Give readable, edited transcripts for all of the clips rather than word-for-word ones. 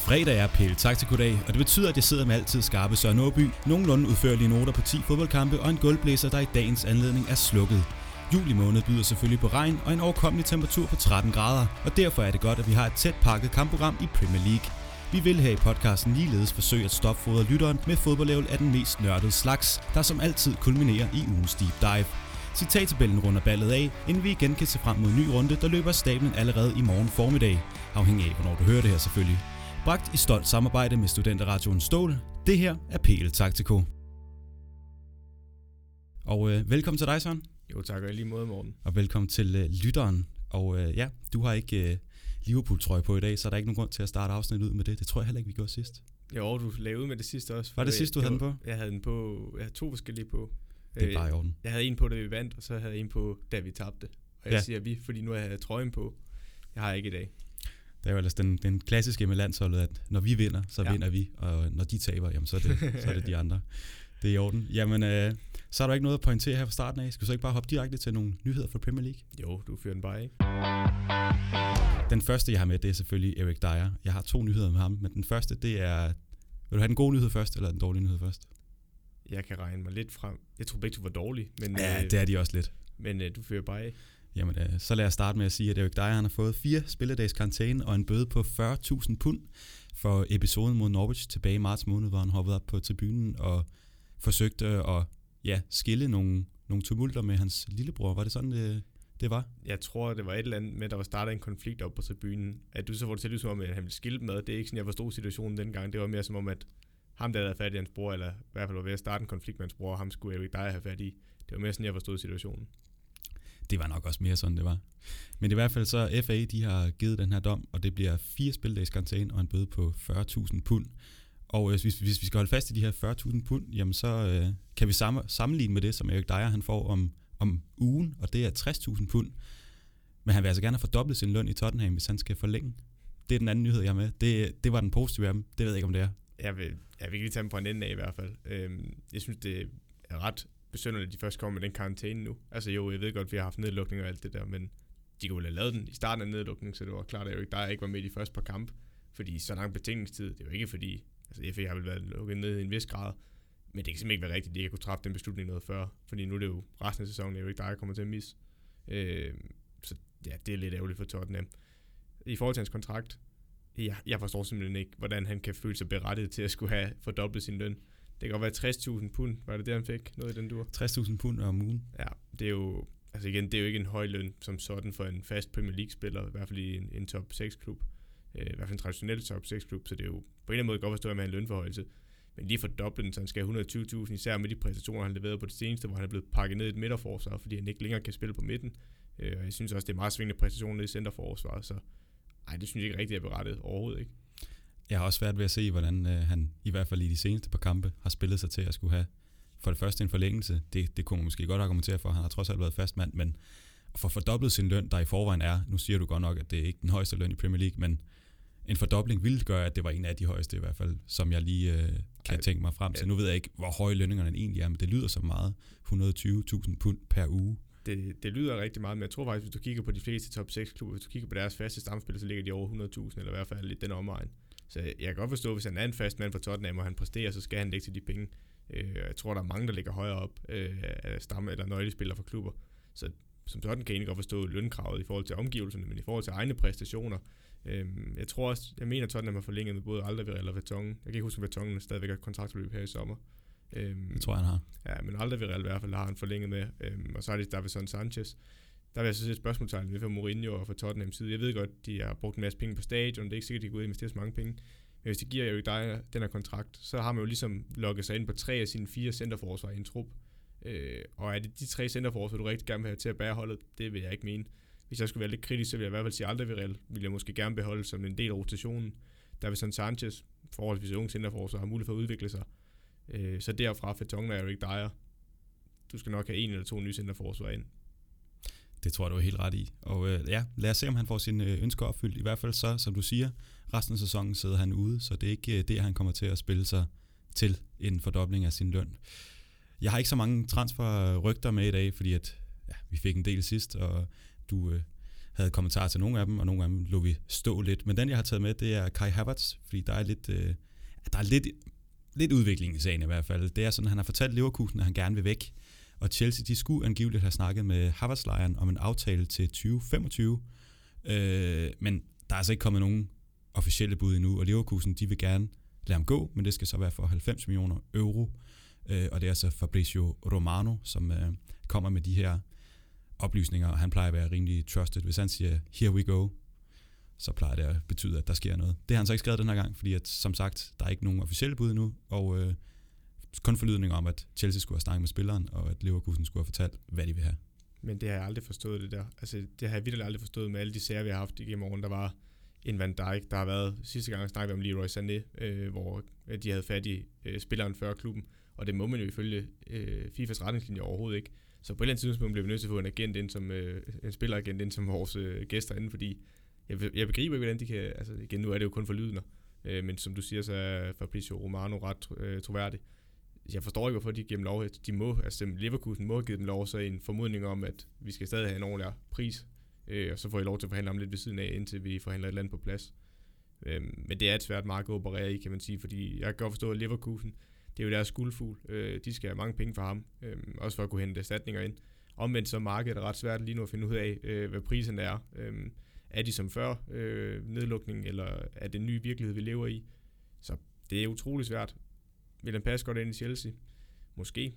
Fredag er Pæle Taktiko-dag, og det betyder, at jeg sidder med altid skarpe Søren Åby, nogenlunde udførlige noter på 10 fodboldkampe og en gulvblæser, der i dagens anledning er slukket. Juli måned byder selvfølgelig på regn og en overkommelig temperatur på 13 grader, og derfor er det godt, at vi har et tæt pakket kampprogram i Premier League. Vi vil her i podcasten ligeledes forsøge at stopfodre lytteren med fodboldlevel af den mest nørdede slags, der som altid kulminerer i ugens deep dive. Citattabellen runder ballet af, inden vi igen kan se frem mod en ny runde, der løber stablen allerede i morgen formiddag. Afhængig af, hvornår du hører det her selvfølgelig. Bragt i stolt samarbejde med Studenterradioen Stål. Det her er Pæle Taktiko. Og velkommen til dig, Søren. Jo, tak, og lige måde, Morten. Og velkommen til lytteren. Og du har ikke Liverpool-trøje på i dag, så er der ikke nogen grund til at starte afsnittet ud med det. Det tror jeg heller ikke, vi gjorde sidst. Jo, du lavede ud med det sidste også. Var det sidste, du havde den på? Jeg havde den på. Jeg havde to forskellige på. Det er bare i orden. Jeg havde en på, da vi vandt, og så havde jeg en på, da vi tabte. Og jeg siger vi, fordi nu har jeg trøjen på. Jeg har ikke i dag. Det er jo ellers den klassiske med landsholdet, at når vi vinder, så vinder vi, og når de taber, jamen, så er det de andre. Det er i orden. Jamen, så er der ikke noget at pointere her fra starten af. Skal du så ikke bare hoppe direkte til nogle nyheder fra Premier League? Jo, du fører den bare, ikke? Den første, jeg har med, det er selvfølgelig Eric Dier. Jeg har 2 nyheder med ham, men den første, det er... Vil du have den gode nyhed først, eller den dårlige nyhed først? Jeg kan regne mig lidt frem. Jeg tror begge to var dårlige. Men, ja, det er de også lidt. Men du fører bare af. Jamen, så lad os starte med at sige, at Eric Dier han har fået 4 spilledags karantæne og en bøde på 40.000 pund for episoden mod Norwich tilbage i marts måned, hvor han hoppede op på tribunen og forsøgte at skille nogle tumulter med hans lillebror. Var det sådan, det var? Jeg tror, det var et eller andet med, at der var startet en konflikt op på tribunen. At du så får det til, som om, at han ville skille dem med. Det er ikke sådan, jeg forstod situationen dengang. Det var mere som om, at ham, der havde fat i hans bror, eller i hvert fald var ved at starte en konflikt med hans bror, og ham skulle Eric Dier have fat i. Det var mere sådan, jeg forstod situationen. Det var nok også mere sådan, det var. Men i hvert fald så FA, de har givet den her dom, og det bliver 4 spilledags karantæne og en bøde på 40.000 pund. Og hvis vi skal holde fast i de her 40.000 pund, jamen så kan vi sammenligne med det, som Eric Dier han får om ugen, og det er 60.000 pund. Men han vil altså gerne have fordoblet sin løn i Tottenham, hvis han skal forlænge. Det er den anden nyhed, jeg har med. Det var den positive af dem. Det ved jeg ikke, om det er. Jeg vil ikke lige tage dem på en ende af i hvert fald. Jeg synes, det er ret besynderligt, at de først kommer med den karantæne nu. Altså jo, jeg ved godt, at vi har haft nedlukning og alt det der, men de kunne have lavet den i starten af nedlukningen, så det var klart, at Eric Dier ikke var med i de første par kampe. Fordi så lang betingelsestid, det er jo ikke fordi, altså FA har vel været lukket ned i en vis grad, men det kan simpelthen ikke være rigtigt, at de ikke kunne træffe den beslutning noget før, fordi nu er det jo resten af sæsonen, Eric Dier kommer til at misse. Så ja, det er lidt ærgerligt for Tottenham. I forhold til hans kontrakt, jeg forstår simpelthen ikke, hvordan han kan føle sig berettiget til at skulle have fordoblet sin løn. Det kan godt være 60.000 pund, var det han fik? Noget i den dur? 60.000 pund om ugen. Ja, det er jo, altså igen, det er jo ikke en høj løn som sådan for en fast Premier League-spiller, i hvert fald i en top 6-klub. I hvert fald en traditionel top 6-klub, så det er jo på en eller anden måde godt forstå, at man har en lønforhøjelse. Men lige fordoblet den, så han skal have 120.000, især med de præstationer, han leverede på det seneste, hvor han er blevet pakket ned i et midterforsvar, fordi han ikke længere kan spille på midten. Og jeg synes også, det er meget svingende præstationer nede i centerforsvaret, så det synes jeg ikke rigtig er berettiget overhovedet, ikke? Jeg har også svært ved at se, hvordan han i hvert fald i de seneste par kampe har spillet sig til at skulle have for det første en forlængelse. Det kunne man måske godt argumentere for. Han har trods alt været fastmand, men at få fordoblet sin løn, der i forvejen er, nu siger du godt nok, at det er ikke den højeste løn i Premier League, men en fordobling ville gøre, at det var en af de højeste i hvert fald, som jeg lige kan tænke mig frem til. Nu ved jeg ikke, hvor høje lønningerne egentlig er, men det lyder så meget. 120.000 pund per uge. Det lyder rigtig meget, men jeg tror faktisk, hvis du kigger på de fleste top 6-klubber, hvis du kigger på deres faste stamspillere, så ligger de over 100.000, eller i hvert fald lidt den omegn. Så jeg kan godt forstå, hvis han er en fast mand for Tottenham, og han præsterer, så skal han lægge til de penge. Jeg tror, der er mange, der ligger højere op af stamme- eller nøglespillere for klubber. Så som sådan kan jeg egentlig godt forstå lønkravet i forhold til omgivelserne, men i forhold til egne præstationer. Jeg mener, Tottenham har forlænget med både Alderweireld og Vertonghen. Jeg kan ikke huske, om Vertonghen stadigvæk har kontraktforløb her i sommer. Det tror jeg, han har. Ja, men Alderweireld i hvert fald har han forlænget med. Og så er det Davinson Sanchez. Der vil jeg så sætte spørgsmålstegn ved for Mourinho og for Tottenham side. Jeg ved godt, de har brugt en masse penge på stadion. Det er ikke sikkert, de går ud og investerer så mange penge. Men hvis de giver Eric Dier den her kontrakt, så har man jo ligesom logget sig ind på 3 af sine 4 centerforsvar i en trup. Og er det de 3 centerforsvar, du rigtig gerne vil have til at bære holdet? Det vil jeg ikke mene. Hvis jeg skulle være lidt kritisk, så vil jeg i hvert fald sige, Alderweireld vil jeg måske gerne beholde som en del af rotationen. Der vil sådan Sanchez, forholdsvis ung centerforsvar, har mulighed for at udvikle sig. Så derfra Vertonghen og Eric Dier. Du skal nok have 1 eller 2 nye centerforsvar ind. Det tror jeg, du er helt ret i. Og lad os se, om han får sine ønsker opfyldt. I hvert fald så, som du siger, resten af sæsonen sidder han ude, så det er ikke det, han kommer til at spille sig til en fordobling af sin løn. Jeg har ikke så mange transferrygter med i dag, fordi vi fik en del sidst, og du havde kommentarer til nogle af dem, og nogle af dem lå vi stå lidt. Men den, jeg har taget med, det er Kai Havertz, fordi der er lidt udvikling i sagen i hvert fald. Det er sådan, at han har fortalt Leverkusen, at han gerne vil væk. Og Chelsea, de skulle angiveligt have snakket med Havertz-lejren om en aftale til 2025. Men der er altså ikke kommet nogen officielle bud endnu, og Leverkusen, de vil gerne lade ham gå, men det skal så være for 90 millioner euro. Og det er så Fabrizio Romano, som kommer med de her oplysninger, og han plejer at være rimelig trusted. Hvis han siger, here we go, så plejer det at betyde, at der sker noget. Det har han så ikke skrevet den her gang, fordi at, som sagt, der er ikke nogen officielle bud endnu, og kun forlydninger om, at Chelsea skulle have snakket med spilleren, og at Leverkusen skulle have fortalt, hvad de vil have. Men det har jeg aldrig forstået, det der. Altså, det har jeg virkelig aldrig forstået med alle de sager, vi har haft igennem årene. Der var en Van Dijk, der har været sidste gang snakkede vi om Leroy Sané, hvor de havde fat i spilleren før klubben, og det må man jo ifølge FIFAs retningslinjer overhovedet ikke. Så på et eller andet tidspunkt bliver vi nødt til at få en agent ind, en spilleragent ind som vores gæster inde, fordi jeg begriber ikke, hvordan de kan, altså igen, nu er det jo kun forlydende, men som du siger, så er Fabrizio Romano ret troværdig. Jeg forstår ikke, hvorfor de giver dem lov. De må, altså Leverkusen må have givet dem lov, så en formodning om, at vi skal stadig have en ordentlig pris, og så får I lov til at forhandle om lidt ved siden af, indtil vi forhandler et eller andet på plads. Men det er et svært marked at operere i, kan man sige, fordi jeg kan godt forstå, at Leverkusen, det er jo deres guldfugl. De skal have mange penge for ham, også for at kunne hente erstatninger ind. Omvendt så er markedet ret svært lige nu at finde ud af, hvad priserne er. Er de som før nedlukning, eller er det en ny virkelighed, vi lever i? Så det er utrolig svært. Vil han passe godt ind i Chelsea? Måske.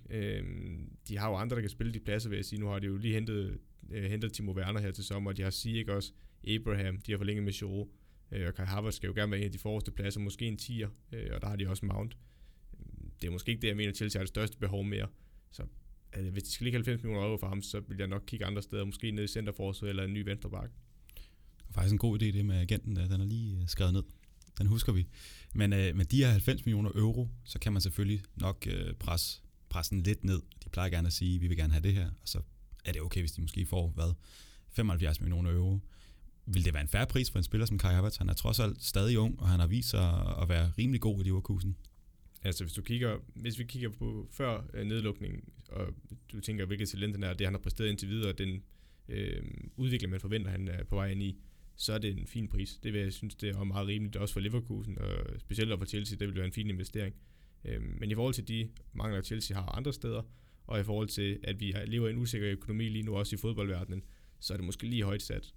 De har jo andre, der kan spille de pladser, vil jeg sige. Nu har de jo lige hentet Timo Werner her til sommer. De har Ziyech også, Abraham, de har forlænget med Giroud. Og Kai Havertz skal jo gerne være en af de forreste pladser, måske en 10'er, og der har de også Mount. Det er måske ikke det, jeg mener, Chelsea har det største behov mere. Så hvis de skal ligge 90 millioner euro for ham, så vil jeg nok kigge andre steder, måske ned i centerforsvaret eller en ny venstreback. Det er faktisk en god idé, det med agenten der. Den er lige skrevet ned. Den husker vi. Men med de her 90 millioner euro, så kan man selvfølgelig nok presse den lidt ned. De plejer gerne at sige, at vi vil gerne have det her, og så er det okay, hvis de måske får, 75 millioner euro. Vil det være en fair pris for en spiller som Kai Havertz? Han er trods alt stadig ung, og han har vist sig at være rimelig god i Leverkusen. Altså hvis vi kigger på før nedlukningen, og du tænker, hvilket talent han er, det han har præsteret indtil videre, den udvikling, man forventer, han er på vej ind i, så er det en fin pris. Det vil jeg synes, det er meget rimeligt, også for Leverkusen, og specielt også for Chelsea, det vil være en fin investering. Men i forhold til de mangler, Chelsea har andre steder, og i forhold til, at vi lever i en usikker økonomi lige nu, også i fodboldverdenen, så er det måske lige højt sat.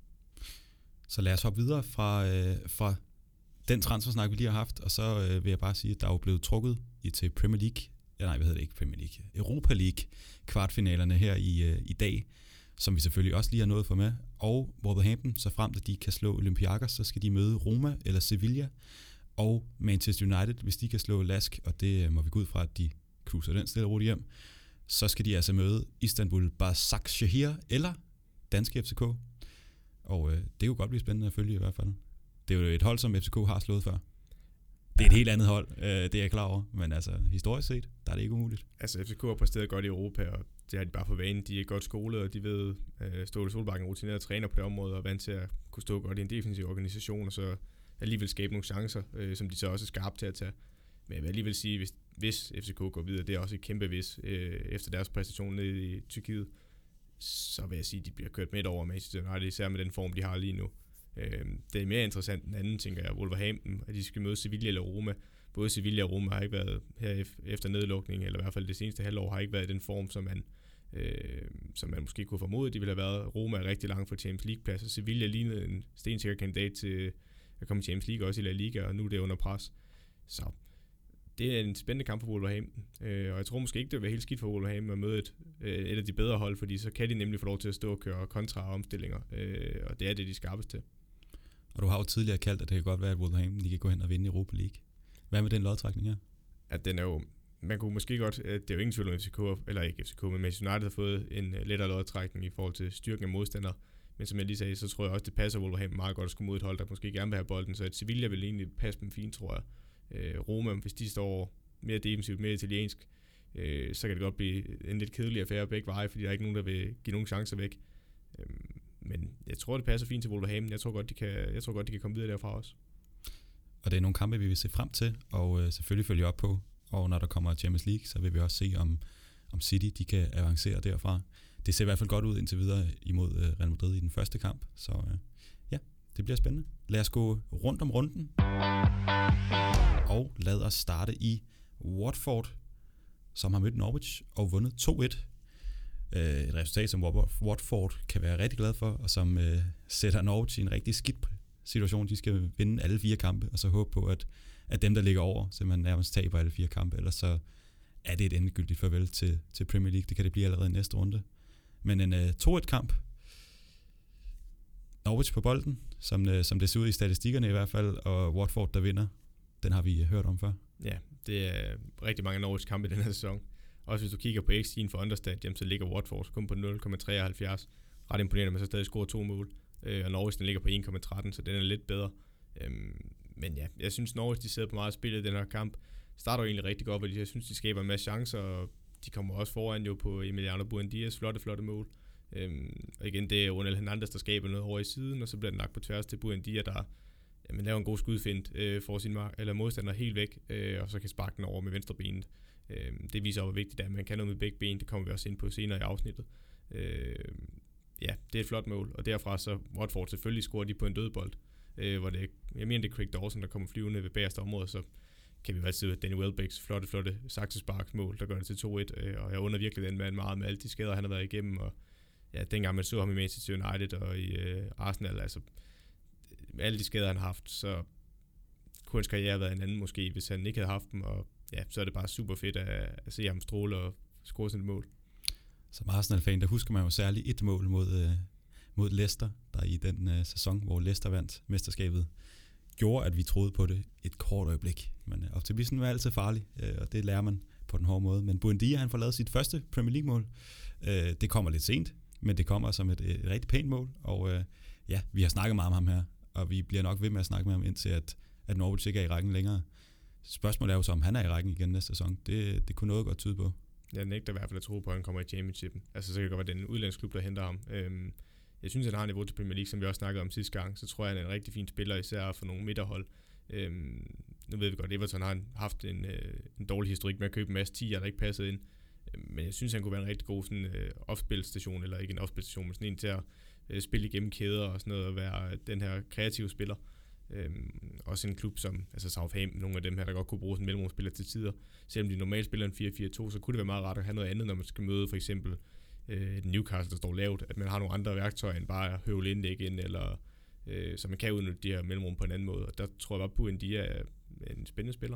Så lad os hoppe videre fra den transfersnak, vi lige har haft, og så vil jeg bare sige, at der er jo blevet trukket til Premier League. Ja, nej, hvad hedder det ikke? Premier League. Europa League kvartfinalerne her i dag, som vi selvfølgelig også lige har nået for med. Og Wolverhampton, så frem til de kan slå Olympiakos, så skal de møde Roma eller Sevilla. Og Manchester United, hvis de kan slå Lask, og det må vi gå ud fra, at de cruiser den stille og roligt hjem, så skal de altså møde Istanbul Başakşehir eller danske FCK. Og det kunne godt blive spændende at følge i hvert fald. Det er jo et hold, som FCK har slået før. Det er et helt andet hold, det er jeg klar over. Men altså, historisk set, der er det ikke umuligt. Altså, FCK har præsteret godt i Europa, og det har de bare for vane. De er godt skolet, og de ved, Ståle Solbakken rutineret træner på det område, og vant til at kunne stå godt i en defensiv organisation, og så alligevel skabe nogle chancer, som de så også er skarpe til at tage. Men jeg vil alligevel sige, hvis FCK går videre, det er også et kæmpe hvis, efter deres præstation nede i Tyrkiet, så vil jeg sige, at de bliver kørt midt over Manchester United, især med den form, de har lige nu. Det er mere interessant end anden, tænker jeg, Wolverhampton, at de skal møde Sevilla eller Roma. Både Sevilla og Roma har ikke været her efter nedlukning, eller i hvert fald det seneste halvår har ikke været i den form, som man måske kunne formode, de ville have været. Roma er rigtig langt fra Champions League-plads, og Sevilla lignede en stensikker kandidat til at komme i Champions League, også i La Liga, og nu er det under pres. Så det er en spændende kamp for Wolverhampton, og jeg tror måske ikke, det vil være helt skidt for Wolverhampton at møde et af de bedre hold, fordi så kan de nemlig få lov til at stå og køre kontra-omstillinger, og det er det, de skarpes til. Og du har jo tidligere kaldt, at det kan godt være, at Wolverhampton de kan gå hen og vinde Europa League. Hvad med den lodtrækning her? At den er jo, man kunne måske godt, det er jo ingen tvivl om FCK, eller ikke FCK, men Manchester United har fået en lettere lodtrækning i forhold til styrken af modstandere. Men som jeg lige sagde, så tror jeg også, det passer Wolverhampton meget godt at skulle mod et hold, der måske gerne vil have bolden, så et Sevilla vil egentlig passe dem fint, tror jeg. Roma, hvis de står mere defensivt, mere italiensk, så kan det godt blive en lidt kedelig affære begge veje, fordi der er ikke nogen, der vil give nogen chancer væk. Men jeg tror, det passer fint til Wolverhampton. Jeg tror godt, de kan komme videre derfra også. Og det er nogle kampe, vi vil se frem til, og selvfølgelig følge op på. Og når der kommer Champions League, så vil vi også se, om City de kan avancere derfra. det ser i hvert fald godt ud indtil videre imod Real Madrid i den første kamp. Så ja, det bliver spændende. Lad os gå rundt om runden. Og lad os starte i Watford, som har mødt Norwich og vundet 2-1. Et resultat, som Watford kan være rigtig glad for, og som sætter Norwich i en rigtig skidt situation. De skal vinde alle 4 kampe, og så håbe på, at dem, der ligger over, simpelthen nærmest taber alle 4 kampe. Ellers så er det et endegyldigt farvel til Premier League. Det kan det blive allerede i næste runde. Men en 2-1-kamp. Norwich på bolden, som det ser ud i statistikkerne i hvert fald, og Watford, der vinder. Den har vi hørt om før. Ja, det er rigtig mange Norwich-kampe i den her sæson. Også hvis du kigger på XG'en for understat, så ligger Watford kun på 0,73. Ret imponerende, at man så stadig scorer 2 mål. Og Norwich, den ligger på 1,13, så den er lidt bedre. Men ja, jeg synes Norwich, de sidder på meget spillet i den her kamp. Starter jo egentlig rigtig godt, og jeg synes, de skaber en masse chancer, og de kommer også foran jo på Emiliano Buendias flotte mål. Og igen, det er Ronald Hernandez, der skaber noget over i siden, og så bliver den lagt på tværs til Buendia, der laver en god skudfint, får sin modstander helt væk, og så kan sparke den over med venstre benet. Det viser hvor vigtigt, at man kan noget med begge ben. Det kommer vi også ind på senere i afsnittet. Ja, det er et flot mål, og derfra så Watford selvfølgelig scorer de på en dødbold, hvor det er Craig Dawson, der kommer flyvende ved bagerste område, så kan vi jo altid Danny Welbecks flotte saksesparksmål, der gør det til 2-1, og jeg under virkelig den mand meget med alle de skader, han har været igennem, og ja, dengang man så ham i Manchester United og i Arsenal, altså med alle de skader, han har haft, så kunne hans karriere have været en anden måske, hvis han ikke havde haft dem, og ja, så er det bare super fedt at se ham stråle og score sådan et mål. Som Arsenal-fan, der husker man jo særligt et mål mod Leicester, der i den sæson, hvor Leicester vandt mesterskabet, gjorde, at vi troede på det et kort øjeblik. Men optimismen var altid farlig, og det lærer man på den hårde måde. Men Buendia, han får lavet sit første Premier League-mål. Det kommer lidt sent, men det kommer som et rigtig pænt mål, og ja, vi har snakket meget om ham her, og vi bliver nok ved med at snakke med ham indtil, at Norwich ikke er i rækken længere. Spørgsmålet er jo så, om han er i rækken igen næste sæson. Det kunne noget godt tyde på. Jeg nægter i hvert fald at tro på, at han kommer i Championshipen. Altså, så kan det godt være, den udlandsklub, der henter ham. Jeg synes, at han har niveau til Premier League, som vi også snakkede om sidste gang. Så tror jeg, han er en rigtig fin spiller, især for nogle midterhold. Nu ved vi godt, at Everton har haft en dårlig historik med at købe en masse 10'er, der ikke passede ind. Men jeg synes, han kunne være en rigtig god sådan, opspilstation, eller ikke en opspilstation, men sådan en til at spille igennem kæder og sådan noget, og være den her kreative spiller. Også en klub som altså Southampton, nogle af dem her, der godt kunne bruge sådan en mellemrumspiller til tider. Selvom de normalt spiller en 4-4-2, så kunne det være meget rart at have noget andet, når man skal møde for eksempel et Newcastle, der står lavt, at man har nogle andre værktøjer end bare at høvle indlæg ind, eller så man kan udnytte de her mellemrum på en anden måde. Og der tror jeg bare, Buendia er en spændende spiller.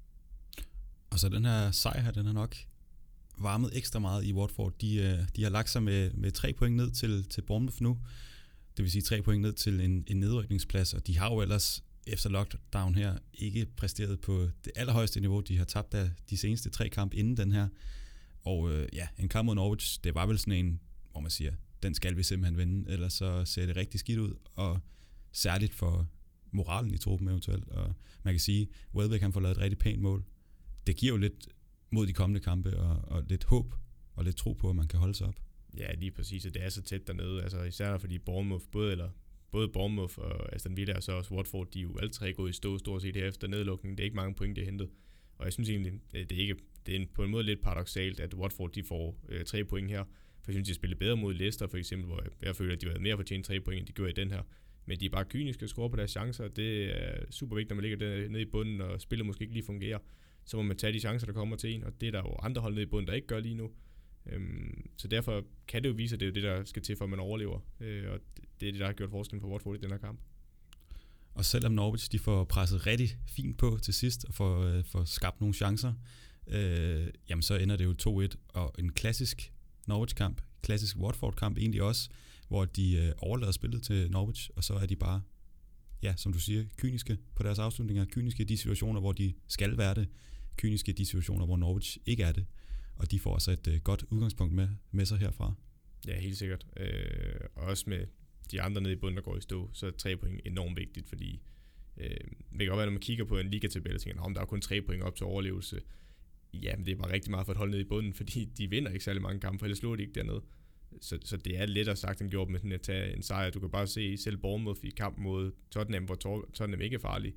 Og så den her sejr her, den har nok varmet ekstra meget i Watford. De har lagt sig med 3 point ned til Bournemouth nu. Det vil sige 3 point ned til en nedrykningsplads, og de har jo ellers efter lockdown her ikke præsteret på det allerhøjeste niveau. De har tabt af de seneste 3 kampe inden den her. Og ja, en kamp mod Norwich, det var vel sådan en, hvor man siger, den skal vi simpelthen vinde, ellers så ser det rigtig skidt ud, og særligt for moralen i truppen eventuelt. Og man kan sige, Welbeck han får lavet et rigtig pænt mål. Det giver jo lidt mod de kommende kampe, og lidt håb, og lidt tro på, at man kan holde sig op. Ja, lige præcis, og det er så tæt dernede, altså især fordi Bournemouth, både Bournemouth og Aston Villa og så også Watford, de er jo alle 3 gået i stå stort set her efter nedlukningen. Det er ikke mange point, de har hentet, og jeg synes egentlig, det er på en måde lidt paradoksalt, at Watford de får 3 point her, for jeg synes, de spiller bedre mod Leicester for eksempel, hvor jeg føler, at de har været mere fortjent 3 point, end de gjorde i den her. Men de er bare kyniske og scorer på deres chancer, og det er super vigtigt, når man ligger der nede i bunden, og spillet måske ikke lige fungerer. Så må man tage de chancer, der kommer til en, og det er der jo andre hold nede i bunden, der ikke gør lige nu. Så derfor kan det jo vise, at det er jo det, der skal til, for at man overlever. Og det er det, der har gjort forskellen for Watford i den her kamp. Og selvom Norwich de får presset rigtig fint på til sidst, og får skabt nogle chancer, jamen så ender det jo 2-1, og en klassisk Norwich-kamp, klassisk Watford-kamp egentlig også, hvor de overlader spillet til Norwich, og så er de bare, ja, som du siger, kyniske på deres afslutninger, kyniske i de situationer, hvor de skal være det, kyniske i de situationer, hvor Norwich ikke er det, og de får altså et godt udgangspunkt med sig herfra. Ja, helt sikkert. Og også med de andre nede i bunden, der går i stå, så er 3 point enormt vigtigt, fordi det kan godt være, når man kigger på en ligatabel og tænker, der er kun 3 point op til overlevelse. Ja, men det er bare rigtig meget for et hold nede i bunden, fordi de vinder ikke særlig mange kampe, for ellers slår de ikke dernede. Så det er lettere sagt end gjort med sådan at tage en sejr. Du kan bare se selv Bournemouth i kampen mod Tottenham, hvor Tottenham ikke er farlig.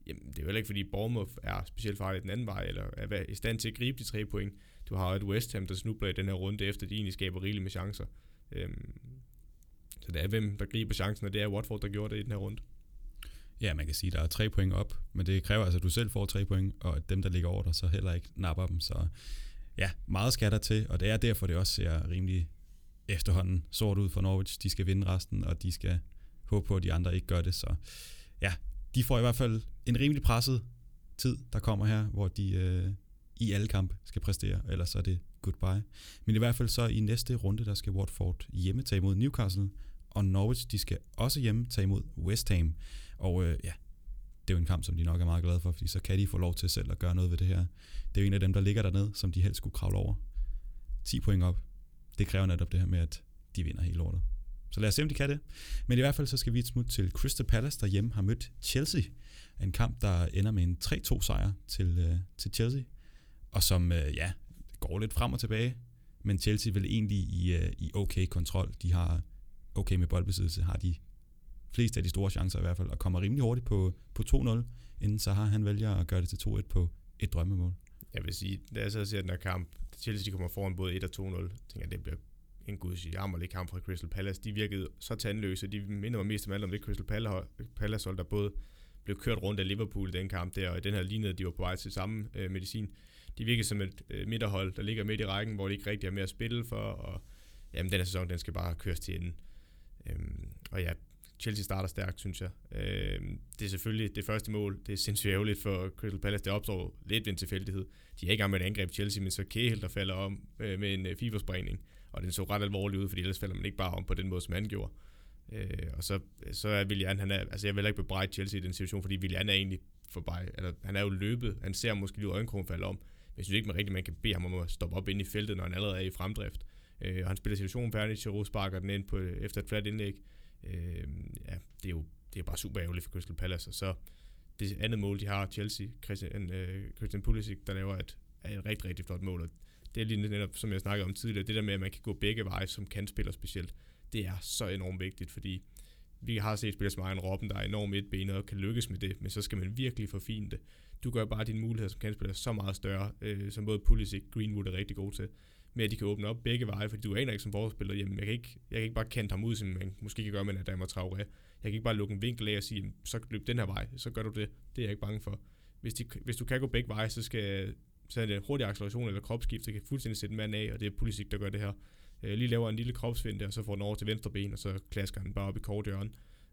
jamen, det er jo heller ikke, fordi Bournemouth er specielt farligt den anden vej, eller er i stand til at gribe de 3 point. Du har et West Ham, der snubler i den her runde, efter de egentlig skaber rigeligt med chancer. Så det er hvem, der griber chancen, og det er Watford, der gjorde det i den her runde. Ja, man kan sige, at der er 3 point op, men det kræver altså, at du selv får 3 point, og at dem, der ligger over dig, så heller ikke napper dem. Så ja, meget skal der til, og det er derfor, det også ser rimelig efterhånden sort ud for Norwich. De skal vinde resten, og de skal håbe på, at de andre ikke gør det. Så ja, de får i hvert fald en rimelig presset tid, der kommer her, hvor de i alle kampe skal præstere, ellers så er det goodbye. Men i hvert fald så i næste runde, der skal Watford hjemme tage imod Newcastle, og Norwich, de skal også hjemme tage imod West Ham. Og ja, det er jo en kamp, som de nok er meget glade for, fordi så kan de få lov til selv at gøre noget ved det her. Det er jo en af dem, der ligger dernede, som de helst skulle kravle over. 10 point op. Det kræver netop det her med, at de vinder hele lortet. Så lad os se, om de kan det. Men i hvert fald så skal vi et smut til Crystal Palace, der hjemme har mødt Chelsea. En kamp, der ender med en 3-2 sejr til Chelsea. Og som, ja, går lidt frem og tilbage. Men Chelsea vil egentlig i okay kontrol. De har okay med boldbesiddelse, har de fleste af de store chancer i hvert fald, og kommer rimelig hurtigt på 2-0, inden så har han vælger at gøre det til 2-1 på et drømmemål. Jeg vil sige, da jeg så ser den her kamp, Chelsea kommer foran både 1 og 2-0, tænker jeg, det bliver en gudsjammerlig kamp fra Crystal Palace. De virkede så tandløse, de minder mig mest om alt om det Crystal Palace hold, der både blev kørt rundt af Liverpool i den kamp der, og i den her lignede, de var på vej til samme medicin. De virkede som et midterhold, der ligger midt i rækken, hvor de ikke rigtig har mere at spille for, og jamen, den her sæson, den skal bare køres til enden. Og ja, Chelsea starter stærkt, synes jeg. Det er selvfølgelig det første mål. Det er sindssygt ærgerligt for Crystal Palace. Det opstår lidt ved en tilfældighed. De er ikke engang med et angreb Chelsea, men så Cahill, der falder om med en fibersprængning. Og den så ret alvorlig ud, fordi ellers falder man ikke bare om på den måde, som han gjorde. Og så er Willian, altså jeg vil ikke bebrejde Chelsea i den situation, fordi Willian er egentlig forbi. Eller han er jo løbet. Han ser måske lige øjenkrogen falde om. Men jeg synes ikke, man kan bede ham om at stoppe op inde i feltet, når han allerede er i fremdrift. Og han spiller situationen færdig. Giroud sparker den ind efter et flat indlæg. Ja, det er bare super ærgerligt for Crystal Palace. Og så det andet mål, de har, Chelsea, Christian Pulisic, der laver et rigtig, rigtig flot mål. Og det er lige netop, som jeg snakkede om tidligere, det der med, at man kan gå begge veje som kantspiller specielt, det er så enormt vigtigt, fordi vi har set spillere som Arjen Robben, der er enormt etbenet og kan lykkes med det, men så skal man virkelig forfine det. Du gør bare dine muligheder som kantspiller så meget større, som både Pulisic og Greenwood er rigtig gode til, med at de kan åbne op begge veje, fordi du aner ikke som forspiller, jamen jeg kan ikke bare kante ham ud, som man måske kan gøre med Adama Traoré. Jeg kan ikke bare lukke en vinkel af og sige, så løb den her vej, så gør du det. Det er jeg ikke bange for. Hvis du kan gå begge veje, så er det en hurtig acceleration eller kropsskift, så kan fuldstændig sætte en mand af, og det er Pulisic, der gør det her. Lige laver en lille kropsvind der, og så får den over til venstre ben, og så klasker han bare op i korthjørnet.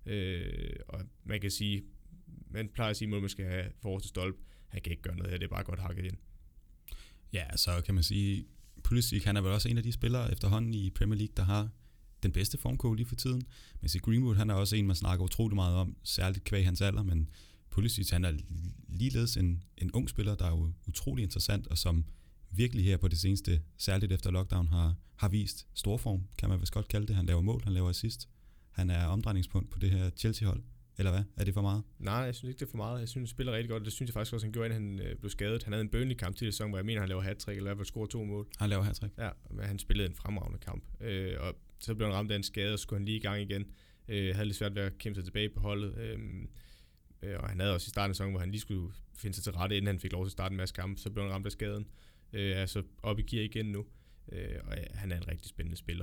Og man kan sige, man plejer at sige, at man skal have forreste stolpe. Han kan ikke gøre noget her, det er bare godt hakket ind. Ja, så kan man sige, Pulisic, han er vel også en af de spillere efterhånden i Premier League, der har den bedste formkurve lige for tiden. Men Greenwood, han er også en, man snakker utrolig meget om, særligt kvæg hans alder, men Pulisic, han er ligeledes en ung spiller, der er jo utrolig interessant, og som virkelig her på det seneste, særligt efter lockdown, har vist stor form, kan man vist godt kalde det. Han laver mål, han laver assist. Han er omdrejningspunkt på det her Chelsea-hold. Eller hvad? Er det for meget? Nej, jeg synes ikke, det er for meget. Jeg synes, han spiller rigtig godt. Det synes jeg faktisk også, han gjorde, inden han blev skadet. Han havde en Burnley-kamp til sæson, hvor jeg mener, han laver hat-trick, eller i hvert fald scorer 2 mål. Han laver hat-trick? Ja, men han spillede en fremragende kamp. Og så blev han ramt af en skade, og skulle han lige i gang igen. Havde lidt svært ved at kæmpe sig tilbage på holdet. Og han havde også i starten af sæsonen, hvor han lige skulle finde sig til rette, inden han fik lov til at starte en masse kampe. Så blev han ramt af skaden. Altså op i gear igen nu. Og han er en rigtig spændende spiller.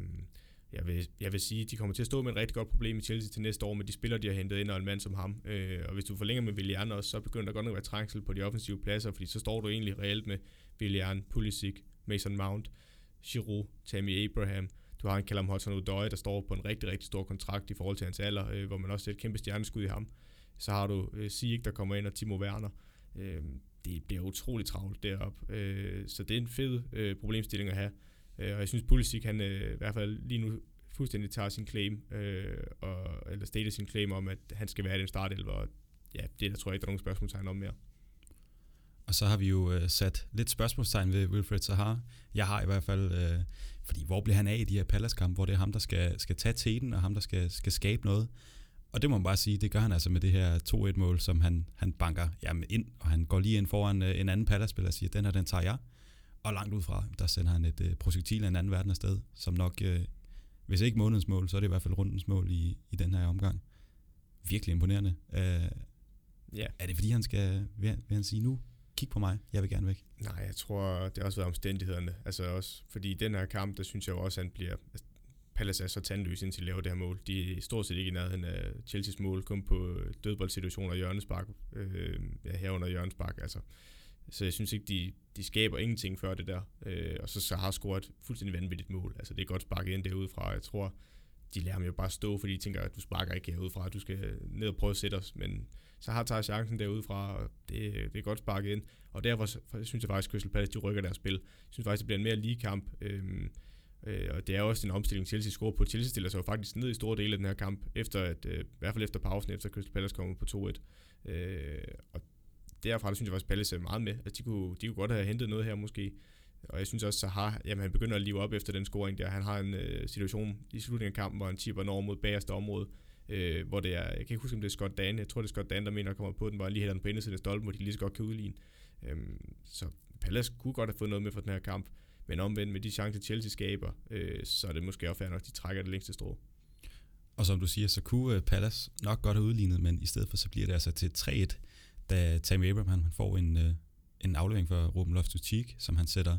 Jeg vil sige, at de kommer til at stå med et rigtig godt problem i Chelsea til næste år med de spillere, de har hentet ind, og en mand som ham. Og hvis du forlænger med Willian også, så begynder der godt nok at være trængsel på de offensive pladser, fordi så står du egentlig reelt med Willian, Pulisic, Mason Mount, Giroud, Tammy Abraham. Du har en Callum Hudson-Odoi, der står på en rigtig, rigtig stor kontrakt i forhold til hans alder, hvor man også ser et kæmpe stjerneskud i ham. Så har du Ziyech, der kommer ind, og Timo Werner. Det bliver utroligt travlt deroppe. Så det er en fed problemstilling at have. Og jeg synes, Pulisic, han i hvert fald lige nu fuldstændig tager sin claim, eller stater sin claim om, at han skal være i den startelver. Og ja, det der tror jeg ikke, der er nogen spørgsmålstegn om mere. Og så har vi jo sat lidt spørgsmålstegn ved Wilfried Zaha. Jeg har i hvert fald, fordi hvor bliver han af i de her Palace-kampe, hvor det er ham, der skal tage teten, og ham, der skal skabe noget. Og det må man bare sige, det gør han altså med det her 2-1-mål, som han banker ind, og han går lige ind foran en anden Palace-spiller og siger, den tager jeg. Og langt ud fra, der sender han et projektil af en anden verden afsted, som nok, hvis ikke månedens mål, så er det i hvert fald rundens mål i den her omgang. Virkelig imponerende Ja. Er det fordi vil han sige nu, kig på mig, jeg vil gerne væk? Nej, jeg tror, det har også været omstændighederne. Altså også, fordi i den her kamp, der synes jeg jo også, at han bliver... Palace er så tandløs, indtil de laver det her mål. De er stort set ikke i nærheden af Chelseas mål, kun på dødboldsituationer og hjørnespark. Herunder hjørnespark, altså. Så jeg synes ikke, de skaber ingenting før det der. Og så har scoret et fuldstændig vanvittigt mål. Altså det er godt sparket ind derudefra. Jeg tror, de lærer mig jo bare stå, fordi de tænker, at du sparker ikke herudefra. Du skal ned og prøve at sætte os. Men så tager chancen derudefra, og det er godt sparket ind. Og derfor synes jeg faktisk, at Crystal Palace de rykker deres spil. Jeg synes faktisk, det bliver en mere lige kamp. Og det er også en omstilling, Chelsea scorer på. Chelsea stiller sig jo faktisk ned i store dele af den her kamp, efter i hvert fald efter pausen, efter Crystal Palace kommer på 2-1. Og derfra, synes jeg faktisk, Palace er meget med. Altså, de kunne godt have hentet noget her måske. Og jeg synes også, han begynder at live op efter den scoring der. Han har en situation i slutningen af kampen, hvor han chipper den over mod bagerste område, hvor det er, jeg kan ikke huske, om det er Scott Dan. Jeg tror, det er Scott Dan, der mener, at kommer på den, hvor han lige hælder den på indersiden af stolpen, hvor de lige så godt kan udligne. Så Palace kunne godt have fået noget med fra den her kamp. Men omvendt med de chancer, Chelsea skaber, så er det måske også fair nok, de trækker det længste strå. Og som du siger, så kunne Palace nok godt have udlignet, men i stedet for, så bliver det altså til 3-1, da Tammy Abraham han får en aflevering for Ruben Loftus-Cheek, som han sætter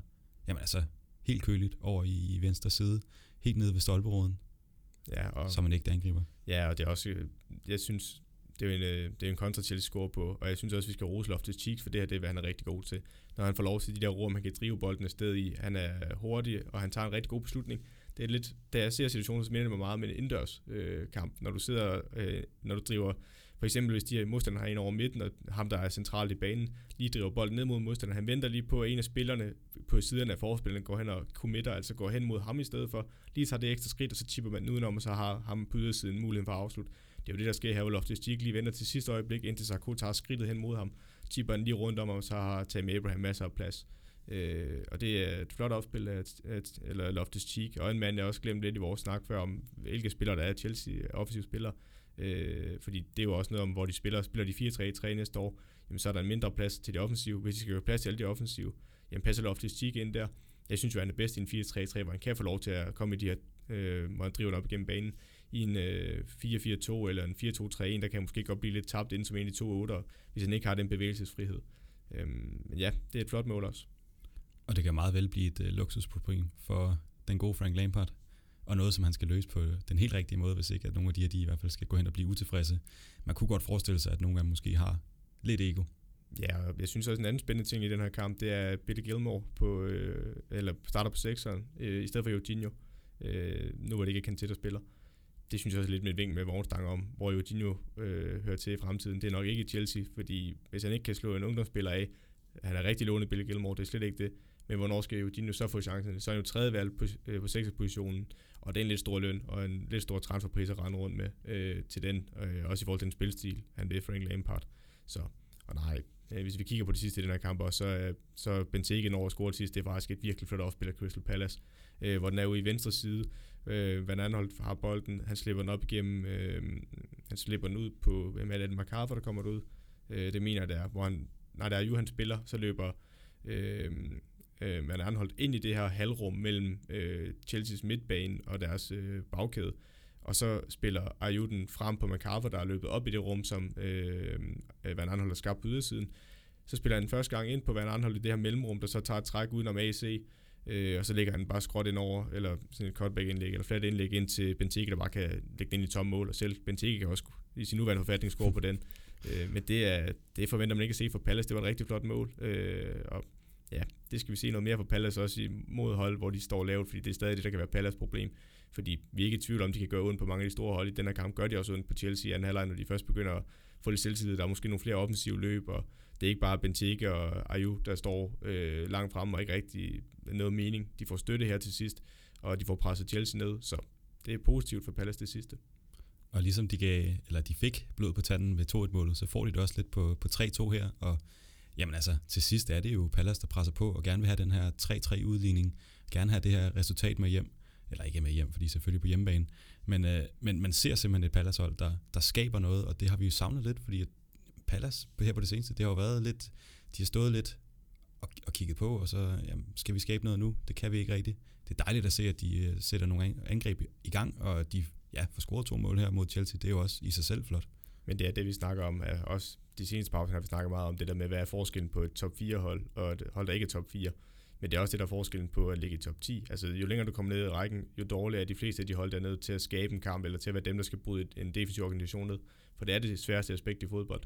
helt køligt over i venstre side, helt nede ved stolperåden, som en ægte angriber. Ja, og det er også, jeg synes, det er en kontra Chelsea score på, og jeg synes også, vi skal rose Loftus-Cheek, for det her, det er, hvad han er rigtig god til. Når han får lov til de der rum, han kan drive bolden afsted i, han er hurtig, og han tager en rigtig god beslutning. Det er lidt, da jeg ser situationen, så minder det mig meget med en indendørs kamp, når du sidder, når du driver, for eksempel hvis de modstandere har en over midten, og ham, der er centralt i banen, lige driver bolden ned mod modstanderen, han venter lige på, at en af spillerne på siden af forspillerne går hen og committer, altså går hen mod ham i stedet for, lige tager det ekstra skridt, og så chipper man udenom, og så har ham på ydersiden muligheden for at afslutte. Det er jo det, der sker her, hvor Loftus-Cheek lige venter til sidste øjeblik, indtil Sarko tager skridtet hen mod ham, chipper den lige rundt om, og så har Tammy Abraham masser af plads. Og det er et flot opspil af Loftus-Cheek, og en mand, jeg også glemt lidt i vores snak før, om hvilke spillere der er Chelsea offensive spillere. Fordi det er jo også noget om, hvor de spiller de 4-3-3 næste år, jamen så er der en mindre plads til de offensive. Hvis de skal have plads til alle de offensive, jamen passer Loftus-Cheek ind der. Jeg synes jo, han er bedst i en 4-3-3, hvor han kan få lov til at komme i de her, hvor han driver den op igennem banen. I en 4-4-2 eller en 4-2-3-1, der kan han måske godt blive lidt tabt inden som en i 2-8'er, hvis han ikke har den bevægelsesfrihed. Men ja, det er et flot mål også. Og det kan meget vel blive et luksusproblem for den gode Frank Lampard, og noget, som han skal løse på den helt rigtige måde, hvis ikke at nogle af de i hvert fald skal gå hen og blive utilfredse. Man kunne godt forestille sig, at nogle af dem måske har lidt ego. Ja, og jeg synes også, en anden spændende ting i den her kamp, det er Billy Gilmore eller starter på 6'eren, i stedet for Jorginho. Nu hvor det ikke er kendt til, der spiller. Det synes jeg også er lidt med et vink med vognstang om, hvor Jorginho hører til i fremtiden. Det er nok ikke Chelsea, fordi hvis han ikke kan slå en ungdomsspiller af, han er rigtig lovende Billy Gilmore, det er slet ikke det. Men hvornår skal Jorginho så få chancen? Så er han jo tredje valg på 6'er-positionen, og det er en lidt stor løn, og en lidt stor transferpris at rende rundt med til den, også i forhold til den spilstil, han vil Frank Lampard. Så, og nej, hvis vi kigger på det sidste i den her kamp også, så Benteke over scoret sidst, det er faktisk et virkelig flot opspil af Crystal Palace, hvor den er ude i venstre side. Van Aanholt har bolden, han slipper den op igennem, han slipper den ud på, hvem er det, McCarthy, der kommer ud. Det mener jeg, det er, hvor han, når der er han spiller, så løber Van Aanholt ind i det her halvrum mellem Chelseas midtbane og deres bagkæde. Og så spiller Ayew den frem på McCarthy, der er løbet op i det rum, som Van Aanholt har skabt på ydersiden. Så spiller han første gang ind på Van Aanholt i det her mellemrum, der så tager et træk udenom AC, og så lægger han bare skråt ind over, eller sådan et cutback-indlæg, eller flat indlæg ind til Benteke, der bare kan lægge den ind i tomme mål, og selv Benteke kan også i sin nuværende forfatning score på den. Men det forventer man ikke at se for Palace. Det var et rigtig flot mål, og ja, det skal vi se noget mere for Palace også i modhold, hvor de står lavt, fordi det er stadig det, der kan være Palace problem. Fordi vi er ikke i tvivl om, de kan gøre ondt på mange af de store hold. I den her kamp gør de også ondt på Chelsea i anden halvleg, når de først begynder at få lidt selvtillid. Der er måske nogle flere offensive løb, og det er ikke bare Benteke og Ayew, der står langt fremme og ikke rigtig noget mening. De får støtte her til sidst, og de får presset Chelsea ned, så det er positivt for Palace det sidste. Og ligesom de fik blod på tanden ved 2-1-målet, så får de det også lidt på 3-2 her, og jamen altså, til sidst er det jo Palace, der presser på og gerne vil have den her 3-3-udligning, gerne have det her resultat med hjem, eller ikke med hjem, fordi selvfølgelig på hjemmebane, men man ser simpelthen et Palace-hold, der skaber noget, og det har vi jo savnet lidt, fordi Palace her på det seneste, det har jo været lidt, de har stået lidt og kigget på, og så jamen, skal vi skabe noget nu? Det kan vi ikke rigtigt. Det er dejligt at se, at de sætter nogle angreb i gang, og de får scoret 2 mål her mod Chelsea, det er jo også i sig selv flot. Men det er det, vi snakker om, er også de seneste pauser har vi snakket meget om det der med, hvad er forskellen på et top 4 hold, og et hold, der ikke er top 4. Men det er også det, der er forskellen på at ligge i top 10. Altså, jo længere du kommer ned i rækken, jo dårligere er de fleste af de hold dernede til at skabe en kamp, eller til at være dem, der skal bryde en defensiv organisation ned. For det er det sværeste aspekt i fodbold.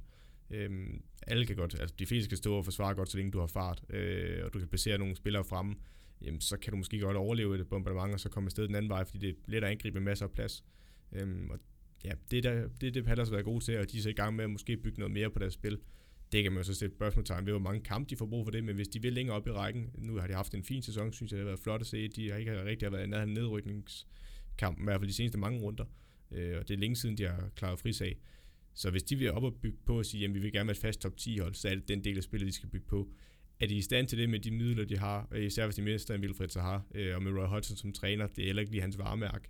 Alle kan godt, altså de fleste skal stå og forsvare godt, så længe du har fart, og du kan placere nogle spillere fremme, jamen, så kan du måske godt overleve et bombardement, og så komme afsted den anden vej, fordi det er let at angribe med masser af plads. Og ja, det Patters har været gode til, og de er så i gang med at måske bygge noget mere på deres spil. Det kan man jo så sætte spørgsmålstegn ved, hvor mange kampe de får brug for det, men hvis de vil længere op i rækken, nu har de haft en fin sæson, synes jeg, det har været flot at se. De har ikke rigtig været i nærheden af nedrykningskampen, i hvert fald de seneste mange runder, og det er længe siden, de har klaret frisag. Så hvis de vil op og bygge på og sige, at vi vil gerne være et fast top 10 hold, så er det den del af spillet, de skal bygge på. Er de i stand til det med de midler, de har, især hvis de mister en Wilfried Zaha, og med Roy Hodgson som træner, det er heller ikke lige hans varemærke.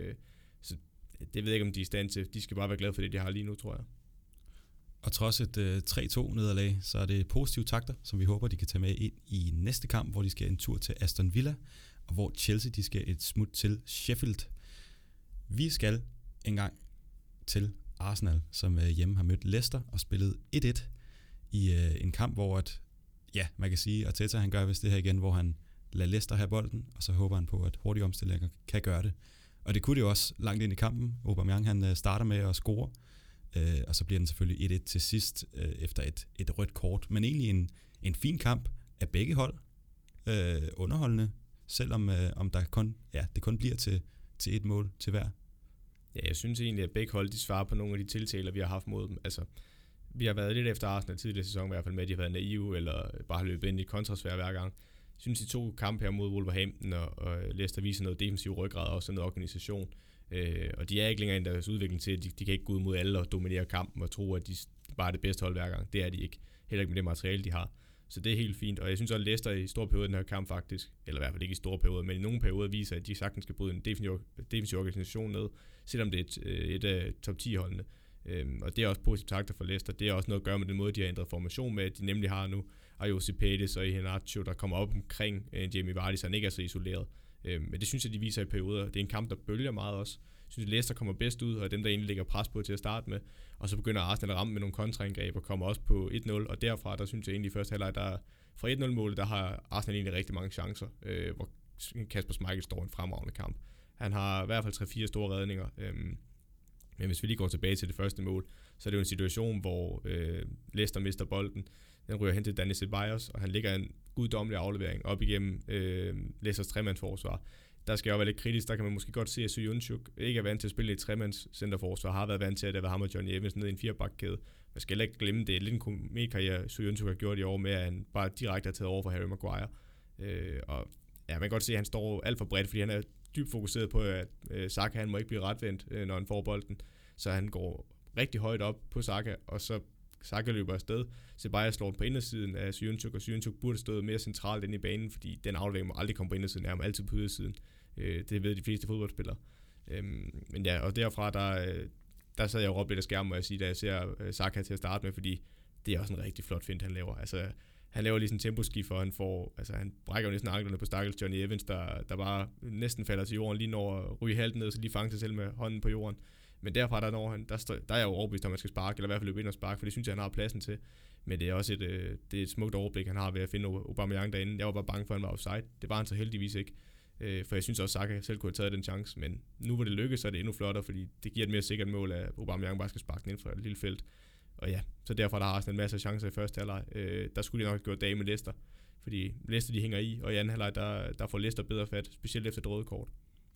Så det ved jeg ikke, om de er i stand til. De skal bare være glade for det, de har lige nu, tror jeg. Og trods et 3-2 nederlag, så er det positive takter, som vi håber, de kan tage med ind i næste kamp, hvor de skal en tur til Aston Villa, og hvor Chelsea de skal et smut til Sheffield. Vi skal engang til Arsenal, som hjemme har mødt Leicester og spillet 1-1 i en kamp, hvor man kan sige, at Arteta han gør vist det her igen, hvor han lader Leicester have bolden, og så håber han på, at hurtige omstillinger kan gøre det. Og det kunne det jo også langt ind i kampen. Aubameyang han starter med at score, og så bliver den selvfølgelig 1-1 til sidst efter et rødt kort. Men egentlig en fin kamp af begge hold, underholdende, selvom om det kun bliver til et mål til hver. Ja, jeg synes egentlig, at begge hold de svarer på nogle af de tiltaler, vi har haft mod dem. Altså, vi har været lidt efter Arsenal tidligere sæson, i hvert fald med, at de har været naive, eller bare har løbet ind i kontrasfære hver gang. Jeg synes, de 2 kampe her mod Wolverhampton og Leicester viser noget defensiv ryggrad og også noget organisation. Og de er ikke længere i deres udvikling til, at de kan ikke gå ud mod alle og dominere kampen og tro, at de bare er det bedste hold hver gang. Det er de ikke. Heller ikke med det materiale, de har. Så det er helt fint. Og jeg synes også, at Leicester i store perioder i den her kamp faktisk, eller i hvert fald ikke i store perioder, men i nogle perioder viser, at de sagtens skal bryde en defensiv organisation ned, selvom det er et af top 10 holdene. Og det er også positivt takter for Leicester. Det er også noget at gøre med den måde, de har ændret formation med, at de nemlig har nu Ayoze Perez og Iheanacho, der kommer op omkring Jamie Vardy, så han ikke er så isoleret. Men det synes jeg, de viser i perioder. Det er en kamp, der bølger meget også. Jeg synes, at Leicester kommer bedst ud, og dem, der egentlig lægger pres på til at starte med. Og så begynder Arsenal at ramme med nogle kontraangreb og kommer også på 1-0. Og derfra, der synes jeg egentlig i første halvleg, der fra 1-0-målet, der har Arsenal egentlig rigtig mange chancer, hvor Kasper Schmeichel står en fremragende kamp. Han har i hvert fald 3-4 store redninger. Men hvis vi lige går tilbage til det første mål, så er det jo en situation, hvor Leicester mister bolden. Den ryger hen til Dani Ceballos, og han lægger en guddommelig aflevering op igennem Leicesters tremandsforsvar. Der skal jeg jo være lidt kritisk. Der kan man måske godt se, at Söyüncük ikke er vant til at spille i et tremandscenterforsvar, har været vant til, at der var ham og Johnny Evans ned i en 4-bakkæde. Man skal heller ikke glemme, det er lidt en komedkarriere, Söyüncük har gjort i år med, at han bare direkte har taget over for Harry Maguire. Og ja, man kan godt se, at han står alt for bredt, fordi han er dybt fokuseret på, at Saka han må ikke blive retvendt, når han får bolden. Så han går rigtig højt op på Saka, og så Saka løber afsted. Ceballos slår den på indersiden af Söyüncük, og Söyüncük burde stå mere centralt inde i banen, fordi den aflevering må aldrig komme på indersiden, er altid på ydersiden. Det ved de fleste fodboldspillere. Men ja, og derfra, der sad jeg jo råbt lidt af skærmen, må jeg sige, da jeg ser Saka til at starte med, fordi det er også en rigtig flot fint, han laver. Altså, han laver lige sådan en temposkift, og han brækker jo næsten anklerne på stakkels Johnny Evans, der bare næsten falder til jorden, lige når at ryge halten ned, så lige fanger sig selv med hånden på jorden. Men derfra, der er jeg jo overbevist, om man skal sparke, eller i hvert fald løbe ind og sparke, for det synes jeg, han har pladsen til. Men det er også et smukt overblik, han har ved at finde Aubameyang derinde. Jeg var bare bange for, at han var offside. Det var han så heldigvis ikke. For jeg synes også, at Saka selv kunne have taget den chance. Men nu hvor det lykkes, så er det endnu flottere, fordi det giver et mere sikkert mål, at Aubameyang bare skal sparke den ind fra et lille felt. Og ja, så derfra der har Arsenal en masse chancer i første halvleg. Der skulle de nok have gjort dag med Leicester. Fordi Leicester de hænger i, og i anden halvleg der får Leicester bedre fat, specielt efter det røde kort.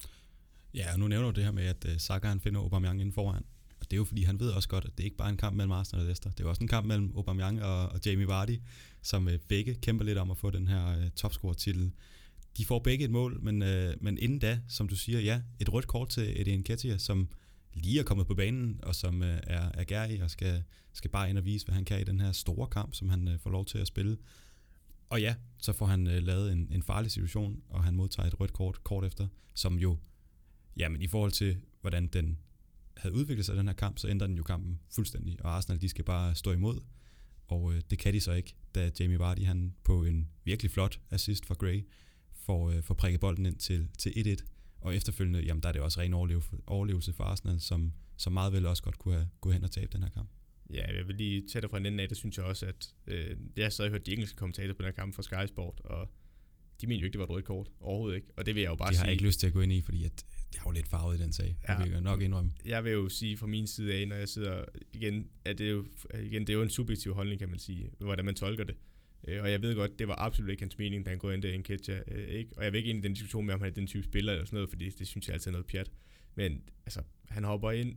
Ja, og nu nævner du det her med, at Saka han finder Aubameyang inden foran. Og det er jo fordi, han ved også godt, at det ikke bare er en kamp mellem Arsenal og Leicester. Det er også en kamp mellem Aubameyang og Jamie Vardy, som begge kæmper lidt om at få den her topscorer-titel. De får begge et mål, men inden da, som du siger, ja, et rødt kort til Eddie Nketiah, som lige er kommet på banen, og som er gærig og skal bare ind og vise, hvad han kan i den her store kamp, som han får lov til at spille. Og ja, så får han lavet en farlig situation, og han modtager et rødt kort efter, som jo, ja, men i forhold til, hvordan den havde udviklet sig den her kamp, så ændrer den jo kampen fuldstændig, og Arsenal, de skal bare stå imod, og det kan de så ikke, da Jamie Vardy, han på en virkelig flot assist fra Gray, får prikket bolden ind til 1-1, og efterfølgende, jamen der er det også ren overlevelse for Arsenal, som meget vel også godt kunne have gået hen og tabe den her kamp. Ja, jeg vil lige tage det fra en ende af, der synes jeg også, at jeg har stadig hørt de engelske kommentatorer på den her kamp fra Sky Sport, og de mener jo ikke, det var et rødt kort. Overhovedet ikke. Og det vil jeg jo bare sige. De har ikke lyst til at gå ind i, fordi at det har jo lidt farvet i den sag. Ja, det vil jeg nok indrømme. Jeg vil jo sige fra min side af, når jeg sidder igen, at det er jo en subjektiv holdning, kan man sige, hvordan man tolker det. Og jeg ved godt, det var absolut ikke hans mening, da han går ind der i Nketiah, ikke? Og jeg vil ikke ind i den diskussion med, om han er den type spiller eller sådan noget, fordi det synes jeg altid er noget pjat. Men altså, han hopper ind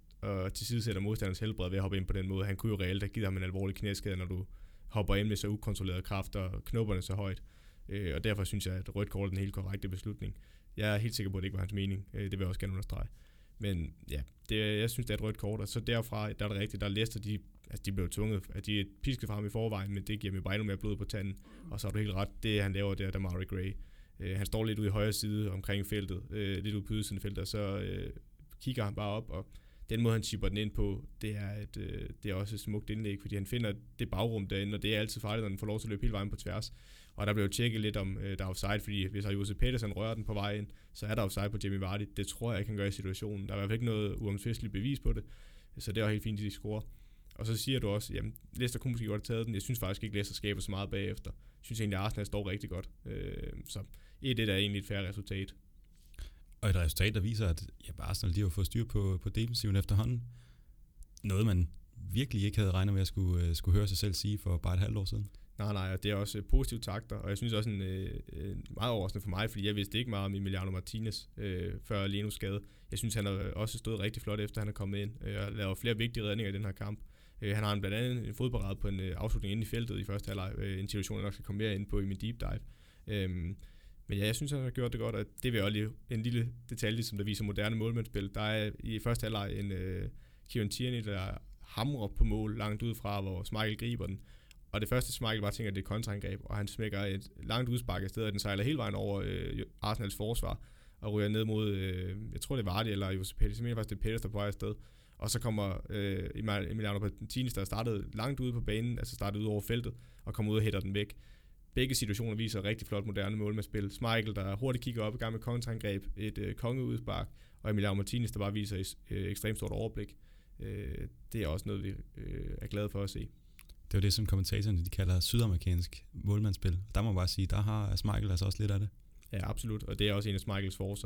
og tilsidesætter modstanderens helbred ved at hoppe ind på den måde. Han kunne jo reelt have givet ham en alvorlig knæskade, når du hopper ind med så ukontrolleret kraft og knopperne så højt. Og derfor synes jeg, at rødt kort er den helt korrekte beslutning. Jeg er helt sikker på, at det ikke var hans mening. Det vil jeg også gerne understrege. Men ja, jeg synes, det er et rødt kort. Og så derfra, der er det rigtigt, der er Leicester, de blev tvunget, at de er pisket fra ham i forvejen, men det giver mig bare endnu mere blod på tanden. Og så er du helt ret, det han laver der Demarai Gray. Han står lidt ude i højre side omkring feltet, lidt ude på ydersiden af feltet, og så kigger han bare op, og den måde, han chipper den ind på, det er også et smukt indlæg, fordi han finder det bagrum derinde, og det er altid farligt, når han får lov til at løbe hele vejen på tværs. Og der blev jo tjekket lidt om, der er offside, fordi hvis Jose Pedersen rører den på vej ind, så er der offside på Jamie Vardy. Det tror jeg ikke, han gør i situationen. Der er i hvert fald ikke noget uomtvisteligt bevis på det, så det er helt fint, at de scorer. Og så siger du også, jamen, Leicester kunne måske godt have taget den. Jeg synes faktisk ikke, Leicester skaber så meget bagefter. Jeg synes egentlig, at Arsenal står rigtig godt. Så 1-1 er egentlig et fair resultat. Og et resultat, der viser, at Arsenal de har fået styr på defensiven efterhånden. Noget, man virkelig ikke havde regnet med at skulle høre sig selv sige for bare et halvt år siden. Nej, og det er også positive takter, og jeg synes også en meget overraskende for mig, fordi jeg vidste ikke meget om Emiliano Martinez før Lenos skade. Jeg synes, han har også stået rigtig flot efter, han er kommet ind og lavet flere vigtige redninger i den her kamp. Han har blandt andet en fodparade på en afslutning inde i feltet i første halvleg, en situation, jeg nok skal komme mere ind på i min deep dive. Men ja, jeg synes, han har gjort det godt, og det vil også lige en lille detalje, som der viser moderne målmandsspil. Der er i første halvleg en Kieran Tierney, der hamrer på mål langt ud fra, hvor Schmeichel griber den. Og det første Schmeichel bare tænker, at det er et kontraangreb, og han smækker et langt udspark af stedet, og den sejler hele vejen over Arsenals forsvar, og ryger ned mod, jeg tror det var Vardy eller Jose Pedersen, jeg mener faktisk det er Peters, der på vej afsted. Og så kommer Emiliano Martinez, der startede langt ude på banen, altså startede ud over feltet, og kommer ud og hætter den væk. Begge situationer viser rigtig flot moderne målmandsspil. Schmeichel, der hurtigt kigger op i gang med kontraangreb, et kongeudspark, og Emiliano Martinez, der bare viser ekstremt stort overblik. Det er også noget, vi er glade for at se. Det er jo det, som kommentatorerne de kalder sydamerikansk målmandsspil. Der må man bare sige, der har Schmeichel altså også lidt af det. Ja, absolut, og det er også en af Schmeichels forcer.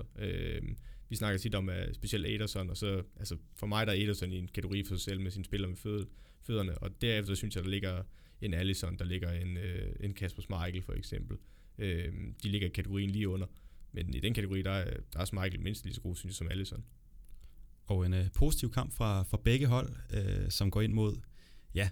Vi snakker tit om specielt Ederson, og så altså for mig der er Ederson i en kategori for sig selv med sine spillere med fødderne, og derefter synes jeg, der ligger en Alisson, der ligger en Kasper Schmeichel for eksempel. De ligger i kategorien lige under, men i den kategori, der er Schmeichel mindst lige så god, synes jeg, som Alisson. Og en positiv kamp fra begge hold, som går ind mod, ja,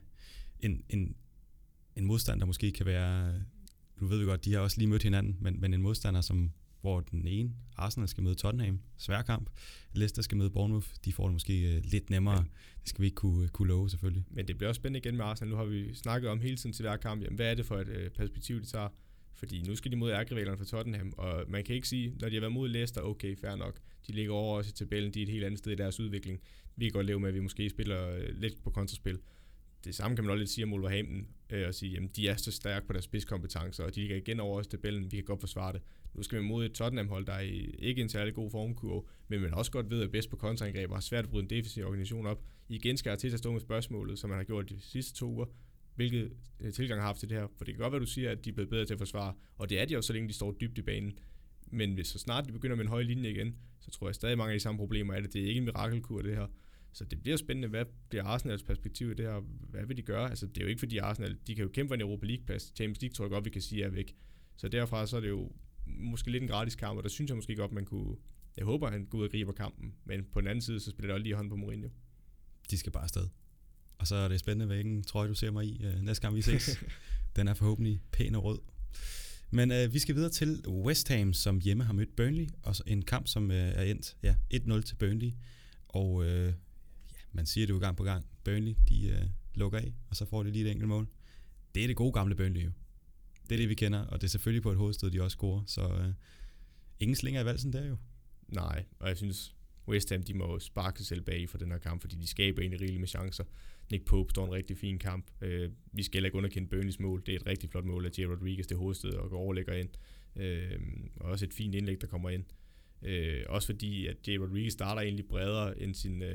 en modstander, der måske kan være, nu ved vi godt, de har også lige mødt hinanden, men en modstander, hvor den ene, Arsenal skal møde Tottenham, svær kamp, Leicester skal møde Bournemouth, de får det måske lidt nemmere, ja. Det skal vi ikke kunne love selvfølgelig. Men det bliver også spændende igen med Arsenal, nu har vi snakket om hele tiden til hver kamp, jamen, hvad er det for et perspektiv, de tager? Fordi nu skal de mod ærkerivalerne fra Tottenham, og man kan ikke sige, når de har været mod Leicester, okay, fair nok, de ligger over os i tabellen, de er et helt andet sted i deres udvikling. Vi kan godt leve med, at vi måske spiller lidt på kontraspil. Det samme kan man også lidt sige om Wolverhampton, og sige, jamen de er så stærke på deres spidskompetencer, og de ligger igen over os i tabellen, vi kan godt forsvare det. Nu skal vi mod et Tottenham-hold, der er ikke en særlig god formkurve, men man også godt ved, at er bedst på kontraangreb og har svært at bryde en defensiv organisation op. Igen skal til at stå med spørgsmålet, som man har gjort de sidste 2 uger. Hvilket tilgang har haft til det her? For det kan godt være, du siger, at de er blevet bedre til at forsvare, og det er de også, så længe de står dybt i banen. Men hvis så snart de begynder med en høj linje igen, så tror jeg stadig mange af de samme problemer er det. Det er ikke en mirakelkur, det her. Så det bliver spændende, hvad bliver Arsenals perspektiv i det her? Hvad vil de gøre? Altså, det er jo ikke fordi Arsenal, de kan jo kæmpe for en Europa League-plads. Champions League tror jeg godt, vi kan sige er væk. Så derfra så er det jo måske lidt en gratis kamp, og der synes jeg måske godt, man kunne... Jeg håber, han går ud og griber kampen, men på den anden side, så spiller det også lige hånd på Mourinho. De skal bare afsted. Og så er det spændende, hvilken trøje du ser mig i næste gang vi ses. Den er forhåbentlig pæn og rød. Men vi skal videre til West Ham, som hjemme har mødt Burnley, og en kamp, som er endt 1-0 til Burnley. Og man siger det jo gang på gang. Burnley, de lukker af, og så får de lige et enkelt mål. Det er det gode gamle Burnley jo. Det er det, vi kender, og det er selvfølgelig på et hovedstød, de også scorer. Så ingen slinger i valsen der jo. Nej, og jeg synes, West Ham, de må sparke sig selv bag for den her kamp, fordi de skaber egentlig rigeligt med chancer. Nick Pope står en rigtig fin kamp. Vi skal heller ikke underkende Burnleys mål. Det er et rigtig flot mål af Jay Rodriguez, det hovedstød, og går overlægger ind. Og også et fint indlæg, der kommer ind. Også fordi, at Jay Rodriguez starter egentlig bredere end sin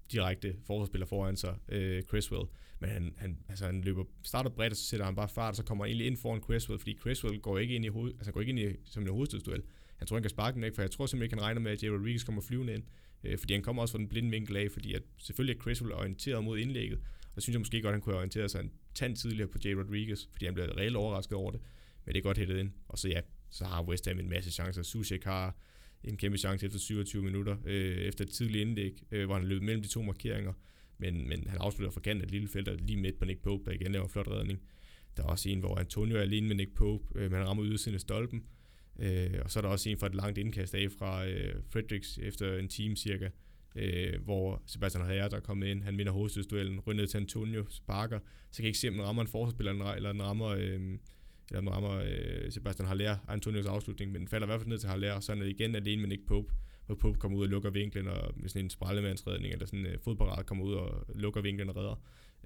direkte forsvarsspiller foran sig, Criswell. Men han starter bredt, og så sætter han bare fart, og så kommer han egentlig ind foran Criswell, fordi Criswell går ikke ind som en hovedstødsduel. Han tror, han kan sparke den væk, for jeg tror simpelthen ikke, han regner med, at Jay Rodriguez kommer flyvende ind. Fordi han kommer også fra den blinde vinkel af, fordi at selvfølgelig er Criswell orienteret mod indlægget, og synes jeg måske godt, han kunne have orienteret sig en tand tidligere på Jay Rodriguez, fordi han blev reelt overrasket over det, men det er godt hættet ind. Og så har West Ham en masse chancer. Soucek har en kæmpe chance efter 27 minutter, efter et tidligt indlæg, hvor han løb mellem de to markeringer, men han afslutter fra kanten af et lille felt, lige midt på Nick Pope, der igen laver en flot redning. Der er også en, hvor Antonio er alene med Nick Pope, men han rammer ydersiden af stolpen. Og så er der også en fra et langt indkast af fra Fredericks efter en time cirka, hvor Sebastian Haller, der er kommet ind, han vinder hovedstødsduellen, ryger ned til Antonio, sparker, så kan jeg ikke se, om den rammer en forsvarsspiller, eller den rammer Sebastian Haller, Antonios afslutning, men den falder i hvert fald ned til Haller, og så er han igen alene med Nick Pope, hvor Pope kommer ud og lukker vinklen, og med sådan en sprællemandsredning, eller sådan en fodparade kommer ud og lukker vinklen og redder.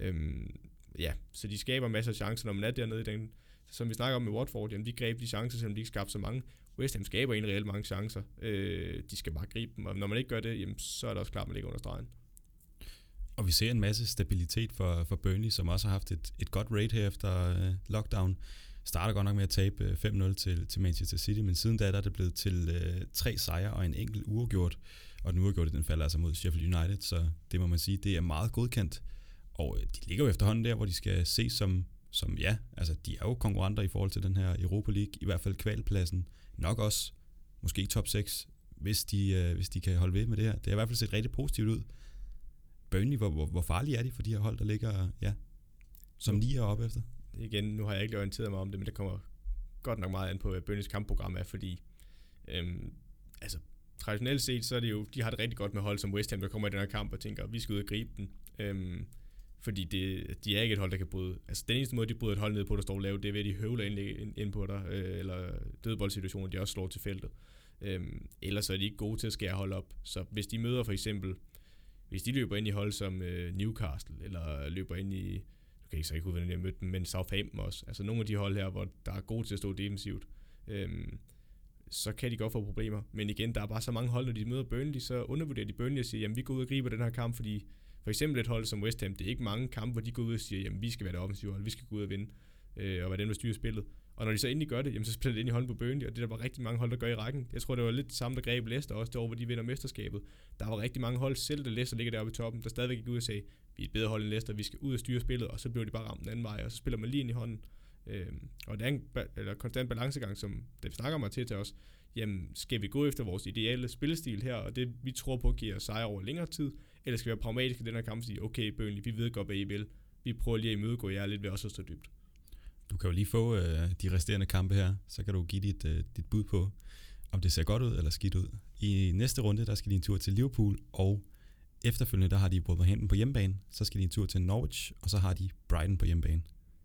Så de skaber masser af chancer, når man er dernede i den. Som vi snakker om med Watford, jamen de greb de chancer, selvom de ikke skabte så mange. West Ham skaber egentlig reelt mange chancer. De skal bare gribe dem, og når man ikke gør det, jamen, så er det også klart, at man ligger under stregen. Og vi ser en masse stabilitet for Burnley, som også har haft et godt rate her efter lockdown. Starter godt nok med at tabe 5-0 til Manchester City, men siden da er det blevet til 3 sejre og en enkelt uafgjort. Og den uafgjorte, den falder altså mod Sheffield United, så det må man sige, det er meget godkendt. Og de ligger jo efterhånden der, hvor de skal ses som altså de er jo konkurrenter i forhold til den her Europa League, i hvert fald kvalpladsen, nok også, måske top 6, hvis de kan holde ved med det her. Det har i hvert fald set rigtig positivt ud. Burnley, hvor farlige er de for de her hold, der ligger, som lige er oppe efter? Igen, nu har jeg ikke orienteret mig om det, men det kommer godt nok meget an på, hvad Burnleys kampprogram er, fordi traditionelt set, så er det jo, de har det rigtig godt med hold som West Ham, der kommer i den her kamp og tænker, vi skal ud og gribe den. Fordi de er ikke et hold, der kan bryde. Altså den eneste måde, de bryder et hold ned på, der står lavt, det er ved, at de høvler ind på dig, eller dødboldsituationer, de også slår til feltet. Ellers er de ikke gode til at skære hold op. Så hvis de møder for eksempel, hvis de løber ind i hold som Newcastle, eller løber ind i, du kan ikke så ikke udvinde, jeg mødte dem, men Southampton også. Altså nogle af de hold her, hvor der er gode til at stå defensivt, så kan de godt få problemer. Men igen, der er bare så mange hold, når de møder Burnley, så undervurderer de Burnley og siger, jamen vi går ud og griber den her kamp, fordi for eksempel et hold som West Ham, det er ikke mange kampe, hvor de går ud og siger, jamen vi skal være det offensive hold, vi skal gå ud og vinde, og være dem, der styrer spillet. Og når de så endelig gør det, jamen så spiller det ind i hånden på Burnley, og det er der bare rigtig mange hold, der gør i rækken. Jeg tror, det var lidt samme, der greb Leicester også, det år, hvor de vinder mesterskabet. Der var rigtig mange hold, selv da Leicester ligger deroppe i toppen, der stadigvæk gik ud og sagde, vi er et bedre hold end Leicester, vi skal ud og styre spillet, og så blev de bare ramt den anden vej, og så spiller man lige ind i hånden. Og det er en konstant balancegang, som det vi snakker mig til os, jamen skal vi gå efter vores ideelle spillestil her, og det vi tror på giver sejre over længere tid, eller skal vi være pragmatiske i den her kamp og sige, okay Burnley, vi ved godt, hvad I vil. Vi prøver lige at imødegå jer lidt ved også at stå dybt. Du kan jo lige få de resterende kampe her, så kan du give dit bud på, om det ser godt ud eller skidt ud. I næste runde, der skal de en tur til Liverpool, og efterfølgende, der har de Wolverhampton på hjemmebane, så skal de en tur til Norwich, og så har de Brighton på hjemmebane.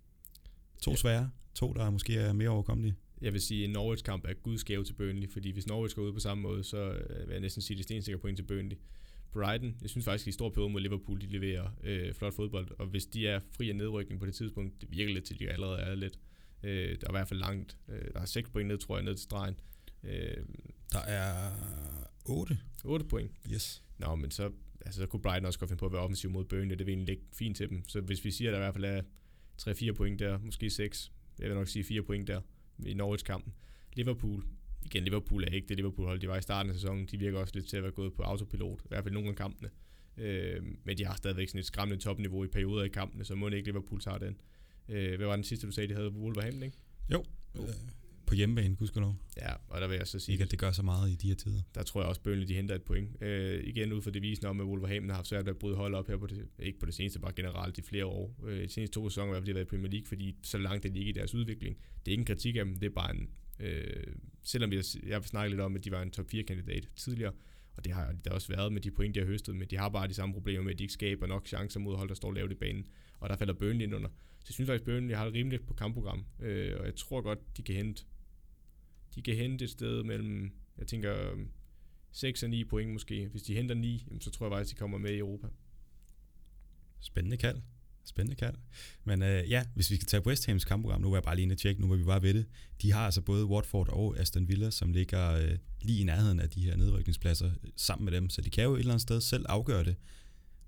2 svære, 2 der måske er mere overkommelige. Jeg vil sige, at en Norwich-kamp er gudsgave til Burnley, fordi hvis Norwich går ud på samme måde, så vil jeg næsten sige, at det er stensikker point til Burnley. Brighton, jeg synes faktisk, at i stor periode mod Liverpool, de leverer flot fodbold, og hvis de er fri af nedrykning på det tidspunkt, det virker lidt til, at de allerede er lidt. Der er i hvert fald langt. Der er 6 point ned, tror jeg, ned til stregen. Der er 8. 8 point? Yes. Nå, men så kunne Brighton også godt finde på at være offensiv mod Burnley, det vil egentlig ligge fint til dem. Så hvis vi siger, at der i hvert fald er 3-4 point der, måske 6, jeg vil nok sige 4 point der i Norwich-kampen. Liverpool er ikke det Liverpool-hold, de var i starten af sæsonen. De virker også lidt til at være gået på autopilot, i hvert fald nogle af kampene. Men de har stadigvæk sådan et skræmmende topniveau i perioder i kampene, så må ikke Liverpool tage den. Hvad var den sidste, du sagde, de havde på Wolverhampton, ikke? Jo, på hjemmebane, gudskelov. Ja, og der vil jeg så sige... Ikke, at det gør så meget i de her tider. Der tror jeg også, Burnley, de henter et point. Igen ud fra det visende om, at Wolverhampton har haft svært at bryde hold op her på det, ikke på det seneste, bare generelt i flere år. De seneste 2 sæsoner har de været i Premier League, fordi så langt er de ikke i deres udvikling. Det er ikke en kritik af dem, det er bare en... selvom jeg har snakket lidt om, at de var en top 4-kandidat tidligere, og det har der også været med de point, de har høstet, men de har bare de samme problemer med, at de ikke skaber nok chancer mod hold, der står lavt i banen, og der falder Burnley ind under. Så jeg synes faktisk, Burnley har det rimeligt på kampprogram, og jeg tror godt, de kan hente et sted mellem, jeg tænker, 6 og 9 point måske. Hvis de henter 9, så tror jeg faktisk, de kommer med i Europa. Spændende kald. Men hvis vi skal tage West Hams kampprogram, nu er jeg bare lige inde og tjekke, nu hvor vi bare ved det. De har altså både Watford og Aston Villa, som ligger lige i nærheden af de her nedrykningspladser sammen med dem, så de kan jo et eller andet sted selv afgøre det.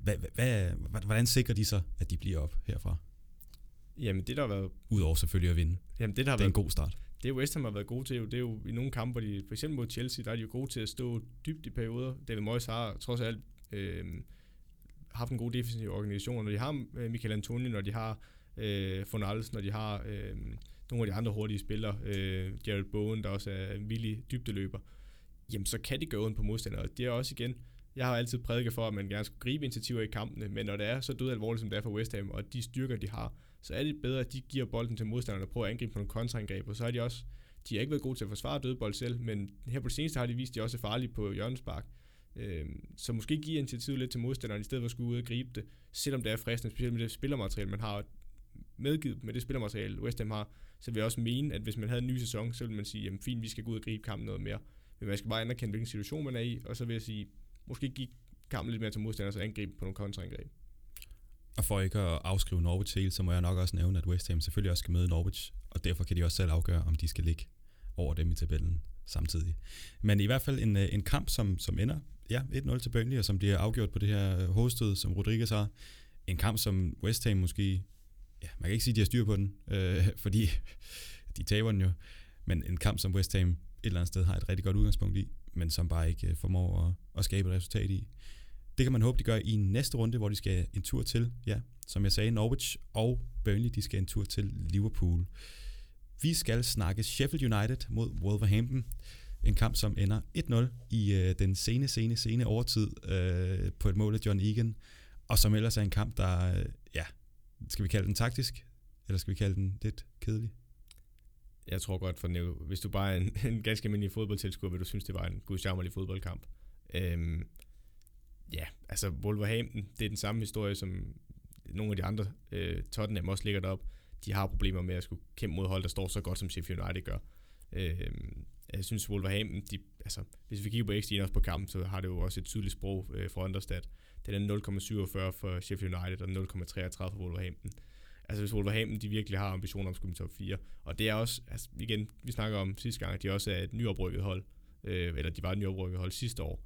Hvordan sikrer de så, at de bliver op herfra? Jamen det der har været... Udover selvfølgelig at vinde. Jamen det der har det er været en god start. Det West Ham har været gode til, det er jo i nogle kampe, hvor de, for eksempel mod Chelsea, der er de jo gode til at stå dybt i perioder. David Moyes har trods alt haft en god defensiv organisation, når de har Michael Antonio, når de har Fornals, når de har nogle af de andre hurtige spillere, Jared Bowen, der også er en villig dybdeløber, jamen så kan de gå uden på modstandere. Det er også igen, jeg har altid prædiket for, at man gerne skal gribe initiativer i kampene, men når det er så død alvorligt, som det er for West Ham, og de styrker, de har, så er det bedre, at de giver bolden til modstanderne og prøver at angribe på nogle kontraangreb, og så har de også, de har ikke været gode til at forsvare dødbold selv, men her på det seneste har de vist, at de også er farlige på hjørnespark. Så måske give initiativet lidt til modstanderen, i stedet for at skulle ud og gribe det, selvom det er fristende, specielt med det spillermateriale, man har medgivet med det spillermateriale, West Ham har, så vil jeg også mene, at hvis man havde en ny sæson, så ville man sige, jamen fint, vi skal gå ud og gribe kampen noget mere. Men man skal bare anerkende, hvilken situation man er i, og så vil jeg sige, måske give kampen lidt mere til modstanderen, så angribe på nogle kontraangreb. Og for ikke at afskrive Norwich helt, så må jeg nok også nævne, at West Ham selvfølgelig også skal møde Norwich, og derfor kan de også selv afgøre, om de skal ligge over dem i tabellen samtidig. Men i hvert fald en kamp, som ender 1-0 til Burnley, og som bliver afgjort på det her hovedstød, som Rodriguez har. En kamp, som West Ham måske, man kan ikke sige, at de har styr på den, fordi de taber den jo, men en kamp, som West Ham et eller andet sted har et rigtig godt udgangspunkt i, men som bare ikke formår at skabe et resultat i. Det kan man håbe, de gør i næste runde, hvor de skal en tur til, som jeg sagde, Norwich og Burnley, de skal en tur til Liverpool. Vi skal snakke Sheffield United mod Wolverhampton. En kamp, som ender 1-0 i den sene overtid på et mål af John Egan, og som ellers er en kamp, der, skal vi kalde den taktisk, eller skal vi kalde den lidt kedelig? Jeg tror godt, for hvis du bare er en ganske almindelig fodboldtilskuer, vil du synes, det var en gudsjammerlig fodboldkamp. Altså Wolverhampton, det er den samme historie, som nogle af de andre. Tottenham også ligger derop. De har problemer med at skulle kæmpe mod hold, der står så godt, som Sheffield United gør. Jeg synes, Wolverhampton, hvis vi kigger på XG'en også på kampen, så har det jo også et tydeligt sprog fra Understat. Den er 0,47 for Sheffield United og 0,33 for Wolverhampton. Altså hvis Wolverhampton, de virkelig har ambitioner om at skulle i top 4. Og det er også, igen, vi snakker om sidste gang, at de også er et nyoprykket hold. Eller de var et nyoprykket hold sidste år.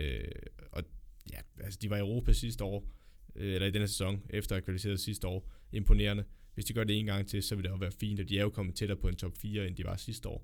De var i Europa sidste år, eller i denne sæson, efter at have kvalificeret sidste år. Imponerende. Hvis de gør det en gang til, så vil det også være fint, og de er jo kommet tættere på en top 4, end de var sidste år.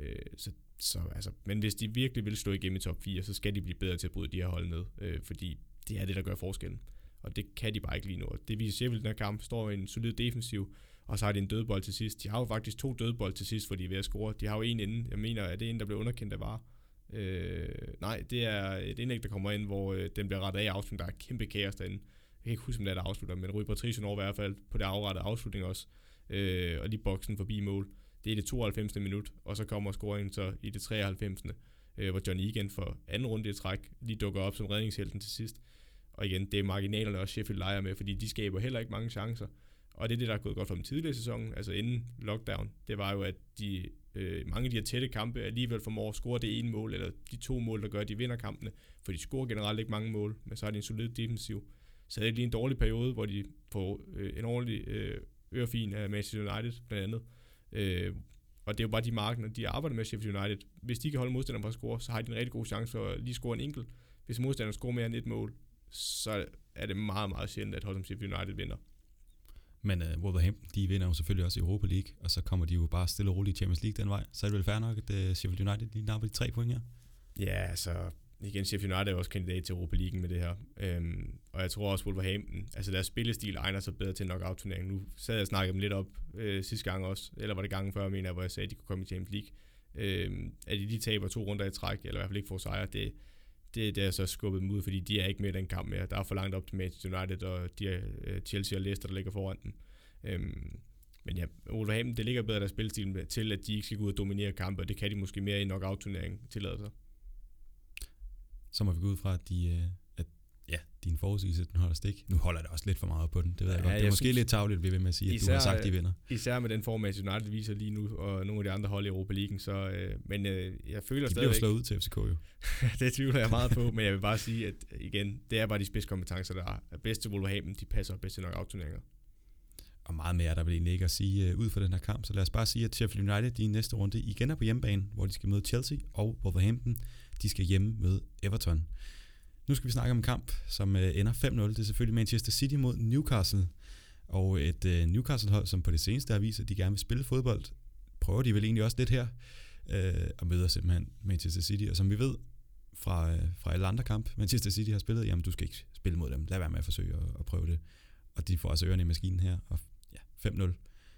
Men hvis de virkelig vil stå igennem i top 4, så skal de blive bedre til at bryde de her hold ned, fordi det er det, der gør forskellen. Og det kan de bare ikke lige nu. Det viser Sheffield, den her kamp står i en solid defensiv, og så har de en dødbold til sidst. De har jo faktisk 2 dødbold til sidst, hvor de er ved at score. De har jo en inden. Jeg mener, at det er en, der blev underkendt af VAR. Nej, det er et indlæg, der kommer ind, hvor den bliver rettet af afslutning. Der er kæmpe kaos derinde. Jeg kan ikke huske, om det er, der afslutter, men Rui Patricio når i hvert fald på det afrettede afslutning også. Og lige boksen forbi mål. Det er det 92. minut, og så kommer scoringen så i det 93. Hvor John Egan for anden runde i træk lige dukker op som redningshelten til sidst. Og igen, det er marginalerne også Sheffield leger med, fordi de skaber heller ikke mange chancer. Og det er det, der er gået godt for dem tidligere i sæsonen, altså inden lockdown. Det var jo, at de mange af de her tætte kampe alligevel formår at score det ene mål, eller de 2 mål, der gør, at de vinder kampene. For de scorer generelt ikke mange mål, men så har de en solid defensiv. Så er det lige en dårlig periode, hvor de får en ordentlig ørefin af Manchester United, blandt andet. Og det er jo bare de markeder, de arbejder med Sheffield United. Hvis de kan holde modstanderen på at score, så har de en rigtig god chance for at lige score en enkelt. Hvis modstanderen scorer mere end et mål, så er det meget, meget sjældent, at hold som Sheffield United vinder. Men Wolverhampton, de vinder jo selvfølgelig også i Europa League, og så kommer de jo bare stille og roligt i Champions League den vej. Så er det vel fair nok, at Sheffield United lige napper de 3 point her? Ja, så igen, Sheffield United er også kandidat til Europa League med det her. Og jeg tror også, Wolverhampton, altså deres spillestil egner sig bedre til en knockout-turnering. Nu sad jeg og snakkede dem lidt op sidste gang også, eller var det gangen før, mener jeg, hvor jeg sagde, at de kunne komme i Champions League. At de taber 2 runder i træk, eller i hvert fald ikke får sejre, det er så skubbet dem ud, fordi de er ikke med i den kamp mere. Der er for langt op til Manchester United, og de er Chelsea og Leicester, der ligger foran dem. Men ja, Wolverhampton, det ligger bedre deres spilstil til, at de ikke skal gå ud og dominere kampe, og det kan de måske mere i knockout-turneringen tillade sig. Så må vi gå ud fra, at din forudsigelse, den holder stik. Nu holder det også lidt for meget på den, det ved jeg godt. Det er måske lidt tarveligt, vi vil med at sige, at du har sagt, de vinder. Især med den form, at United viser lige nu, og nogle af de andre hold i Europa League, så, men jeg føler de stadigvæk... De bliver slået ud til FCK jo. Det tvivler jeg meget på, men jeg vil bare sige, at igen, det er bare de spidskompetencer, der er bedst til Wolverhampton, de passer bedst til knockout-turneringer. Og meget mere er der vel egentlig ikke at sige ud fra den her kamp, så lad os bare sige, at Sheffield United, de i næste runde igen er på hjemmebane, hvor de skal møde Chelsea, og Wolverhampton, de skal hjemme med Everton. Nu skal vi snakke om en kamp, som ender 5-0. Det er selvfølgelig Manchester City mod Newcastle. Og et Newcastle-hold, som på det seneste har vist, at de gerne vil spille fodbold, prøver de vel egentlig også lidt her, og møder simpelthen Manchester City. Og som vi ved fra alle andre kamp, Manchester City har spillet, jamen du skal ikke spille mod dem. Lad være med at forsøge at prøve det. Og de får også ørerne i maskinen her. Og ja, 5-0.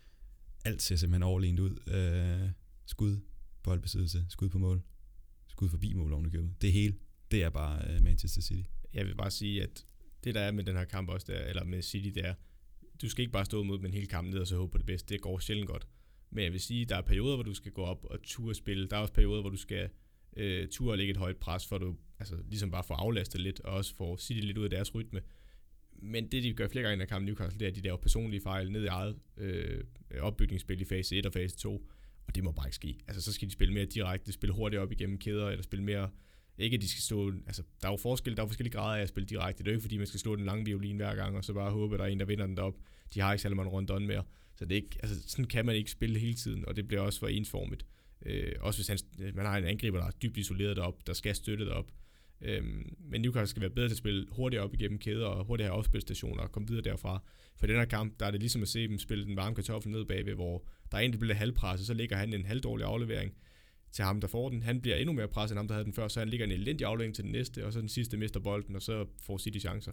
Alt ser simpelthen overlegnet ud. Skud, boldbesiddelse, skud på mål, skud forbi mål ovenikøbet. Det hele, det er bare Manchester City. Jeg vil bare sige, at det der er med den her kamp også, eller med City, det er, du skal ikke bare stå mod med en hel kamp ned og så håbe på det bedste. Det går sjældent godt. Men jeg vil sige, der er perioder, hvor du skal gå op og ture spille. Der er også perioder, hvor du skal ture og lægge et højt pres, for du ligesom bare får aflastet lidt, og også får City lidt ud af deres rytme. Men det, de gør flere gange i den kamp Newcastle, det er, at de laver personlige fejl ned i eget opbygningsspil i fase 1 og fase 2. Og det må bare ikke ske. Altså, så skal de spille mere direkte, spille hurtigt op igennem kæder, eller spille mere. Ikke at de skal stå. Altså, der er jo forskel, der er forskellige grader af at spille direkte. Det er jo ikke fordi, man skal slå den lange violin hver gang, og så bare håbe, at der er en, der vinder den derop. De har ikke særlig mange rundt mere. Så det er ikke, altså, sådan kan man ikke spille hele tiden, og det bliver også for ensformigt. Også hvis man har en angriber, der er dybt isoleret derop, der skal støtte derop. Men Newcastle skal være bedre til at spille hurtigt op igennem kæder og hurtigt have opspilstationer og komme videre derfra. For i den her kamp, der er det ligesom at se dem spille den varme kartoffel ned bagved, hvor der er en, der bliver halvpresset, så ligger han en halvdårlig aflevering til ham, der får den. Han bliver endnu mere presset, end ham, der havde den før, så han ligger en elendig aflevering til den næste, og så den sidste mister bolden, og så får City chancer.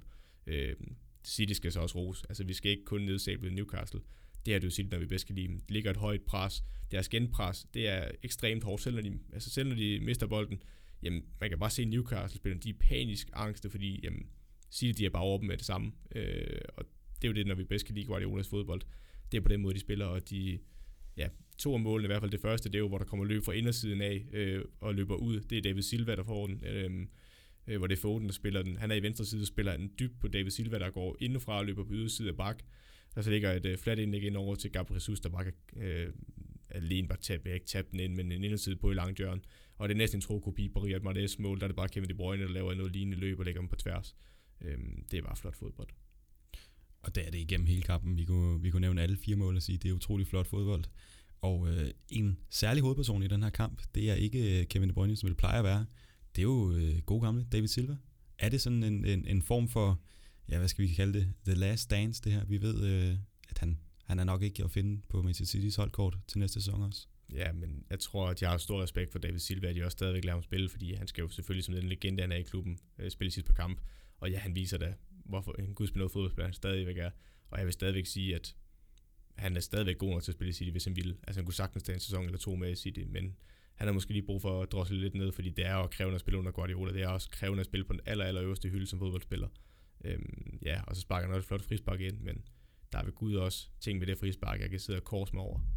City skal så også rose. Altså, vi skal ikke kun nedsable Newcastle. Det er det jo City, når vi bedst kan lide dem. Det ligger et højt pres. Deres genpres, det er ekstremt hårdt, selv når de mister bolden. Jamen, man kan bare se Newcastle-spillerne, de er panisk angste, fordi jamen, City, de er bare over dem med det samme. Og det er jo det, når vi bedst kan lide Guardiolas fodbold. Det er på den måde, de spiller, og de, ja, 2 af målene, i hvert fald det første, det er jo, hvor der kommer løb fra indersiden af og løber ud. Det er David Silva, der får den, hvor det er Foden, der spiller den. Han er i venstre side og spiller en dyb på David Silva, der går indefra og løber på ydersiden af bak. Der så ligger et flat indlæg ind over til Gabriel Jesus, der bare kan alene bare tabe den ind, men en inderside på i langt hjørne. Og det er næsten en tro-kopi på Riyad Mahrez mål, der er det bare Kevin De Bruyne, der laver noget lignende løb og lægger dem på tværs. Det er bare flot fodbold. Og der er det igennem hele kampen. Vi kunne nævne alle 4 mål og sige, det er utrolig flot fodbold. Og en særlig hovedperson i den her kamp, det er ikke Kevin De Bruyne, som det plejer at være. Det er jo god gamle David Silva. Er det sådan en form for, ja, hvad skal vi kalde det, the last dance, det her? Vi ved, at han er nok ikke at finde på Manchester City's holdkort til næste sæson også. Ja, men jeg tror, at jeg har stor respekt for David Silva, at de også stadigvæk lader ham spille, fordi han skal jo selvfølgelig som den legende, han er i klubben, spille sidst på kamp. Og ja, han viser da, hvorfor en gudsbenået fodboldspiller han stadigvæk er. Og jeg vil stadigvæk sige, at han er stadigvæk god nok til at spille i City, hvis han ville. Altså han kunne sagtens tage en sæson eller 2 med i City, men han har måske lige brug for at drossle lidt ned, fordi det er jo krævende at spille under Guardiola. Det er også krævende at spille på den allerøverste hylde som fodboldspiller. Ja, og så sparker han også et flot frispark ind, men der er ved Gud også ting ved det frispark, jeg kan sidde og korse mig over.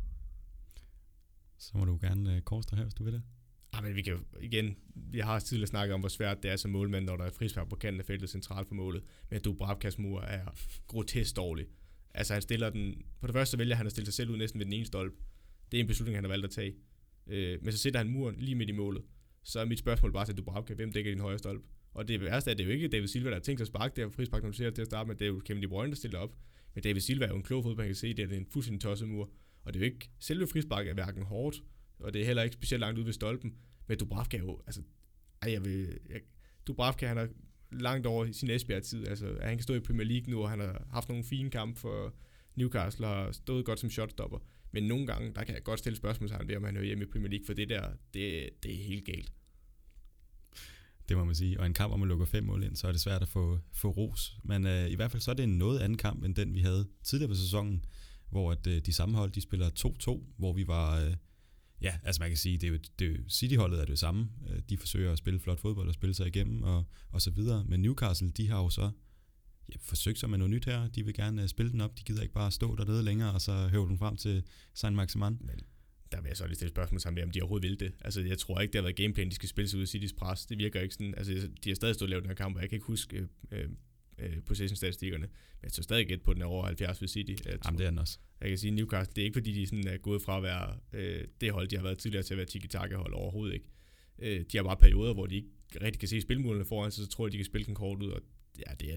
Så må du gerne korse dig her, hvis du vil det. Men vi kan jo, igen, vi har tidligere snakket om, hvor svært det er som målmand, når der er frispark på kanten af feltet centralt på målet, men Dubravkas mur er grotesk dårlig. Altså han stiller den, på det første vælger han at stille sig selv ud næsten ved den ene stolpe. Det er en beslutning, han har valgt at tage. Men så sætter han muren lige midt i målet. Så er mit spørgsmål bare til Dubravka, hvem dækker din højre stolpe? Og det værste er, at det er jo ikke David Silva, der har tænkt sig at sparke der på frispark, når du ser det til at starte med. Det er jo Kevin De Bruyne, der stiller op. Men David Silva er jo en klog fodbold, man kan se, det er en fuldstændig tosset mur. Og det er jo ikke, selve frispark er hverken hårdt, og det er heller ikke specielt langt ud ved stolpen. Men Dubravka er jo, altså, Dubravka, han er langt over i sin Esbjerg-tid. Altså, han kan stå i Premier League nu, og han har haft nogle fine kampe for Newcastle, og har stået godt som shotstopper. Men nogle gange, der kan jeg godt stille spørgsmålstegn ved, om han hører hjemme i Premier League, for det der, det er helt galt. Det må man sige. Og en kamp, hvor man lukker 5 mål ind, så er det svært at få ros. Men i hvert fald så er det en noget anden kamp, end den vi havde tidligere på sæsonen, hvor at, de samme hold, de spiller 2-2, hvor vi var... ja, altså man kan sige, det er jo City-holdet er det samme. De forsøger at spille flot fodbold og spille sig igennem og så videre. Men Newcastle, de har jo så forsøgt sig med noget nyt her. De vil gerne spille den op. De gider ikke bare stå dernede længere, og så høve den frem til Saint-Maximin. Men der vil jeg så lige stille spørgsmål sammen med, om de overhovedet vil det. Altså, jeg tror ikke, det har været gameplan, de skal spille sig ud af Citys pres. Det virker ikke sådan. Altså, de har stadig stået og lavet den her kamp, og jeg kan ikke huske possession-statistikkerne. Men jeg tror stadig gæt på, den er over 70 ved City. Jamen, det er den også. Jeg kan sige, Newcastle, det er ikke fordi, de sådan er gået fra at være det hold, de har været tidligere til at være tiki-taka-hold overhovedet ikke. De har bare perioder, hvor de ikke rigtig kan se spilmålene foran sig, så tror jeg, de kan spille den kort ud, og ja, det er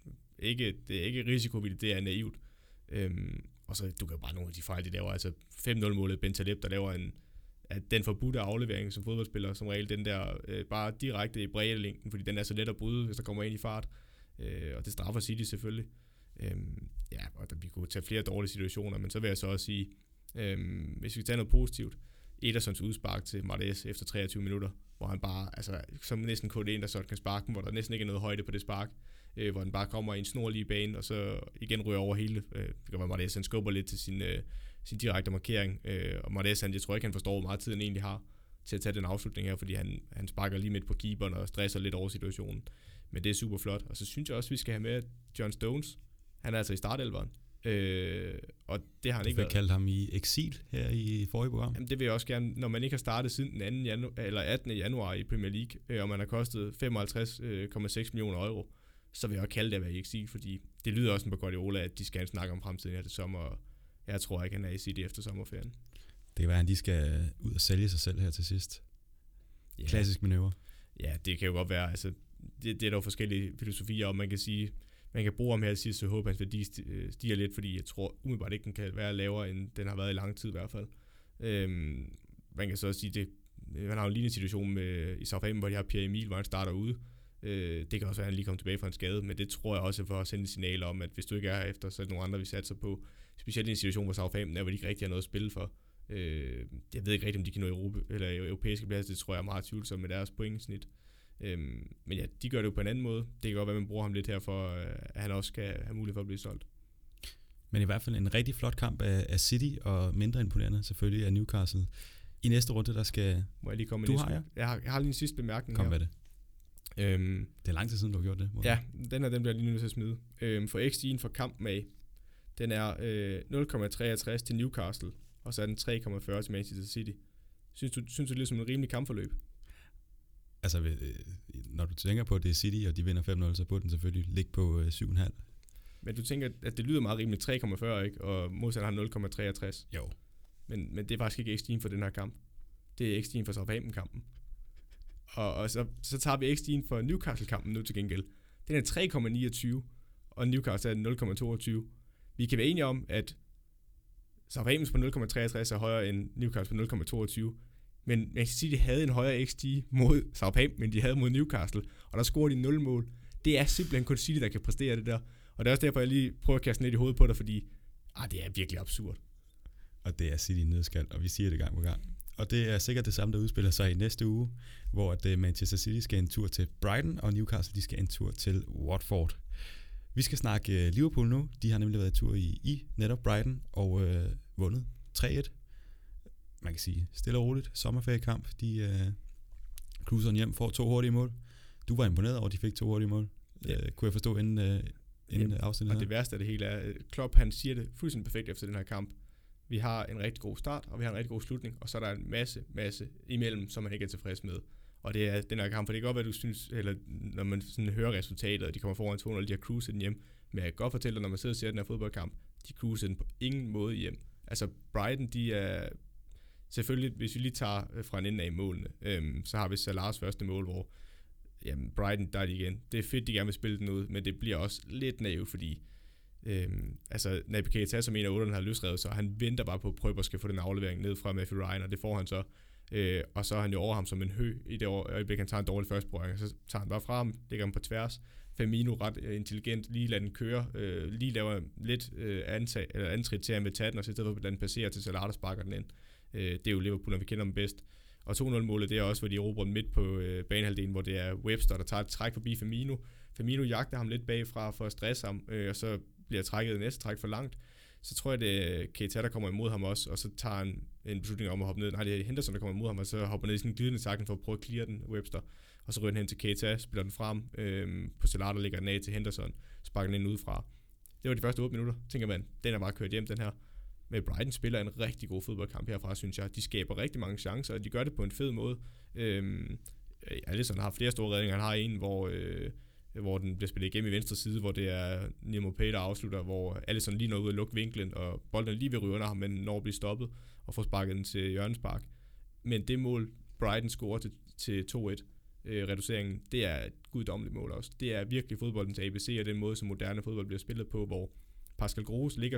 ikke risikovilligt, det er naivt. Og så du kan jo bare nogle af de fejl, de laver. Altså 5-0-målet, Ben Taleb, der laver at den forbudte aflevering som fodboldspiller, som regel den der bare direkte i breddelængden, fordi den er så let at bryde, hvis der kommer ind i fart. Og det straffer City selvfølgelig. Og der vi kunne tage flere dårlige situationer, men så vil jeg så også sige, hvis vi tager noget positivt, Edersons udspark til Martes efter 23 minutter, hvor han bare, altså som næsten kun en, der så kan sparke den, hvor der næsten ikke er noget højde på det spark, hvor den bare kommer i en snorlige bane, og så igen ryger over hele. Det kan være, Martes han skubber lidt til sin direkte markering, og Martes, jeg tror ikke, han forstår, hvor meget tid han egentlig har til at tage den afslutning her, fordi han sparker lige midt på keeperen og stresser lidt over situationen. Men det er super flot, og så synes jeg også, vi skal have med John Stones. Han er altså i startelveren. Og det har han ikke været. Du kaldt ham i eksil her i forrige program. Jamen, det vil jeg også gerne, når man ikke har startet siden den 18. januar i Premier League, og man har kostet 55,6 millioner euro, så vil jeg også kalde det at være i eksil, fordi det lyder også på Guardiola, at de skal snakke om fremtiden her til sommer, og jeg tror ikke, han er i City efter sommerferien. Det kan være, at han lige skal ud og sælge sig selv her til sidst. Ja. Klassisk manøvre. Ja, det kan jo godt være. Altså, det er der jo forskellige filosofier, og man kan sige, man kan bruge ham her til sidst, så håber hans værdi stiger lidt, fordi jeg tror umiddelbart ikke, den kan være lavere, end den har været i lang tid i hvert fald. Man kan så også sige, han har jo en lignende situation i Southampton, hvor de har Pierre Emil, hvor han starter ude. Det kan også være, at han lige kommer tilbage fra en skade, men det tror jeg også for at sende et signal om, at hvis du ikke er her efter, så er det nogle andre, vi satser på. Specielt i en situation, hvor Southampton er, hvor de ikke rigtig har noget at spille for. Jeg ved ikke rigtig, om de kan nå europæiske pladser, det tror jeg er meget tvivlsomt med deres pointsnit. Men ja, de gør det jo på en anden måde. Det kan godt være, at man bruger ham lidt her, for at han også skal have mulighed for at blive solgt. Men i hvert fald en rigtig flot kamp af City, og mindre imponerende selvfølgelig af Newcastle. I næste runde, der skal... Må jeg lige komme du med har, ja? Jeg har lige en sidste bemærkning Kom her. med det. Det er lang tid siden, du har gjort det. Ja, den bliver jeg lige nødt til at smide. For XG'en for kampen af, den er 0,63 til Newcastle, og så er den 3,40 til Manchester City. Synes du det er som en rimelig kampforløb? Altså, når du tænker på, at det er City, og de vinder 5-0, så burde den selvfølgelig ligge på 7,5. Men du tænker, at det lyder meget rimeligt 3,40, ikke? Og modstanderen har 0,63. Jo. Men det er faktisk ikke XG'en for den her kamp. Det er XG'en for Southampton-kampen. Og så tager vi XG'en for Newcastle-kampen nu til gengæld. Den er 3,29, og Newcastle er 0,22. Vi kan være enige om, at Southampton på 0,63 er højere end Newcastle på 0,22. Men man kan sige, at de havde en højere XG mod Southampton, end de havde mod Newcastle. Og der scorede de 0 mål. Det er simpelthen kun City, der kan præstere det der. Og det er også derfor, jeg lige prøver at kaste lidt i hovedet på dig, fordi det er virkelig absurd. Og det er City nødskal, og vi siger det gang på gang. Og det er sikkert det samme, der udspiller sig i næste uge, hvor at Manchester City skal en tur til Brighton, og Newcastle de skal en tur til Watford. Vi skal snakke Liverpool nu. De har nemlig været tur i netop Brighton og vundet 3-1. Man kan sige stille og roligt. Sommerferiekamp. De cruiser hjem, får 2 hurtige mål. Du var imponeret over, at de fik 2 hurtige mål. Ja. Kunne jeg forstå inden afsnittet. Og det værste af det hele er, Klopp han siger det fuldstændig perfekt efter den her kamp. Vi har en rigtig god start, og vi har en rigtig god slutning, og så er der en masse imellem, som man ikke er tilfreds med. Og det er den her kamp, for det kan godt være, du synes, eller når man sådan hører resultatet, og de kommer foran 2-0, de har cruiset den hjem. Men jeg kan godt fortælle dig, når man sidder og ser den her fodboldkamp, de cruiser den på ingen måde hjem. Altså Brighton, de er selvfølgelig, hvis vi lige tager fra en ende af målene, så har vi Salahs første mål, hvor Brighton, der er de igen. Det er fedt, de gerne vil spille den ud, men det bliver også lidt naivt, fordi Naby Keita, som en af 8'erne har løsrevet, så han venter bare på at prøve at skal få den aflevering ned fra Matthew Ryan, og det får han så. Og så er han jo over ham som en hø i det øjeblik, han tager en dårlig første berøring, og så tager han bare fra ham, lægger ham på tværs. Firmino ret intelligent, lige lader den køre, lige laver lidt antrit til at med tage den, og så i stedet for, at den passerer til Salah, der sparker den ind. Det er jo Liverpool, når vi kender dem bedst. Og 2-0-målet, det er også, hvor de erobrer den midt på banehalvdelen, hvor det er Webster, der tager et træk forbi Firmino. Firmino jagter ham lidt bagfra for at stresse ham, og så bliver trækket det næste træk for langt. Så tror jeg, det er Keita, der kommer imod ham også, og så tager han en beslutning om at hoppe ned. Nej, det er Henderson, der kommer imod ham, og så hopper ned i sådan en glidende takken for at prøve at clear den, Webster. Og så ryger den hen til Keita, spiller den frem på Salah, der ligger den af til Henderson, sparker den ind udefra. Det var de første 8 minutter, tænker man. Den er bare kørt hjem, den her. Men Brighton spiller en rigtig god fodboldkamp herfra, synes jeg. De skaber rigtig mange chancer, og de gør det på en fed måde. Alisson har flere store redninger. Han har en, hvor den bliver spillet igennem i venstre side, hvor det er Nimo Pay, der afslutter, hvor Alisson lige når ud at lukke vinklen, og bolden er lige ved ryge under ham, men når at blive stoppet, og får sparket den til hjørnespark. Men det mål, Brighton scorer til 2-1, reduceringen, det er et guddommeligt mål også. Det er virkelig fodboldens ABC, og den måde, som moderne fodbold bliver spillet på, hvor Pascal Gross ligger som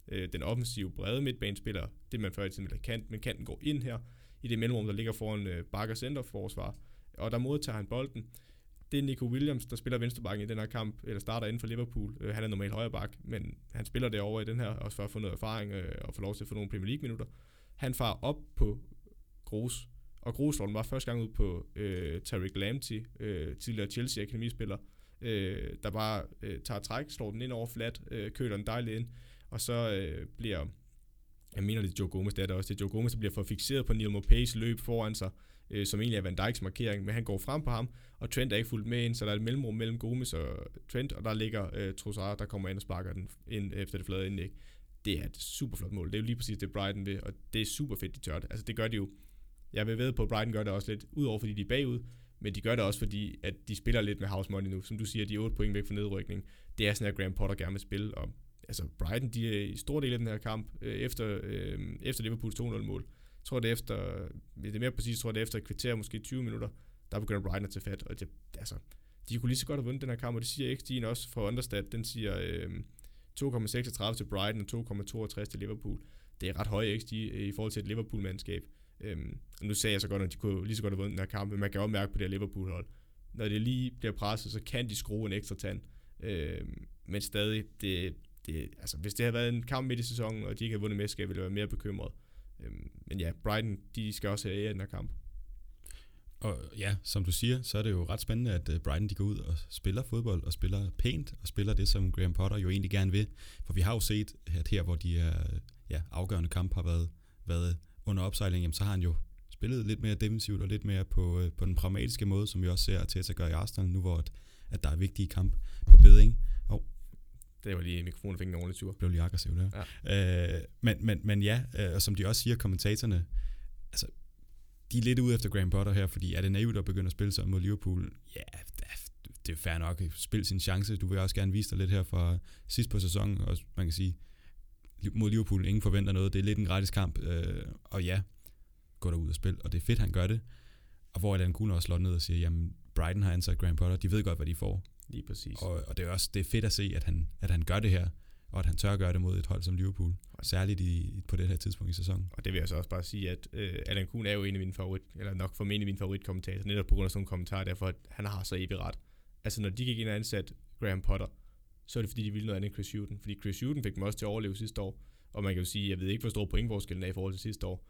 den offensive brede midtbanespiller, det man før i tiden ville have kant, men kanten går ind her, i det mellemrum, der ligger foran bakker centerforsvar, og der modtager han bolden. Det er Nico Williams, der spiller venstrebakken i den her kamp, eller starter inden for Liverpool. Han er normalt højre bak, men han spiller derovre i den her, også for at få noget erfaring og få lov til at få nogle Premier League-minutter. Han farer op på Kroos, og Kroos slår den bare første gang ud på Tariq Lamptey, tidligere Chelsea-akademispiller, der bare tager træk, slår den ind over flat, køler den dejligt ind, og så bliver, jeg mener det er Joe Gomez, det er Joe Gomez, der bliver for fixeret på Neil Maupay's løb foran sig, som egentlig er Van Dijks markering, men han går frem på ham, og Trent er ikke fuldt med ind, så der er et mellemrum mellem Gomez og Trent, og der ligger Trossard, der kommer ind og sparker den ind efter det flade indlæg. Det er et super flot mål. Det er jo lige præcis det Brighton vil, og det er super fedt, de tør det. Altså det gør de jo. Jeg vil ved på, at Brighton gør det også lidt, udover fordi de er bagud, men de gør det også fordi, at de spiller lidt med house money nu. Som du siger, de er 8 point væk fra nedrykning. Det er sådan, at Graham Potter gerne vil spille, og altså Brighton, de er i stor del af den her kamp, efter Liverpools 2-0-mål. Jeg tror, det er mere præcis, tror jeg, det er efter et kvarter, måske 20 minutter, der begynder Brighton at tage fat, og de kunne lige så godt have vundet den her kamp, og det siger XG'en også fra Understat, den siger 2,36 til Brighton og 2,62 til Liverpool. Det er ret høje XG i forhold til et Liverpool-mandskab. Nu sagde jeg så godt, at de kunne lige så godt have vundet den her kamp, men man kan også mærke på det her Liverpool-hold. Når det lige bliver presset, så kan de skrue en ekstra tand. Men stadig, altså, hvis det havde været en kamp midt i sæsonen, og de ikke havde vundet mesterskab, ville jeg være mere bekymret. Men ja, Brighton, de skal også have den her kamp. Og ja, som du siger, så er det jo ret spændende, at Brighton de går ud og spiller fodbold, og spiller pænt, og spiller det, som Graham Potter jo egentlig gerne vil. For vi har jo set, at her, hvor de afgørende kamp har været under opsejling, jamen, så har han jo spillet lidt mere defensivt, og lidt mere på den pragmatiske måde, som vi også ser Arteta gøre i Arsenal, nu hvor at der er vigtige kamp på bedring. Det var lige mikrofonen, fik en ordentlig tur. Blev lige aggressiv der. Ja. Men ja, og som de også siger, kommentatorerne, altså, de er lidt ude efter Graham Potter her, fordi er det naivt at begynde at spille sig mod Liverpool? Ja, det er fair nok. Spil sin chance. Du vil også gerne vise dig lidt her fra sidst på sæsonen, og man kan sige, mod Liverpool, ingen forventer noget. Det er lidt en gratis kamp, og ja, gå derud og spil, og det er fedt, han gør det. Og hvor Alan Kuhn også slår ned og siger, jamen, Brighton har ansat Graham Potter, de ved godt, hvad de får. Lige præcis. Og det er fedt at se, at han gør det her, og at han tør at gøre det mod et hold som Liverpool, særligt på det her tidspunkt i sæsonen. Og det vil jeg så også bare sige, at Alan Kuhn er jo en af mine eller nok formentlig min favoritkommentator, netop på grund af sådan nogle kommentarer, derfor at han har så evig ret. Altså når de gik ind og ansat Graham Potter, så er det fordi, de ville noget andet end Chris Hughton. Fordi Chris Hughton fik dem også til at overleve sidste år, og man kan jo sige, jeg ved ikke, hvor stor pointforskellen er i forhold til sidste år.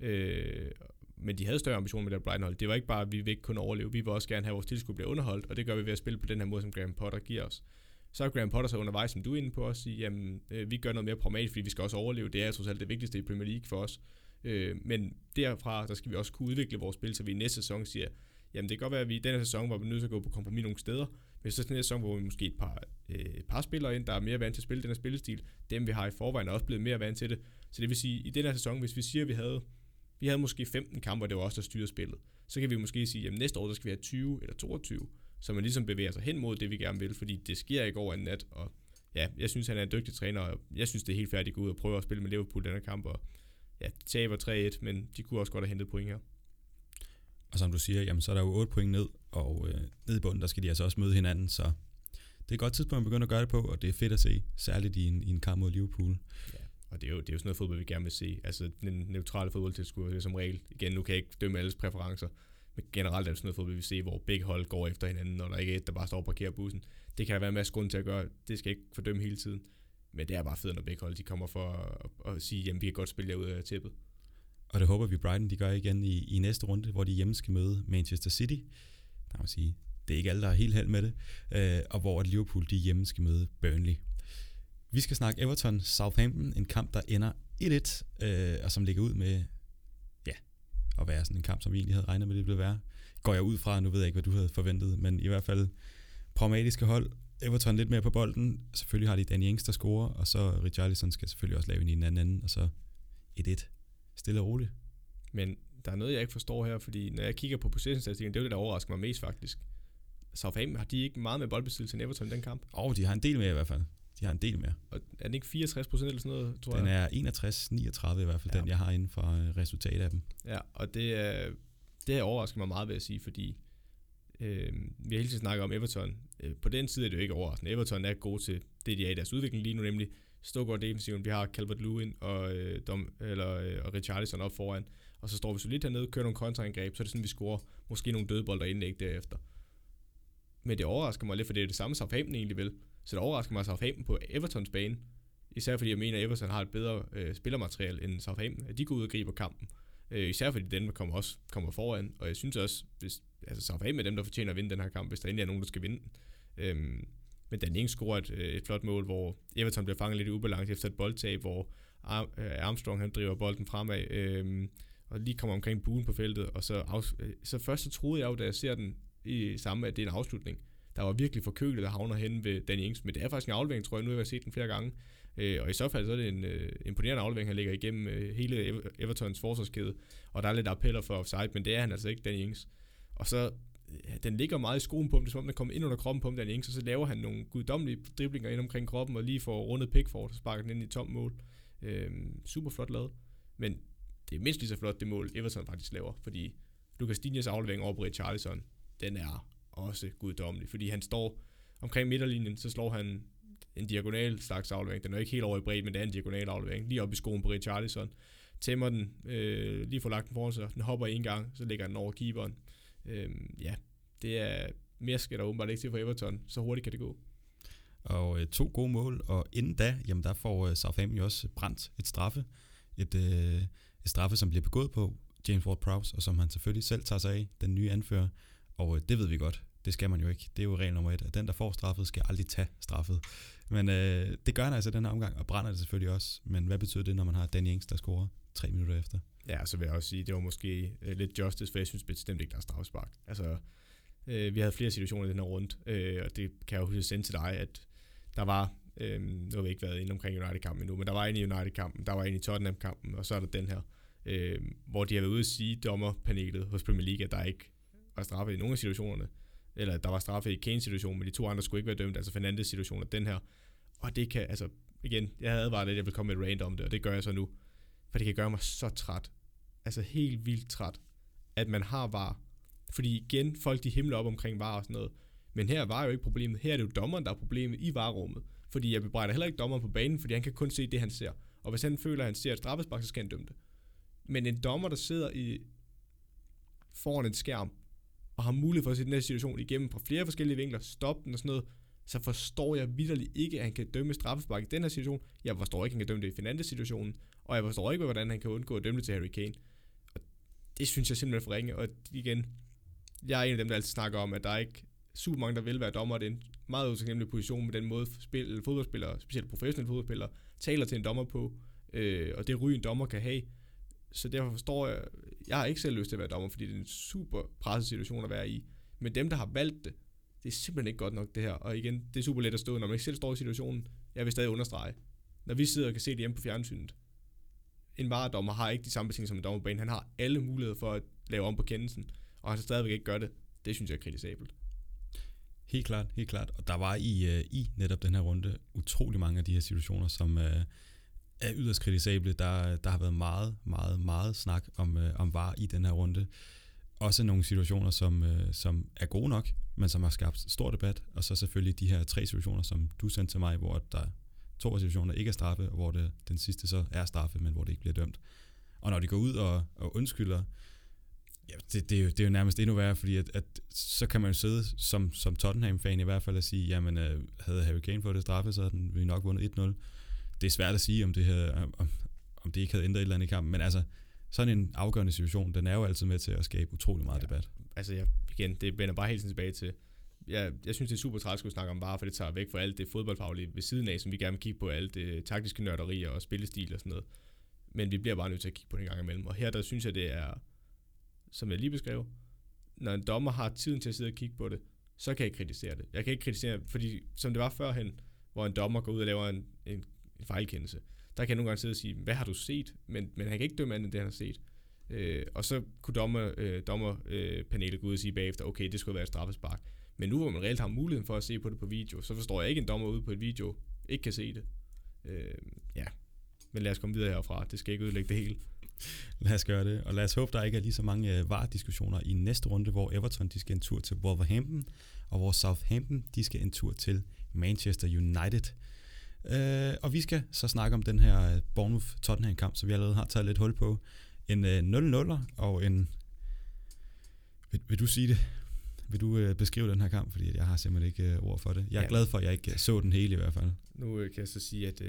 Men de havde større ambitioner med det Brighton-hold. Det var ikke bare, at vi vil ikke kun overleve, vi vil også gerne have vores tilskud bliver underholdt, og det gør vi ved at spille på den her måde, som Graham Potter giver os. Så er Graham Potter så undervejs, som du er inde på os, sige, jamen, vi gør noget mere pragmatisk, fordi vi skal også overleve. Det er trods alt det vigtigste i Premier League for os. Men derfra, der skal vi også kunne udvikle vores spil, så vi i næste sæson siger, jamen det kan godt være, at vi i denne sæson, hvor vi nødt til at gå på kompromis nogle steder, men så næste sæson, hvor vi måske et par spillere ind, der er mere vant til at spille den her spillestil, dem vi har i forvejen er også blevet mere vant til det. Så det vil sige, i den her sæson, hvis vi siger, at vi havde måske 15 kampe, det var også der styrede spillet, så kan vi måske sige, at næste år, der skal vi have 20 eller 22, så man ligesom bevæger sig hen mod det, vi gerne vil, fordi det sker ikke over en nat, og ja, jeg synes, han er en dygtig træner, og jeg synes, det er helt færdigt at gå ud og prøve at spille med Liverpool den her kamp, og ja, de taber 3-1, men de kunne også godt have hentet point her. Og som du siger, jamen, så er der jo 8 point ned, og ned i bunden, der skal de altså også møde hinanden, så det er et godt tidspunkt at begynde at gøre det på, og det er fedt at se, særligt i en kamp mod Liverpool. Ja, og det er jo sådan noget fodbold, vi gerne vil se. Altså den neutrale fodboldtilskuer, det er som regel, igen, nu kan jeg ikke dømme alles præferencer, men generelt er det sådan noget fodbold, vi vil se, hvor begge hold går efter hinanden, og der ikke er et, der bare står og parkerer bussen. Det kan der være en masse grund til at gøre, det skal ikke fordømme hele tiden, men det er bare fedt, når begge hold de kommer for at sige, jamen vi kan godt spille jer ud af tæppet. Og det håber vi Brighton de gør igen i næste runde, hvor de hjemme skal møde Manchester City. Der må sige, det er ikke alle, der er helt held med det. Og hvor Liverpool de hjemme skal møde Burnley. Vi skal snakke Everton Southampton, en kamp, der ender 1-1, og som ligger ud med at være sådan en kamp, som vi egentlig havde regnet med, det ville være. Går jeg ud fra, nu ved jeg ikke, hvad du havde forventet, men i hvert fald pragmatiske hold. Everton lidt mere på bolden. Selvfølgelig har de Danny Ings, der scorer, og så Richarlison skal selvfølgelig også lave en i den anden, og så 1-1. Stille og roligt. Men der er noget, jeg ikke forstår her, fordi når jeg kigger på possession-statistikken, det er jo det, der overrasker mig mest faktisk. Southampton, har de ikke meget med boldbesiddelse end Everton i den kamp? De har en del mere i hvert fald. De har en del mere. Og er den ikke 64% eller sådan noget, tror jeg? Den er 61-39 i hvert fald, den jeg har inden for resultatet af dem. Ja, og det har overrasket mig meget, vil jeg sige, fordi vi har hele tiden snakket om Everton. På den side er det jo ikke overraskende. Everton er gode til det, de er i deres udvikling lige nu, nemlig stå godt defensiven. Vi har Calvert-Lewin og Richarlison op foran. Og så står vi solidt hernede, kører nogle kontraangreb, så er det sådan, vi scorer måske nogle dødebold og indlæg derefter. Men det overrasker mig lidt, for det er det samme Southampton egentlig vil. Så det overrasker mig Southampton på Evertons bane. Især fordi jeg mener, at Everton har et bedre spillermateriale end Southampton. At de går ud og griber kampen. Især fordi den kommer foran. Og jeg synes også, hvis Southampton er dem, der fortjener at vinde den her kamp, hvis der endelig er nogen, der skal vinde den. Men Dan Ings scorer et flot mål, hvor Everton bliver fanget lidt i ubalance efter et boldtab, hvor Armstrong han driver bolden fremad, og lige kommer omkring buen på feltet. Og så først så troede jeg jo, da jeg ser den i samme, at det er en afslutning. Der var virkelig forkølet, der havner henne ved Danny Ings. Men det er faktisk en aflevering, tror jeg. Nu har jeg set den flere gange. Og i så fald så er det en imponerende aflevering, han ligger igennem hele Evertons forsvarskæde. Og der er lidt appeller for offside, men det er han altså ikke, Danny Ings. Og så, den ligger meget i skoen på ham. Det er som om, den kommer ind under kroppen på ham, Danny Ings. Og så laver han nogle guddommelige driblinger ind omkring kroppen, og lige får rundet Pickford og sparker den ind i tom mål. Super flot lavet. Men det er mindst lige så flot, det mål Everton faktisk laver. Fordi Lucas Dignes aflevering over på Richarlison, den er også guddommelig, fordi han står omkring midterlinjen, så slår han en diagonal slags aflevering. Den er ikke helt over i bredt, men det er en diagonal aflevering. Lige op i skoen på Richarlison. Tæmmer den, lige får lagt den foran sig. Den hopper en gang, så lægger den over keeperen. Det er mere skal der åbenbart ikke til for Everton. Så hurtigt kan det gå. Og 2 gode mål, og inden da, jamen der får Southampton jo også brændt et straffe. Et straffe, som bliver begået på James Ward-Prowse, og som han selvfølgelig selv tager sig af, den nye anfører. Og det ved vi godt. Det skal man jo ikke. Det er jo regel nummer 1, at den, der får straffet, skal aldrig tage straffet. Men det gør han altså den her omgang, og brænder det selvfølgelig også. Men hvad betyder det, når man har Danny Ings, der scorer 3 minutter efter? Ja, så vil jeg også sige, det var måske lidt justice, for jeg synes bestemt ikke, der er straffespark. Altså, vi havde flere situationer i den her runde, og det kan jeg jo huske at sende til dig, at der var, nu har vi ikke været inde omkring United-kampen endnu, men der var en i United-kampen, der var en i Tottenham-kampen, og så er der den her, hvor de har været ude at sige dommerpanelet hos Premier League, at der ikke var straffe i nogle af situationerne, eller der var straffe i Kane-situationen, men de 2 andre skulle ikke være dømt, altså Fernandes-situation og den her. Og det kan, altså igen, jeg havde advaret, at jeg ville komme med et rant om det, og det gør jeg så nu. For det kan gøre mig så træt, altså helt vildt træt, at man har VAR. Fordi igen, folk de himler op omkring VAR og sådan noget, men her var jo ikke problemet. Her er det jo dommeren, der er problemet i VAR-rummet. Fordi jeg bebrejder heller ikke dommeren på banen, fordi han kan kun se det, han ser. Og hvis han føler, at han ser et straffespark, så skal han dømme det. Men en dommer, der sidder foran en skærm, og har mulighed for at se den her situation igennem fra flere forskellige vinkler, stoppe den og sådan noget, så forstår jeg vitterligt ikke, at han kan dømme straffespark i den her situation. Jeg forstår ikke, at han kan dømme det i Fernandes-situationen, og jeg forstår ikke, hvordan han kan undgå at dømme det til Harry Kane. Og det synes jeg simpelthen er for ringe, og igen, jeg er en af dem, der altid snakker om, at der er ikke super mange, der vil være dommer. Det er en meget utaknemmelig position med den måde, fodboldspillere, specielt professionelle fodboldspillere, taler til en dommer på, og det ryg en dommer kan have. Så derfor forstår jeg har ikke selv lyst til at være dommer, fordi det er en super presset situation at være i. Men dem, der har valgt det, det er simpelthen ikke godt nok det her. Og igen, det er super let at stå, når man ikke selv står i situationen. Jeg vil stadig understrege. Når vi sidder og kan se det hjemme på fjernsynet, en VAR-dommer har ikke de samme betingelser som en dommer på banen. Han har alle muligheder for at lave om på kendelsen, og han stadigvæk ikke gør det. Det synes jeg er kritisabelt. Helt klart. Og der var i netop den her runde utrolig mange af de her situationer, som er yderst kritisable. Der har været meget snak om VAR i den her runde. Også nogle situationer, som er gode nok, men som har skabt stor debat. Og så selvfølgelig de her 3 situationer, som du sendte til mig, hvor der 2 situationer ikke er straffe, og hvor den sidste så er straffe, men hvor det ikke bliver dømt. Og når de går ud og undskylder, ja, det er jo nærmest endnu værre, fordi at så kan man jo sidde som Tottenham-fan i hvert fald og sige, jamen havde Harry Kane fået det straffe, så havde vi nok vundet 1-0. Det er svært at sige, om det ikke havde ændret et eller andet i kampen, men altså, sådan en afgørende situation, den er jo altid med til at skabe utrolig meget debat. Altså igen, det vender bare helt tilbage til, jeg synes, det er super træt at skulle snakke om VAR, for det tager væk fra alt det fodboldfaglige ved siden af, som vi gerne vil kigge på, alt det taktiske nørderier og spillestil og sådan noget. Men vi bliver bare nødt til at kigge på det en gang imellem. Og her, der synes jeg, det er, som jeg lige beskrev, når en dommer har tiden til at sidde og kigge på det, så kan jeg kritisere det. Jeg kan ikke kritisere, fordi som det var førhen, hvor en dommer går ud og laver en fejlkendelse, der kan jeg nogle gange sidde og sige, hvad har du set? Men han kan ikke dømme andet, end det han har set. Og så kunne dommerpanelet gå ud og sige bagefter, okay, det skulle være et straffespark. Men nu hvor man reelt har muligheden for at se på det på video, så forstår jeg ikke, en dommer ude på et video ikke kan se det. Men lad os komme videre herfra. Det skal ikke ødelægge det hele. Lad os gøre det, og lad os håbe, der ikke er lige så mange VAR-diskussioner i næste runde, hvor Everton de skal en tur til Wolverhampton, og hvor Southampton de skal en tur til Manchester United. Og vi skal så snakke om den her Bournemouth-Tottenham-kamp, som vi allerede har taget lidt hul på. En 0-0'er og en... Vil du sige det? Vil du beskrive den her kamp? Fordi jeg har simpelthen ikke ord for det. Jeg er glad for, at jeg ikke så den hele i hvert fald. Nu kan jeg så sige, at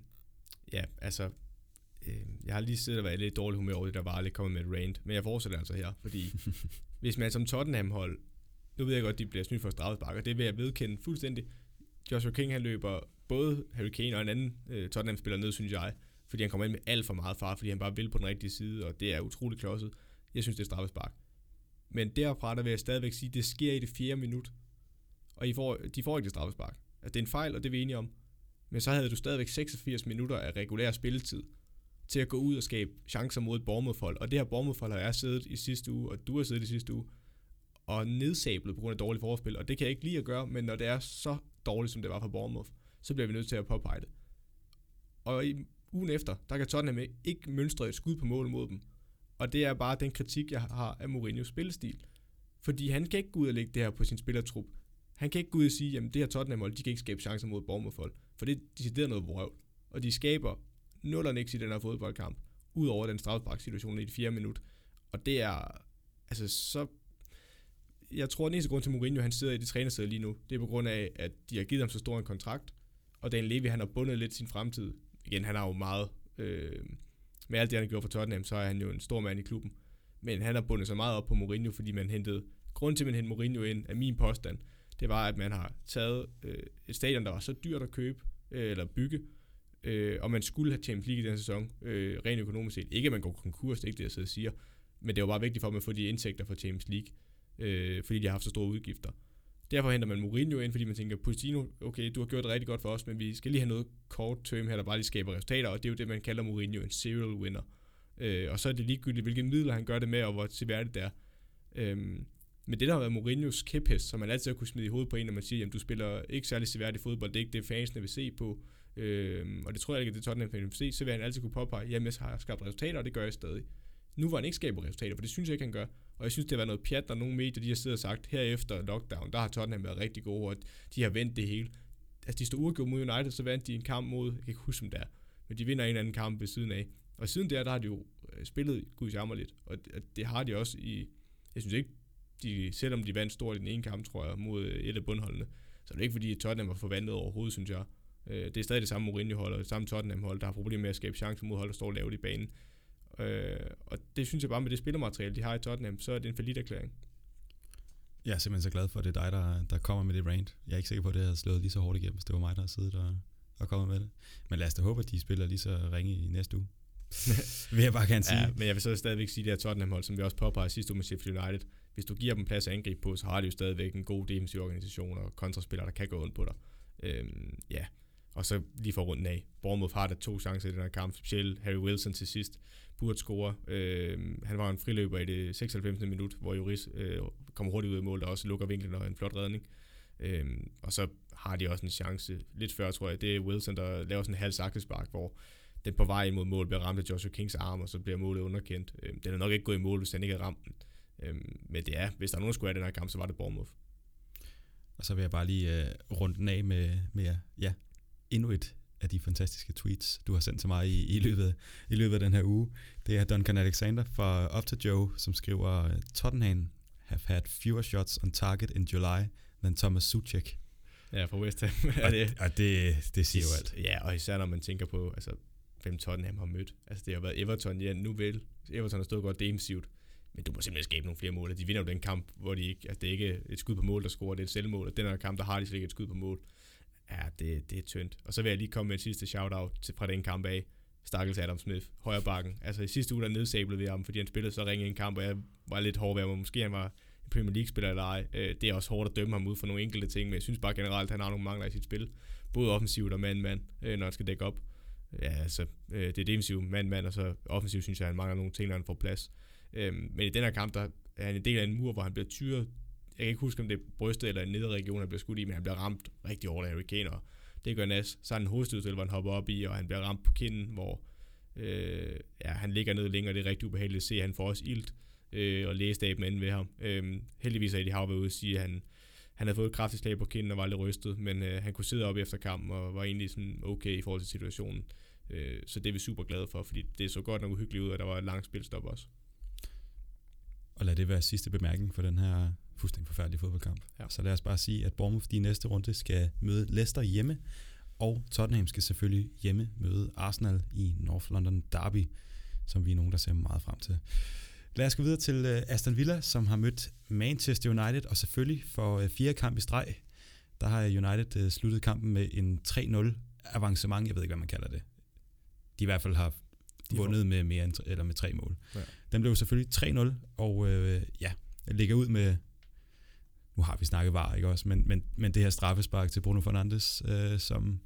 jeg har lige siddet og været lidt dårlig humør over det, der var lidt kommet med et rant, men jeg fortsætter altså her, fordi hvis man som Tottenham-hold, nu ved jeg godt, at de bliver snydt for straffespark, og det vil jeg vedkende fuldstændig. Joshua King, han løber både Harry Kane og en anden Tottenham-spiller ned, synes jeg, fordi han kommer ind med alt for meget far, fordi han bare vil på den rigtige side, og det er utroligt klodset. Jeg synes, det er straffespark. Men derfra, der vil jeg stadigvæk sige, at det sker i det 4. minut, og de får ikke det straffespark. Altså, det er en fejl, og det er vi enige om. Men så havde du stadigvæk 86 minutter af regulær spilletid til at gå ud og skabe chancer mod et Bournemouth-hold. Og det her Bournemouth-hold har jeg siddet i sidste uge, og du har siddet i sidste uge, og nedsablet på grund af dårligt forspil. Og det kan jeg ikke lide at gøre, men når det er så dårligt, som det var for Bournemouth, så bliver vi nødt til at påpege det. Og i ugen efter, der kan Tottenham ikke mønstre et skud på mål mod dem. Og det er bare den kritik, jeg har af Mourinhos spillestil. Fordi han kan ikke gå ud og lægge det her på sin spillertrup. Han kan ikke gå ud og sige, jamen det her Tottenham-hold, de kan ikke skabe chancer mod Bournemouth-hold. For det er decideret noget vrøvl. Og de skaber nul og niks i den her fodboldkamp, ud over den straffesparksituation i det 4. minut. Og det er, altså så... Jeg tror, den eneste grund til Mourinho, han sidder i det trænersæde lige nu, det er på grund af, at de har givet ham så stor en kontrakt, og Daniel Levy, han har bundet lidt sin fremtid. Igen, han har jo meget... med alt det, han har gjort for Tottenham, så er han jo en stor mand i klubben. Men han har bundet så meget op på Mourinho, fordi man hentede... Grunden til, at man hentede Mourinho ind, af min påstand, det var, at man har taget et stadion, der var så dyrt at købe, eller bygge, og man skulle have Champions League i den sæson, rent økonomisk set. Ikke at man går konkurs, det er ikke det, jeg sidder og siger, men det var bare vigtigt for, at man får de indtægter fra Champions League, fordi de har haft så store udgifter. Derfor henter man Mourinho ind, fordi man tænker, Pochettino, okay, du har gjort det rigtig godt for os, men vi skal lige have noget kort term her, der bare lige skaber resultater, og det er jo det, man kalder Mourinho en serial winner. Og så er det ligegyldigt, hvilke midler han gør det med, og hvor seværdigt det er. Men det der har været Mourinhos kæphest, som man altid har kunne smide i hovedet på en, når man siger, jamen du spiller ikke særlig seværdigt fodbold, det er ikke det fansene vil se på, og det tror jeg ikke, at det Tottenham fan vil se, så vil han altid kunne påpege, jamen jeg har skabt resultater, og det gør jeg stadig. Nu var han ikke skaber resultater, for det synes jeg ikke, han gør. Og jeg synes, det har været noget pjat, når nogle medier, de har siddet og sagt, herefter lockdown, der har Tottenham været rigtig gode, og de har vendt det hele. Altså, de stod uafgjort mod United, så vandt de en kamp mod, jeg kan ikke huske, som det er, men de vinder en eller anden kamp ved siden af. Og siden der har de jo spillet gudsjammerligt, og det har de også i, jeg synes ikke, selvom de vandt stort i den ene kamp, tror jeg, mod et af bundholdene, så er det ikke fordi, Tottenham var forvandlet overhovedet, synes jeg. Det er stadig det samme Mourinho-hold, og det samme Tottenham-hold, der har problemer med at skabe chancer mod hold, der står lavt i banen. Og det synes jeg bare med det spillermateriale, de har i Tottenham, så er det en falliterklæring. Jeg er simpelthen så glad for, at det er dig, der kommer med det rant. Jeg er ikke sikker på, at det havde slået lige så hårdt igennem, hvis det var mig, der havde siddet og kommet med det. Men lad os da håbe, at de spiller lige så ringe i næste uge. Vil jeg bare gerne sige. Ja, men jeg vil så stadigvæk sige, at det her Tottenham-hold, som vi også påpegede sidste uge med Sheffield United, hvis du giver dem plads at angribe på, så har de jo stadigvæk en god defensiv organisation og kontraspillere, der kan gå ondt på dig. Ja, og så lige for runden af. Bournemouth har der 2 chancer i den her kamp, specielt Harry Wilson til sidst burde score. Han var en friløber i det 96. minut, hvor Lloris kommer hurtigt ud af mål, der også lukker vinklen og en flot redning. Og så har de også en chance lidt før, tror jeg. Det er Wilson, der laver sådan en halv saksespark, hvor den på vej imod mål bliver ramt af Joshua Kings arm, og så bliver målet underkendt. Den er nok ikke gået i mål, hvis han ikke havde ramt den. Men det er, hvis der er nogen, der skulle have den her kamp, så var det Bournemouth. Og så vil jeg bare lige runde den af med endnu et af de fantastiske tweets, du har sendt til mig i løbet af den her uge. Det er Duncan Alexander fra Up to Joe, som skriver, Tottenham have had fewer shots on target in July than Thomas Soucek. Ja, fra West Ham. og det siger jo alt. Ja, og især når man tænker på, altså, hvem Tottenham har mødt. Altså, det har været Everton, ja, nu vel. Everton har stået godt defensivt, men du må simpelthen skabe nogle flere mål. De vinder jo den kamp, hvor de ikke, altså, det er ikke et skud på mål, der scorer, det er et selvmål. Og den her kamp, der har de slet ikke et skud på mål. Ja, det er tyndt. Og så vil jeg lige komme med et sidste shout-out fra den kamp af. Stakkels Adam Smith, højre bakken. Altså i sidste uge, der nedsablede vi ham, fordi han spillede så ringe en kamp, og jeg var lidt hård ved ham, og måske han var en Premier League-spiller eller ej. Det er også hårdt at dømme ham ud for nogle enkelte ting, men jeg synes bare generelt, at han har nogle mangler i sit spil. Både offensivt og mand-mand, når han skal dække op. Ja, altså, det er defensivt mand-mand, og så offensivt synes jeg, at han mangler nogle ting, når han får plads. Men i den her kamp, der er han en del af en mur, hvor han bliver tyret. Jeg kan ikke huske, om det er brystet eller en nederregion, han bliver skudt i, men han bliver ramt rigtig hårdt af Harry Kane, og det gør nas. Så er en hovedstødsel, hvor han hopper op i, og han bliver ramt på kinden, hvor han ligger ned længere, og det er rigtig ubehageligt at se. Han får også ilt, og lægestaben inde ved ham. Heldigvis er Eddie Howe ude og sige, at Han havde fået et kraftigt slag på kinden og var lidt rystet, men han kunne sidde op efter kampen og var egentlig sådan okay i forhold til situationen. Så det er vi super glade for, fordi det så godt nok uhyggeligt ud, at der var et langt spilstop også. Og lad det være sidste bemærkning for den her fuldstændig forfærdelige fodboldkamp. Ja. Så lad os bare sige, at Bournemouth i næste runde skal møde Leicester hjemme, og Tottenham skal selvfølgelig hjemme møde Arsenal i North London Derby, som vi er nogen, der ser meget frem til. Lad os gå videre til Aston Villa, som har mødt Manchester United, og selvfølgelig for 4 kamp i streg, der har United sluttet kampen med en 3-0 avancement, jeg ved ikke, hvad man kalder det. De i hvert fald har vundet med mere end, eller med 3 mål. Ja. Den blev selvfølgelig 3-0, og ligger ud med, nu har vi snakket VAR, ikke også, men det her straffespark til Bruno Fernandes, som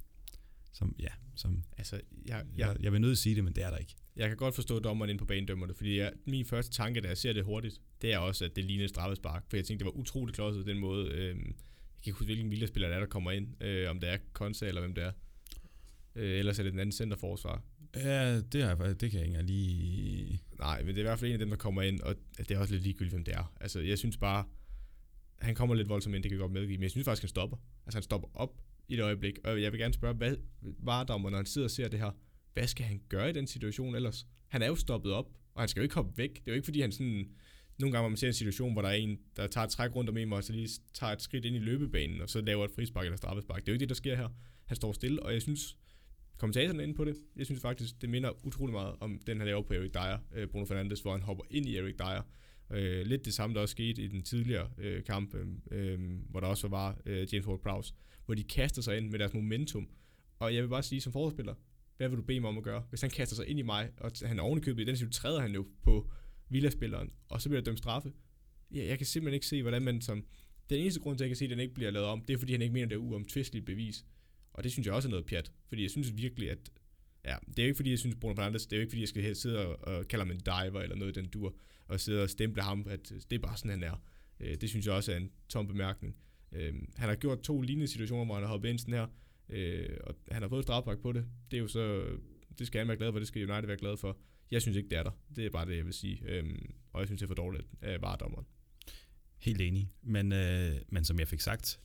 altså, jeg vil nødt at sige det, men det er der ikke. Jeg kan godt forstå, at dommeren inde på banen dømmer det, fordi min første tanke, da jeg ser det hurtigt, det er også, at det ligner et straffespark, for jeg tænkte, det var utroligt klodset den måde. Jeg kan ikke huske, hvilken Villa-spiller der kommer ind, om det er Konsa eller hvem det er. Ellers er det den anden centerforsvar. Ja, det kan jeg ikke engang lige... Nej, men det er i hvert fald en af dem, der kommer ind, og det er også lidt ligegyldigt, hvem det er. Altså, jeg synes bare, han kommer lidt voldsomt ind, det kan jeg godt medgive, men jeg synes faktisk, han stopper. Altså, han stopper op i et øjeblik, og jeg vil gerne spørge, hvad var der, når han sidder og ser det her? Hvad skal han gøre i den situation ellers? Han er jo stoppet op, og han skal jo ikke hoppe væk. Det er jo ikke, fordi han sådan... Nogle gange, hvor man ser en situation, hvor der er en, der tager et træk rundt om en, og så lige tager et skridt ind i løbebanen, og så laver et frispark eller straffespark. Det er jo ikke det, der sker her. Han står stille, og jeg synes, kommentatorerne inde på det, jeg synes faktisk, det minder utrolig meget om den, han laver på Eric Dyer, Bruno Fernandes, hvor han hopper ind i Eric Dyer. Lidt det samme, der også skete i den tidligere kamp, hvor der også var James Ward-Prowse, hvor de kaster sig ind med deres momentum. Og jeg vil bare sige, som forsvarsspiller, hvad vil du bede mig om at gøre? Hvis han kaster sig ind i mig, og han er ovenikøbet i den situation, træder han jo på Villa-spilleren, og så bliver der dømt straffe. Jeg kan simpelthen ikke se, hvordan man som... Den eneste grund til, at jeg kan se, at den ikke bliver lavet om, det er, fordi han ikke mener, det er uomtvisteligt bevis. Og det synes jeg også er noget pjat. Fordi jeg synes virkelig, at... Ja, det er jo ikke, fordi jeg synes, Bruno Fernandes, det er jo ikke, fordi jeg skal sidde og kalde ham en diver, eller noget i den dur, og sidde og stemple ham, at det er bare sådan, han er. Det synes jeg også er en tom bemærkning. Han har gjort 2 lignende situationer, hvor han har hoppet ind sådan her, og han har fået strafspark på det. Det er jo så... Det skal han være glad for, det skal United være glad for. Jeg synes ikke, det er der. Det er bare det, jeg vil sige. Og jeg synes, det er for dårligt af VAR-dommeren. Helt enig. Men som jeg fik sagt,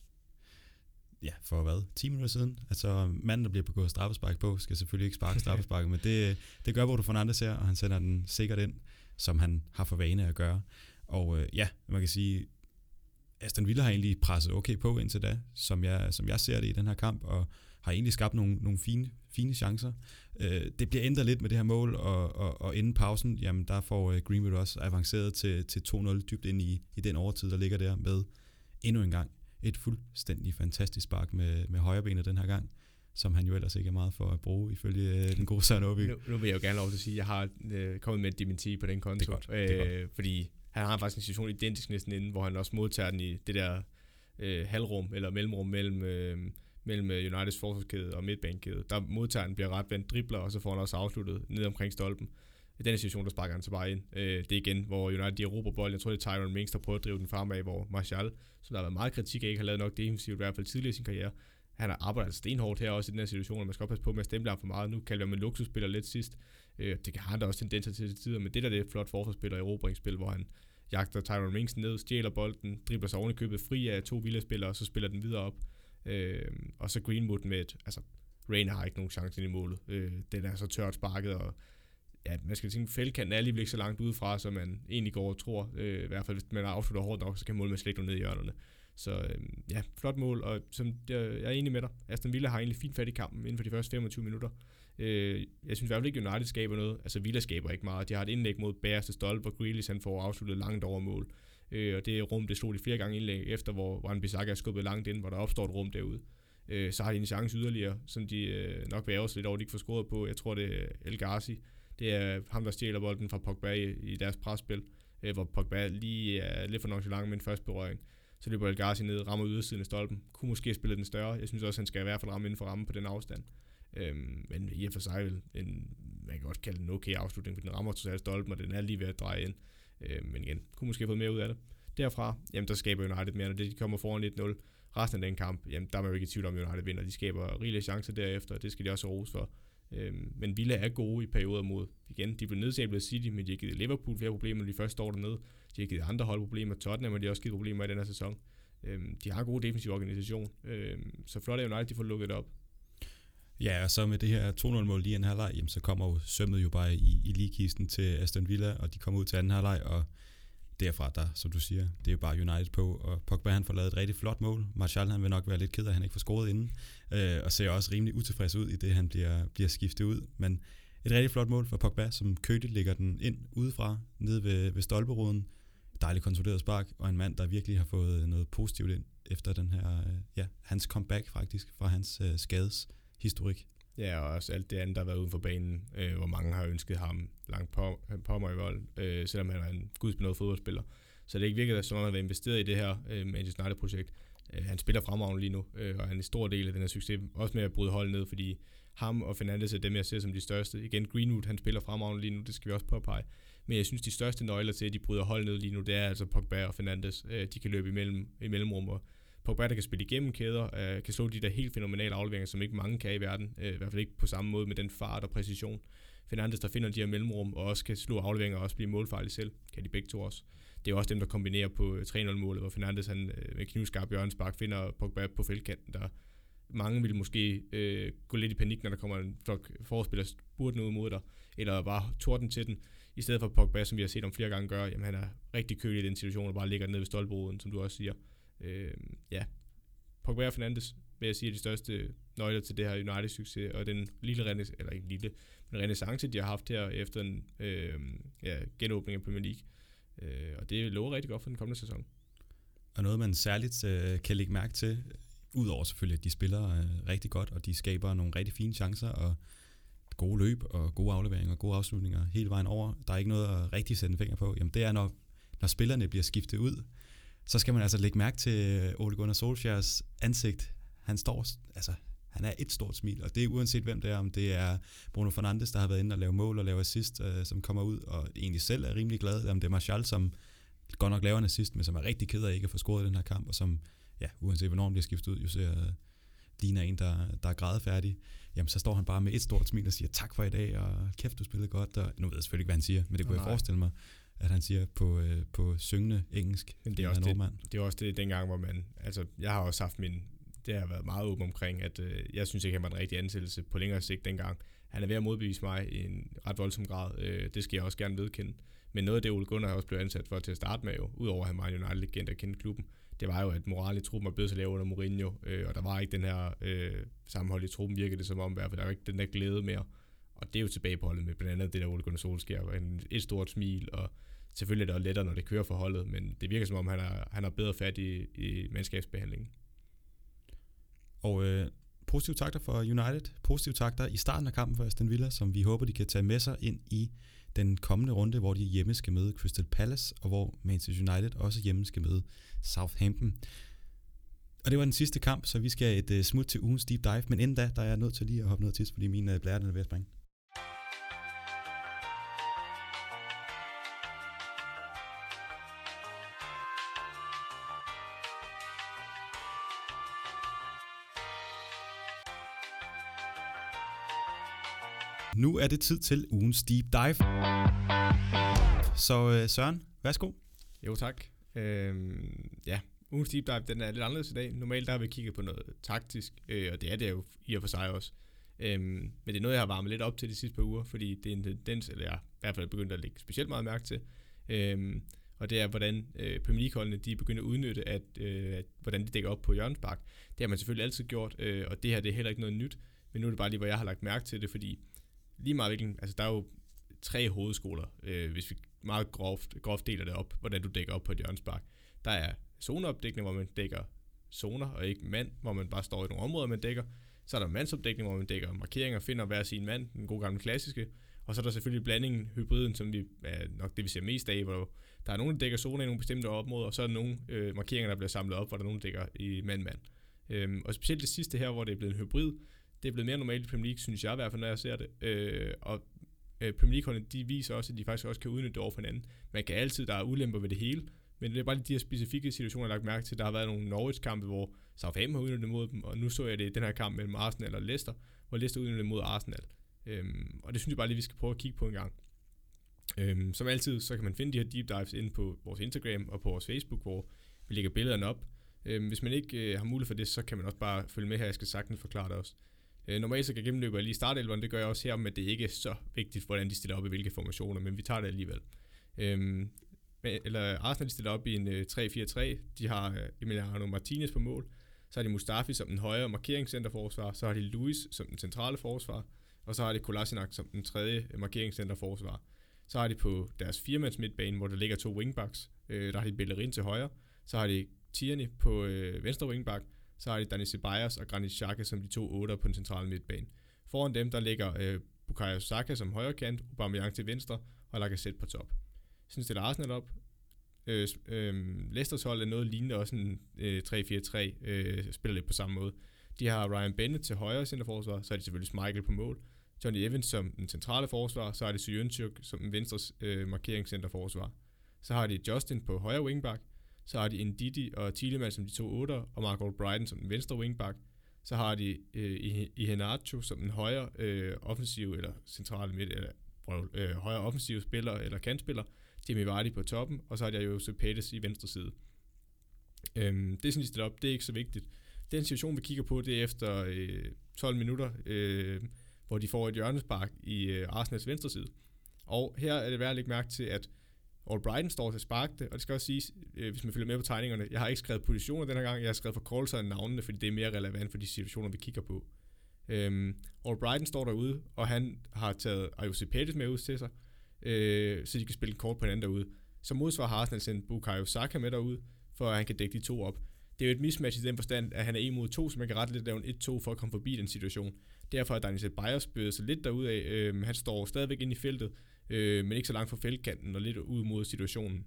ja, for hvad? 10 minutter siden. Altså, manden, der bliver begået straffespark på, skal selvfølgelig ikke sparke straffespark, men det gør Bruno Fernandes her, og han sender den sikkert ind, som han har for vane at gøre. Og man kan sige, Aston Villa har egentlig presset okay på indtil da, som jeg ser det i den her kamp, og har egentlig skabt nogle fine chancer. Det bliver ændret lidt med det her mål, og inden pausen, jamen der får Greenwood også avanceret til 2-0 dybt ind i den overtid, der ligger der med endnu en gang et fuldstændig fantastisk spark med højrebenet den her gang, som han jo ellers ikke er meget for at bruge, ifølge den gode Søren Åby. Nu vil jeg jo gerne lov til at sige, at jeg har kommet med et dementi på den konto. Det er godt. Fordi han har faktisk en situation identisk næsten inden, hvor han også modtager den i det der halvrum, eller mellemrum mellem Uniteds forsvarskæde og midtbanekæde. Der modtager han bliver ret vendt, dribler, og så får han også afsluttet ned omkring stolpen. I denne situation, der sparker han så bare ind. Det er igen, hvor United de erobrer bolden. Jeg tror, det er Tyrone Mings, der prøver at drive den fremad, hvor Martial, som der har været meget kritik af, ikke har lavet nok defensivt, i hvert fald tidligere i sin karriere. Han har arbejdet stenhårdt her også i den her situation, og man skal også passe på med at stemple ham for meget. Nu kalder vi ham en luksusspiller lidt sidst. Det har han da også tendenser til tider, men det der det er et flot forsvarsspiller i erobringsspil, hvor han jagter Tyrone Mings ned, stjæler bolden, dribler sig ovenikøbet fri af 2 Villa-spillere, og så spiller den videre op. Og så Greenwood med Reina har ikke nogen chance ind i målet. Den er så tørt sparket, og ja, man skal tænke, fældkanten er alligevel ikke så langt udefra, som man egentlig går og tror. I hvert fald, hvis man afslutter hårdt nok, så kan målet slet ikke ned i hjørnerne. Så ja, flot mål, og som jeg er enig med dig. Aston Villa har egentlig fint fat i kampen inden for de første 25 minutter. Jeg synes i hvert fald ikke, United skaber noget. Altså Villa skaber ikke meget. De har et indlæg mod bagerste stolpe, hvor Grealish han får afsluttet langt over mål. Og det rum, det slog de flere gange indlæg efter, hvor Wan-Bissaka er skubbet langt ind, hvor der opstår et rum derude. Så har de en chance yderligere, som de nok vil ærge lidt over, de ikke får scoret på. Jeg tror, det er El Ghazi. Det er ham, der stjæler bolden fra Pogba i deres presspil, hvor Pogba lige er lidt for nonchalant med en første berøring. Så løber El Ghazi ned, rammer ydersiden af stolpen. Kunne måske spille den større. Jeg synes også, han skal i hvert fald ramme inden for rammen på den afstand. Men i og for sig man kan godt kalde den en okay afslutning, for den rammer totalt stolpen, og den er lige ved at dreje ind. Men igen, kunne måske have fået mere ud af det. Derfra, jamen der skaber United mere, når de kommer foran 1-0. Resten af den kamp, jamen der er man jo ikke i tvivl om, at United vinder. De skaber rigelige chancer derefter, og det skal de også rose for. Men Villa er gode i perioder mod, igen, de blev nedsablet af City, men de har givet Liverpool flere problemer, når de først står dernede. De har givet andre hold problemer, Tottenham har de også givet problemer i den her sæson. De har en god defensiv organisation, så flot er United, de får lukket det op. Ja, og så med det her 2-0-mål lige i anden halvleg, jamen, så kommer jo sømmet jo bare i ligekisten til Aston Villa, og de kommer ud til anden halvleg, og derfra, der, som du siger, det er jo bare United på, og Pogba han får lavet et rigtig flot mål. Martial han vil nok være lidt ked af, at han ikke får scoret inden, og ser også rimelig utilfreds ud i det, han bliver skiftet ud. Men et rigtig flot mål for Pogba, som køligt lægger den ind udefra, nede ved stolperuden. Dejligt kontrolleret spark, og en mand, der virkelig har fået noget positivt ind efter den her, hans comeback faktisk, fra hans skadeshistorik. Ja, og også alt det andet, der har været uden for banen, hvor mange har ønsket ham langt på mig i vold, selvom han er en gudsbenået fodboldspiller. Så det ikke virker, som om han har været investeret i det her Manchester United-projekt. Han spiller fremragende lige nu, og er en stor del af den her succes, også med at bryde hold ned, fordi ham og Fernandes er dem, jeg ser som de største. Igen, Greenwood, han spiller fremragende lige nu, det skal vi også påpege. Men jeg synes, de største nøgler til, at de bryder hold ned lige nu, det er altså Pogba og Fernandes. De kan løbe i mellemrum, og Pogba, der kan spille igennem kæder, kan slå de der helt fænomenale afleveringer, som ikke mange kan i verden. I hvert fald ikke på samme måde med den fart og præcision. Fernandes, der finder de her mellemrum, og også kan slå afleveringer og også blive målfarlig selv, kan de begge to også. Det er også dem, der kombinerer på 3-0-målet, hvor Fernandes han, med knivskarp hjørnespark finder Pogba på feltkanten, der mange vil måske gå lidt i panik, når der kommer en flok forspillere spurten ud mod dig, eller bare torden til den, i stedet for Pogba, som vi har set om flere gange gøre, jamen han er rigtig kølig i den situation, og bare ligger nede ved stolperuden, som du også siger. Pogba og Fernandes, vil jeg sige, er de største nøgler til det her United-succes, og den renaissance, de har haft her efter en genåbning af Premier League. Og det lover rigtig godt for den kommende sæson. Og noget, man særligt kan lægge mærke til, udover selvfølgelig, at de spiller rigtig godt, og de skaber nogle rigtig fine chancer, og gode løb, og gode afleveringer, og gode afslutninger hele vejen over. Der er ikke noget at rigtig sætte en finger på. Jamen det er, når spillerne bliver skiftet ud, så skal man altså lægge mærke til Ole Gunnar Solskjærs ansigt. Han er et stort smil, og det er uanset hvem det er, om det er Bruno Fernandes, der har været inde og lave mål og lave assist, som kommer ud og egentlig selv er rimelig glad, eller om det er Martial, som godt nok laver en assist, men som er rigtig ked af ikke at få scoret i den her kamp, og som, uanset hvornår han bliver skiftet ud, jo ligner en, der er grædefærdig. Jamen, så står han bare med et stort smil og siger tak for i dag, og kæft, du spillede godt, og nu ved jeg selvfølgelig ikke, hvad han siger, men det kunne jeg forestille mig, at han siger på syngende engelsk. Men det er også det dengang, hvor man, altså jeg har også haft det har været meget åben omkring, at jeg synes ikke, han var den rigtige ansættelse på længere sigt dengang. Han er ved at modbevise mig i en ret voldsom grad. Det skal jeg også gerne vedkende. Men noget af det, Ole Gunnar også blev ansat for til at starte med, jo, udover at han var en United-legende og kendte klubben, det var jo, at moralen i truppen var blevet så lav under Mourinho, og der var ikke den her sammenhold i truppen, virkede det som om, i hvert fald der var ikke den der glæde mere. Og det er jo tilbage på holdet med blandt andet det der Ole Gunnar Solskjær, et stort smil, og selvfølgelig er det lettere, når det kører for holdet, men det virker som om, han har bedre fat i mandskabsbehandlingen. Og positive takter for United, positive takter i starten af kampen for Aston Villa, som vi håber, de kan tage med sig ind i den kommende runde, hvor de hjemme skal møde Crystal Palace, og hvor Manchester United også hjemme skal møde Southampton. Og det var den sidste kamp, så vi skal et smut til ugens deep dive, men inden da, der er jeg nødt til lige at hoppe noget til, fordi min blære den er ved at springe. Nu er det tid til ugens deep dive. Så Søren, værsgo. Jo, tak. Ugens deep dive, den er lidt anderledes i dag. Normalt der har vi kigget på noget taktisk, og det er det jo i og for sig også. Men det er noget, jeg har varmet lidt op til de sidste par uger, fordi det er en tendens, eller jeg i hvert fald begyndt at lægge specielt meget mærke til. Og det er, hvordan Premier League-holdene de er begyndt at udnytte, hvordan de dækker op på hjørnespark. Det har man selvfølgelig altid gjort, og det her det er heller ikke noget nyt. Men nu er det bare lige, hvor jeg har lagt mærke til det, fordi lige meget hvilken, altså der er jo 3 hovedskoler, hvis vi meget groft deler det op, hvordan du dækker op på et hjørnespark. Der er zoneopdækning, hvor man dækker zoner, og ikke mand, hvor man bare står i nogle områder, man dækker. Så er der mandsopdækning, hvor man dækker markeringer, finder hver sin mand, den gode gamle klassiske. Og så er der selvfølgelig blandingen, hybriden, som vi er nok det, vi ser mest af, hvor der er nogen, der dækker zoner i nogle bestemte områder, og så er der nogle markeringer, der bliver samlet op, hvor der er nogen, der dækker i mand-mand. Og specielt det sidste her, hvor det er blevet en hybrid, det er blevet mere normalt i Premier League, synes jeg i hvert fald, når jeg ser det. Premier League-holdene, de viser også, at de faktisk også kan udnytte det over for hinanden. Man kan altid, der er ulemper ved det hele, men det er bare de her specifikke situationer, jeg har lagt mærke til. Der har været nogle Norwich-kampe, hvor Southampton har udnyttet mod dem, og nu så jeg det i den her kamp mellem Arsenal og Leicester, hvor Leicester udnyttede mod Arsenal. Og det synes jeg bare lige, vi skal prøve at kigge på en gang. Som altid, så kan man finde de her deep dives inde på vores Instagram og på vores Facebook, hvor vi lægger billederne op. Hvis man ikke har mulighed for det, så kan man også bare følge med her. Jeg skal sagtens forklare det også. Normalt så kan gennemløber lige startelveren, det gør jeg også her, men det er ikke så vigtigt, hvordan de stiller op i hvilke formationer, men vi tager det alligevel. Arsenal stiller op i en 3-4-3. De har Emiliano Martinez på mål. Så har de Mustafi som den højre markeringscenterforsvar. Så har de Luis som den centrale forsvar. Og så har de Kolasinac som den tredje markeringscenterforsvar. Så har de på deres 4-mands midtbane, hvor der ligger 2 wingbacks. Der har de Bellerin til højre. Så har de Tierney på venstre wingback. Så har de Dani Ceballos og Granit Xhaka som de 2 8'er på den centrale midtbane. Foran dem, der ligger Bukayo Saka som højre kant, Aubameyang til venstre og Lacazette på top. Sådan stiller Arsenal op. Leicesters hold er noget lignende, også en 3-4-3, spiller lidt på samme måde. De har Ryan Bennett til højre centerforsvar, så har de selvfølgelig Schmeichel på mål. Johnny Evans som den centrale forsvar, så har de Söyüncü som den venstre markeringscenterforsvar. Så har de Justin på højre wingback, så har de Ndidi og Tielemans som de 2 8'er, og Mark Albrighton som den venstre wingback. Så har de Iheanacho som den højre offensive eller centrale midt, eller højre offensive spiller eller kantspiller. Jamie Vardy på toppen, og så har de Josep Paredes i venstre side. Det er sådan, de stiller op. Det er ikke så vigtigt. Den situation, vi kigger på, det er efter 12 minutter, hvor de får et hjørnespark i Arsenals venstre side. Og her er det værd at lægge mærke til, at Albrighton står til at sparke det, og det skal også siges, hvis man følger med på tegningerne, jeg har ikke skrevet positioner den her gang, jeg har skrevet forkortelser af navnene, fordi det er mere relevant for de situationer, vi kigger på. Albrighton står derude, og han har taget Josep Paredes med ud til sig, så de kan spille kort på hinanden derude. Som modsvar har Arsenal sendt Bukayo Saka med derude, for at han kan dække de 2 op. Det er jo et mismatch i den forstand, at han er 1 mod 2, så man kan ret lidt lave en 1-2 for at komme forbi den situation. Derfor har Dani Ceballos bevæget sig lidt derudad. Han står stadigvæk inde i feltet, men ikke så langt fra feltkanten og lidt ud mod situationen.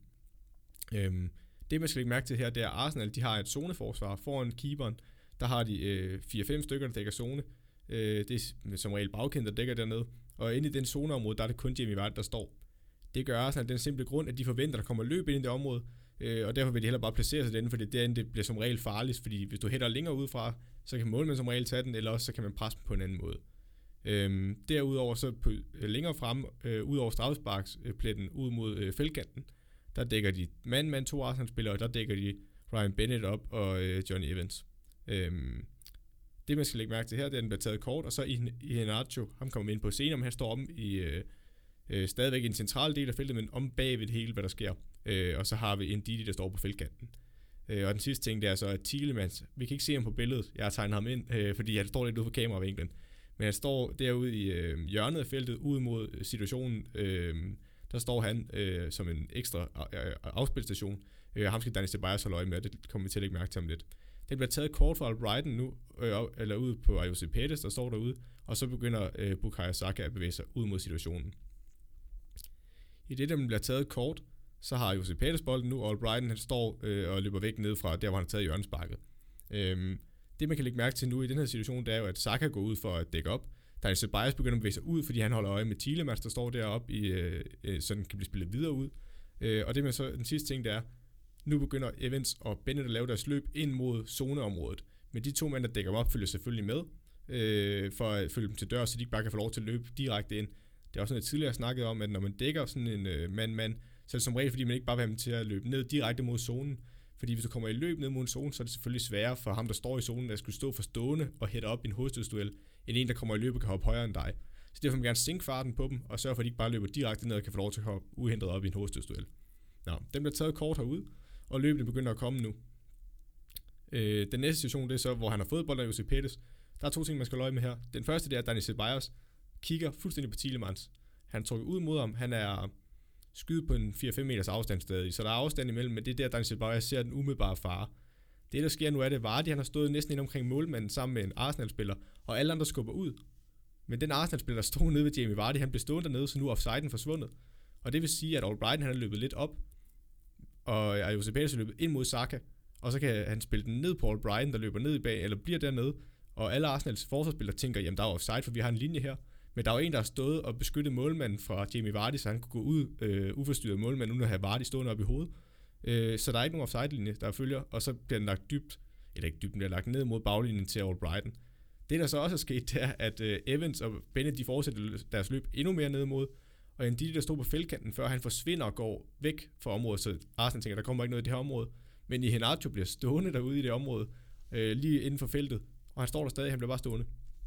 Det man skal lægge mærke til her, det er Arsenal, de har et zoneforsvar foran keeperen. Der har de 4-5 stykker, der dækker zone. Det er som regel bagkendt, der dækker dernede. Og inde i den zoneområde, der er det kun Jamie Vardy, der står. Det gør Arsenal den simple grund, at de forventer, at der kommer løb ind i det område, og derfor vil de heller bare placere sig derinde, fordi derinde det bliver som regel farligt, fordi hvis du hætter længere udefra, så kan målmanden som regel tage den, eller også så kan man presse på en anden måde. Derudover så længere frem, ud over straffesparkspletten, ud mod feltkanten, der dækker de mand 2 Arsenal-spillere, og der dækker de Ryan Bennett op og Johnny Evans. Det man skal lægge mærke til her, det er, at den bliver taget kort, og så Iheanacho, ham kommer ind på scenen, men han står om i stadigvæk i en central del af feltet, men om bagved det hele, hvad der sker. Og så har vi Ndidi, der står på feltkanten. Og den sidste ting, det er så, at Tielemans, vi kan ikke se ham på billedet, jeg har tegnet ham ind, fordi han står lidt ude på kameravinklen, men han står derude i hjørnet af feltet, ud mod situationen, der står han som en ekstra afspilstation. Ham skal Dani Ceballos holde øje med, og det kommer vi til at lægge mærke til ham lidt. Det bliver taget kort fra Albrighton nu, eller ud på Josep Paredes, der står derude, og så begynder Bukayo Saka at bevæge sig ud mod situationen. I det, der bliver taget kort, så har Josep Paredes bolden nu, og Albrighton han står og løber væk ned fra der, hvor han har taget hjørnesparket. Det, man kan lægge mærke til nu i den her situation, det er jo, at Saka går ud for at dække op. Dani Ceballos begynder at bevæge sig ud, fordi han holder øje med Tielemans, der står deroppe, så den kan blive spillet videre ud. Og det med så den sidste ting, det er, nu begynder Evans og Bennett at lave deres løb ind mod zoneområdet. Men de 2 mænd, der dækker dem op, følger selvfølgelig med, for at følge dem til dør, så de ikke bare kan få lov til at løbe direkte ind. Det er også noget, jeg tidligere snakket om, at når man dækker sådan en mand, så er det som regel, fordi man ikke bare vil have dem til at løbe ned direkte mod zonen. Fordi hvis du kommer i løb ned mod en zone, så er det selvfølgelig sværere for ham, der står i zonen, at skulle stå for stående og hætte op i en hovedstødsduel, end en, der kommer i løb og kan hoppe højere end dig. Så derfor vil man gerne sænke farten på dem, og sørge for, at de ikke bare løber direkte ned og kan få lov til at hoppe uhindret op i en hovedstødsduel. Den bliver taget kort herud, og løbene begynder at komme nu. Den næste situation, det er så, hvor han har fået bolden af Josep Paredes. Der er 2 ting, man skal løje med her. Den første, det er, at Dani Ceballos kigger fuldstændig på Tielemans. Han trykker ud mod ham. Han er skydet på en 4-5 meters afstand stadig, så der er afstand imellem, men det er der, Dani Ceballos ser den umiddelbare fare. Det, der sker nu, er det Vardy, han har stået næsten ind omkring målmanden sammen med en Arsenal-spiller, og alle andre skubber ud. Men den Arsenal-spiller, der stod nede ved Jamie Vardy, han blev stående dernede, så nu er offsiden forsvundet. Og det vil sige, at Albrighton han er løbet lidt op, og Josep Paredes er løbet ind mod Saka, og så kan han spille den ned på Albrighton, der løber ned i bag, eller bliver dernede, og alle Arsenals forsvarsspillere tænker, jamen der er offside, for vi har en linje her. Men der er jo en, der har stået og beskyttet målmanden fra Jamie Vardy, så han kunne gå ud uforstyrret målmanden, uden at have Vardy stående op i hovedet. Så der er ikke nogen offside-linje, der følger, og så bliver den lagt dybt, eller ikke dybt, den bliver lagt ned mod baglinjen til Albrighton. Det, der så også er sket, det er, at Evans og Bennett, de fortsætter deres løb endnu mere ned mod, og Ndidi, der stod på feltkanten før, han forsvinder og går væk fra området, så Arsenal tænker, der kommer ikke noget i det her område. Men Iheanacho bliver stående derude i det område, lige inden for feltet, og han står der stadig, han bliver bare stående.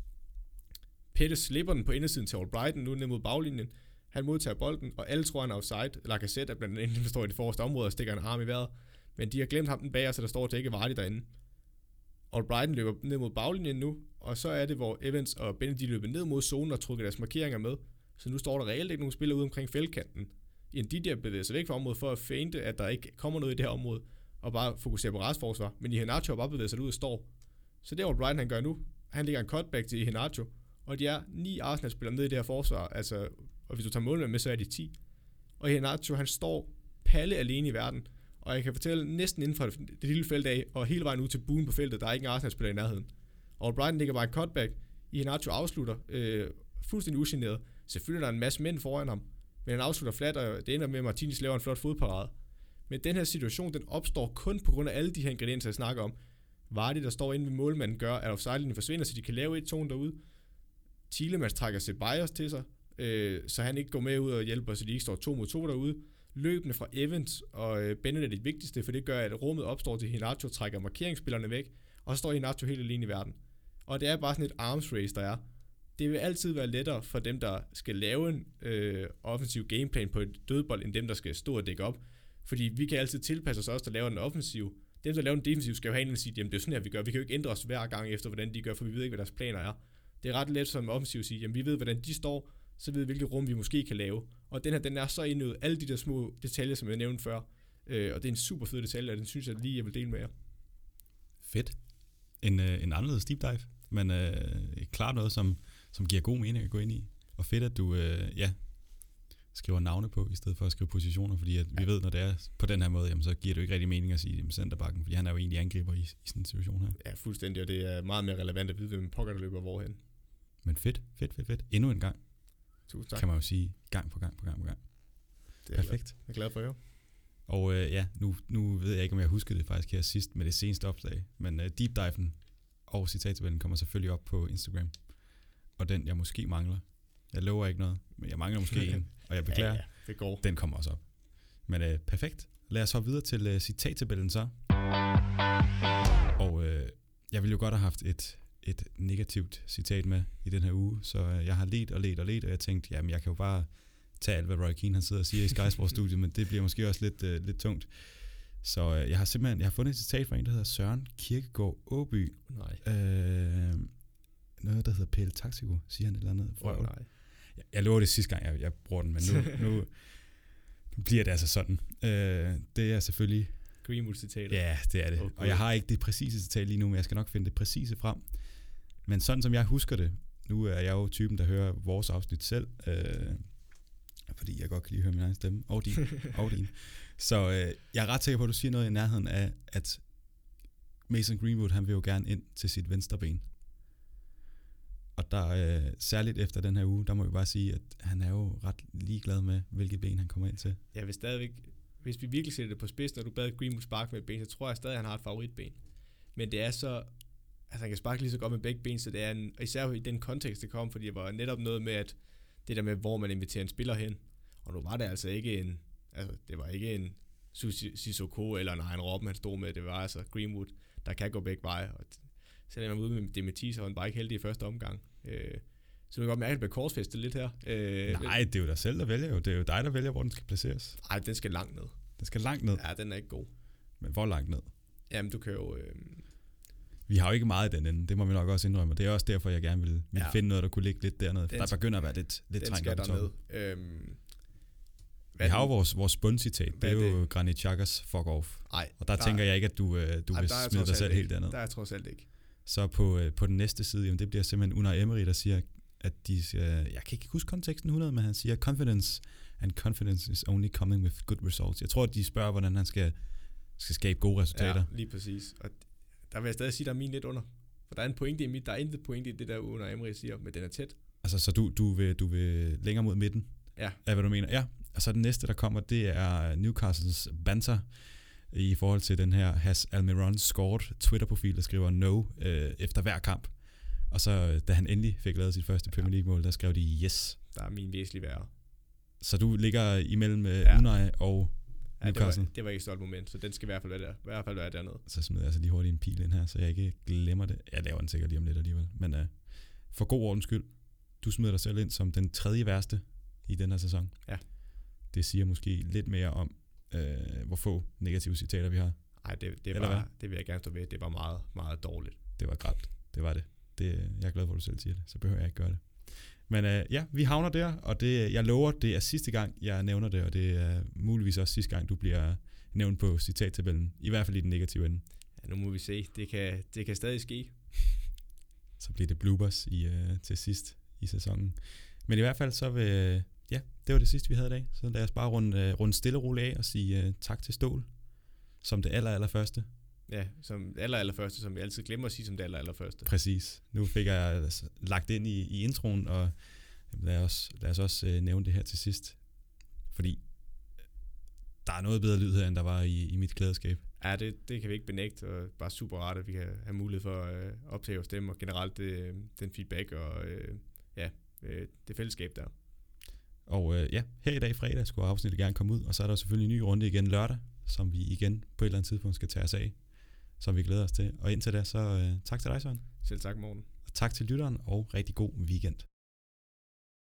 Pettis slipper den på indersiden til Albrighton, nu ned mod baglinjen. Han modtager bolden, og alle tror, han er offside. Lacazette er blandt andet der står i det forreste område og stikker en arm i vejret. Men de har glemt ham den bag, så der står til ikke Vardy derinde. Albrighton løber ned mod baglinjen nu, og så er det, hvor Evans og Bennett løber ned mod zonen og trykker deres markeringer med. Så nu står der reelt ikke nogen spillere ude omkring feltkanten. Ndidi bevæger sig væk fra området for at feinte, at der ikke kommer noget i det her område, og bare fokusere på restforsvar. Men Iheanacho har bare bevæget sig ud og står. Så det Albrighton han gør nu, han lægger en cutback til Iheanacho, og de er 9 Arsenal-spillere nede i det her forsvar, altså, og hvis du tager målmænd med, så er de 10. Og Iheanacho, han står palle alene i verden, og jeg kan fortælle næsten inden for det lille felt af, og hele vejen ud til buen på feltet, der er ikke en Arsenal-spiller i nærheden. Og Albrighton ligger bare en cutback, Iheanacho afslutter, fuldstændig ugeneret. Selvfølgelig er der en masse mænd foran ham, men han afslutter flat, og det ender med, at Martinez laver en flot fodparade. Men den her situation, den opstår kun på grund af alle de her ingredienser, jeg snakker om. Vardy, der står inde ved målmanden, gør, at offside-linjen forsvinder, så de kan lave 1-2 derude. Tielemans trækker Ceballos til sig, så han ikke går med ud og hjælper, så de ikke står 2 mod 2 derude. Løbende fra Evans og Bennett er det vigtigste, for det gør, at rummet opstår til Iheanacho, trækker markeringsspillerne væk, og så står Iheanacho helt alene i verden. Og det er bare sådan et arms race, der er. Det vil altid være lettere for dem, der skal lave en offensiv gameplan på et dødbold, end dem, der skal stå og dække op. Fordi vi kan altid tilpasse os også, der laver den offensiv. Dem, der laver den defensiv, skal jo have en og sige, jamen det er sådan her, vi gør. Vi kan jo ikke ændre os hver gang efter, hvordan de gør, for vi ved ikke, hvad deres planer er. Det er ret let som offensiv at sige, jamen vi ved, hvordan de står, så ved vi, hvilket rum vi måske kan lave. Og den her, den er så indøvet alle de der små detaljer, som jeg nævnte før. Og det er en super fed detalje, og den synes jeg lige, jeg vil dele med jer. Fedt. En anderledes deep dive, men klart noget, som giver god mening at gå ind i. Og fedt, at du skriver navne på, i stedet for at skrive positioner, fordi at vi ved, når det er på den her måde, jamen, så giver det jo ikke rigtig mening at sige det med centerbacken, fordi han er jo egentlig angriber i sådan en situation her. Ja, fuldstændig, og det er meget mere relevant at vide, hvem pokker der løber hvorhen. Men fedt. Endnu en gang. Tusind tak. Kan man jo sige, gang på gang. Det er perfekt. Jeg er glad for at høre. Og nu ved jeg ikke, om jeg husker det faktisk her sidst med det seneste opslag, men deep diven og citattabellen kommer selvfølgelig op på Instagram. Og den, jeg måske mangler, jeg lover ikke noget, men jeg mangler måske en, og jeg beklager, ja, det går. Den kommer også op. Men perfekt. Lad os hoppe videre til citattabellen så. Og jeg ville jo godt have haft et negativt citat med i den her uge, så jeg har ledt, og jeg tænkte, jamen jeg kan jo bare tage alt, hvad Roy Keane han sidder og siger i Sky Sports studiet, men det bliver måske også lidt tungt. Så jeg har fundet et citat fra en, der hedder Søren Kierkegaard Åby. Nej. Noget, der hedder Pelle Taxico, siger han et eller andet. Nej. Jeg lover det sidste gang, jeg bruger den, men nu bliver det altså sådan. Det er selvfølgelig... Greenwood-citatet. Ja, det er det. Okay. Og jeg har ikke det præcise citat lige nu, men jeg skal nok finde det præcise frem. Men sådan som jeg husker det, nu er jeg jo typen, der hører vores afsnit selv, fordi jeg godt kan lige høre min egen stemme, og din. Så jeg er ret sikker på, at du siger noget i nærheden af, at Mason Greenwood, han vil jo gerne ind til sit venstre ben. Og der særligt efter den her uge, der må vi bare sige, at han er jo ret ligeglad med, hvilket ben han kommer ind til. Jeg vil stadigvæk, hvis vi virkelig sætter det på spids, når du bad Greenwood sparke med et ben, så tror jeg stadig, at han har et favoritben. Men det er så, altså han kan sparke lige så godt med begge ben, så det er især i den kontekst, det kom, fordi det var netop noget med, at det der med, hvor man inviterer en spiller hen, og nu var det altså ikke det var ikke en Sissoko eller en Arjen Robben, han stod med, det var altså Greenwood, der kan gå begge veje, og selvom man var ude med Demetis, og han var ikke heldig i første omgang. Så du kan godt mærke, at det bliver korsfæstet lidt her. Nej, det er jo dig selv, der vælger jo. Det er jo dig, der vælger, hvor den skal placeres. Nej, den skal langt ned. Den skal langt ned? Ja, den er ikke god. Men hvor langt ned? Jamen, du kan jo... Vi har jo ikke meget i den ende, det må vi nok også indrømme. Det er også derfor, jeg gerne vil finde noget, der kunne ligge lidt dernede. For der begynder at være lidt trængt op i toppen. Vi har jo vores bundcitat, det er jo Granit Xhakas fuck off. Ej, og der tænker jeg ikke, at du vil smide dig selv helt dernede. Der er jeg trods alt ikke. Så på den næste side, jamen, det bliver simpelthen Unai Emery, der siger, at de skal, jeg kan ikke huske konteksten 100, men han siger, confidence is only coming with good results. Jeg tror, at de spørger, hvordan han skal skabe gode resultater. Ja, lige præcis. Og der vil jeg stadig sige, der er min lidt under. For der er en pointe i mit, der er intet pointe i det der, Unai Emery siger, men den er tæt. Altså, så du vil længere mod midten? Ja. Er hvad du mener? Ja. Og så den næste, der kommer, det er Newcastles banter i forhold til den her Has Almiron scored Twitter-profil, der skriver no efter hver kamp. Og så da han endelig fik lavet sit første Premier League-mål, der skrev de yes. Der er min væsentlige værre. Så du ligger imellem Unai og Newcastle. Det var ikke et stolt moment, så den skal i hvert fald være dernede. Så smider jeg altså lige hurtigt en pil ind her, så jeg ikke glemmer det. Jeg laver den sikkert lige om lidt alligevel. Men for god ordens skyld, du smider dig selv ind som den tredje værste i den her sæson. Ja. Det siger måske lidt mere om, hvor få negative citater vi har. Nej, det vil jeg gerne stå ved. Det var meget, meget dårligt. Det var grelt. Det var det. Jeg er glad for, at du selv siger det. Så behøver jeg ikke gøre det. Men ja, vi havner der, og jeg lover, det er sidste gang, jeg nævner det, og det er muligvis også sidste gang, du bliver nævnt på citattabellen. I hvert fald i den negative ende. Ja, nu må vi se. Det kan stadig ske. Så bliver det bloopers til sidst i sæsonen. Men i hvert fald så vil... Ja, det var det sidste, vi havde i dag. Så lad os bare runde stille og roligt af og sige tak til Stål, som det allerførste. Ja, som allerførste, som vi altid glemmer at sige som det allerførste. Præcis. Nu fik jeg lagt ind i introen, og lad os også nævne det her til sidst. Fordi der er noget bedre lyd her, end der var i mit klædeskab. Ja, det kan vi ikke benægte, og bare super rart, at vi kan have mulighed for at optage vores stemme, og generelt den feedback og det fællesskab der. Og her i dag fredag skulle afsnittet gerne komme ud, og så er der selvfølgelig en ny runde igen lørdag, som vi igen på et eller andet tidspunkt skal tage os af, som vi glæder os til. Og indtil da, så tak til dig, Søren. Selv tak, Morten. Og tak til lytteren, og rigtig god weekend.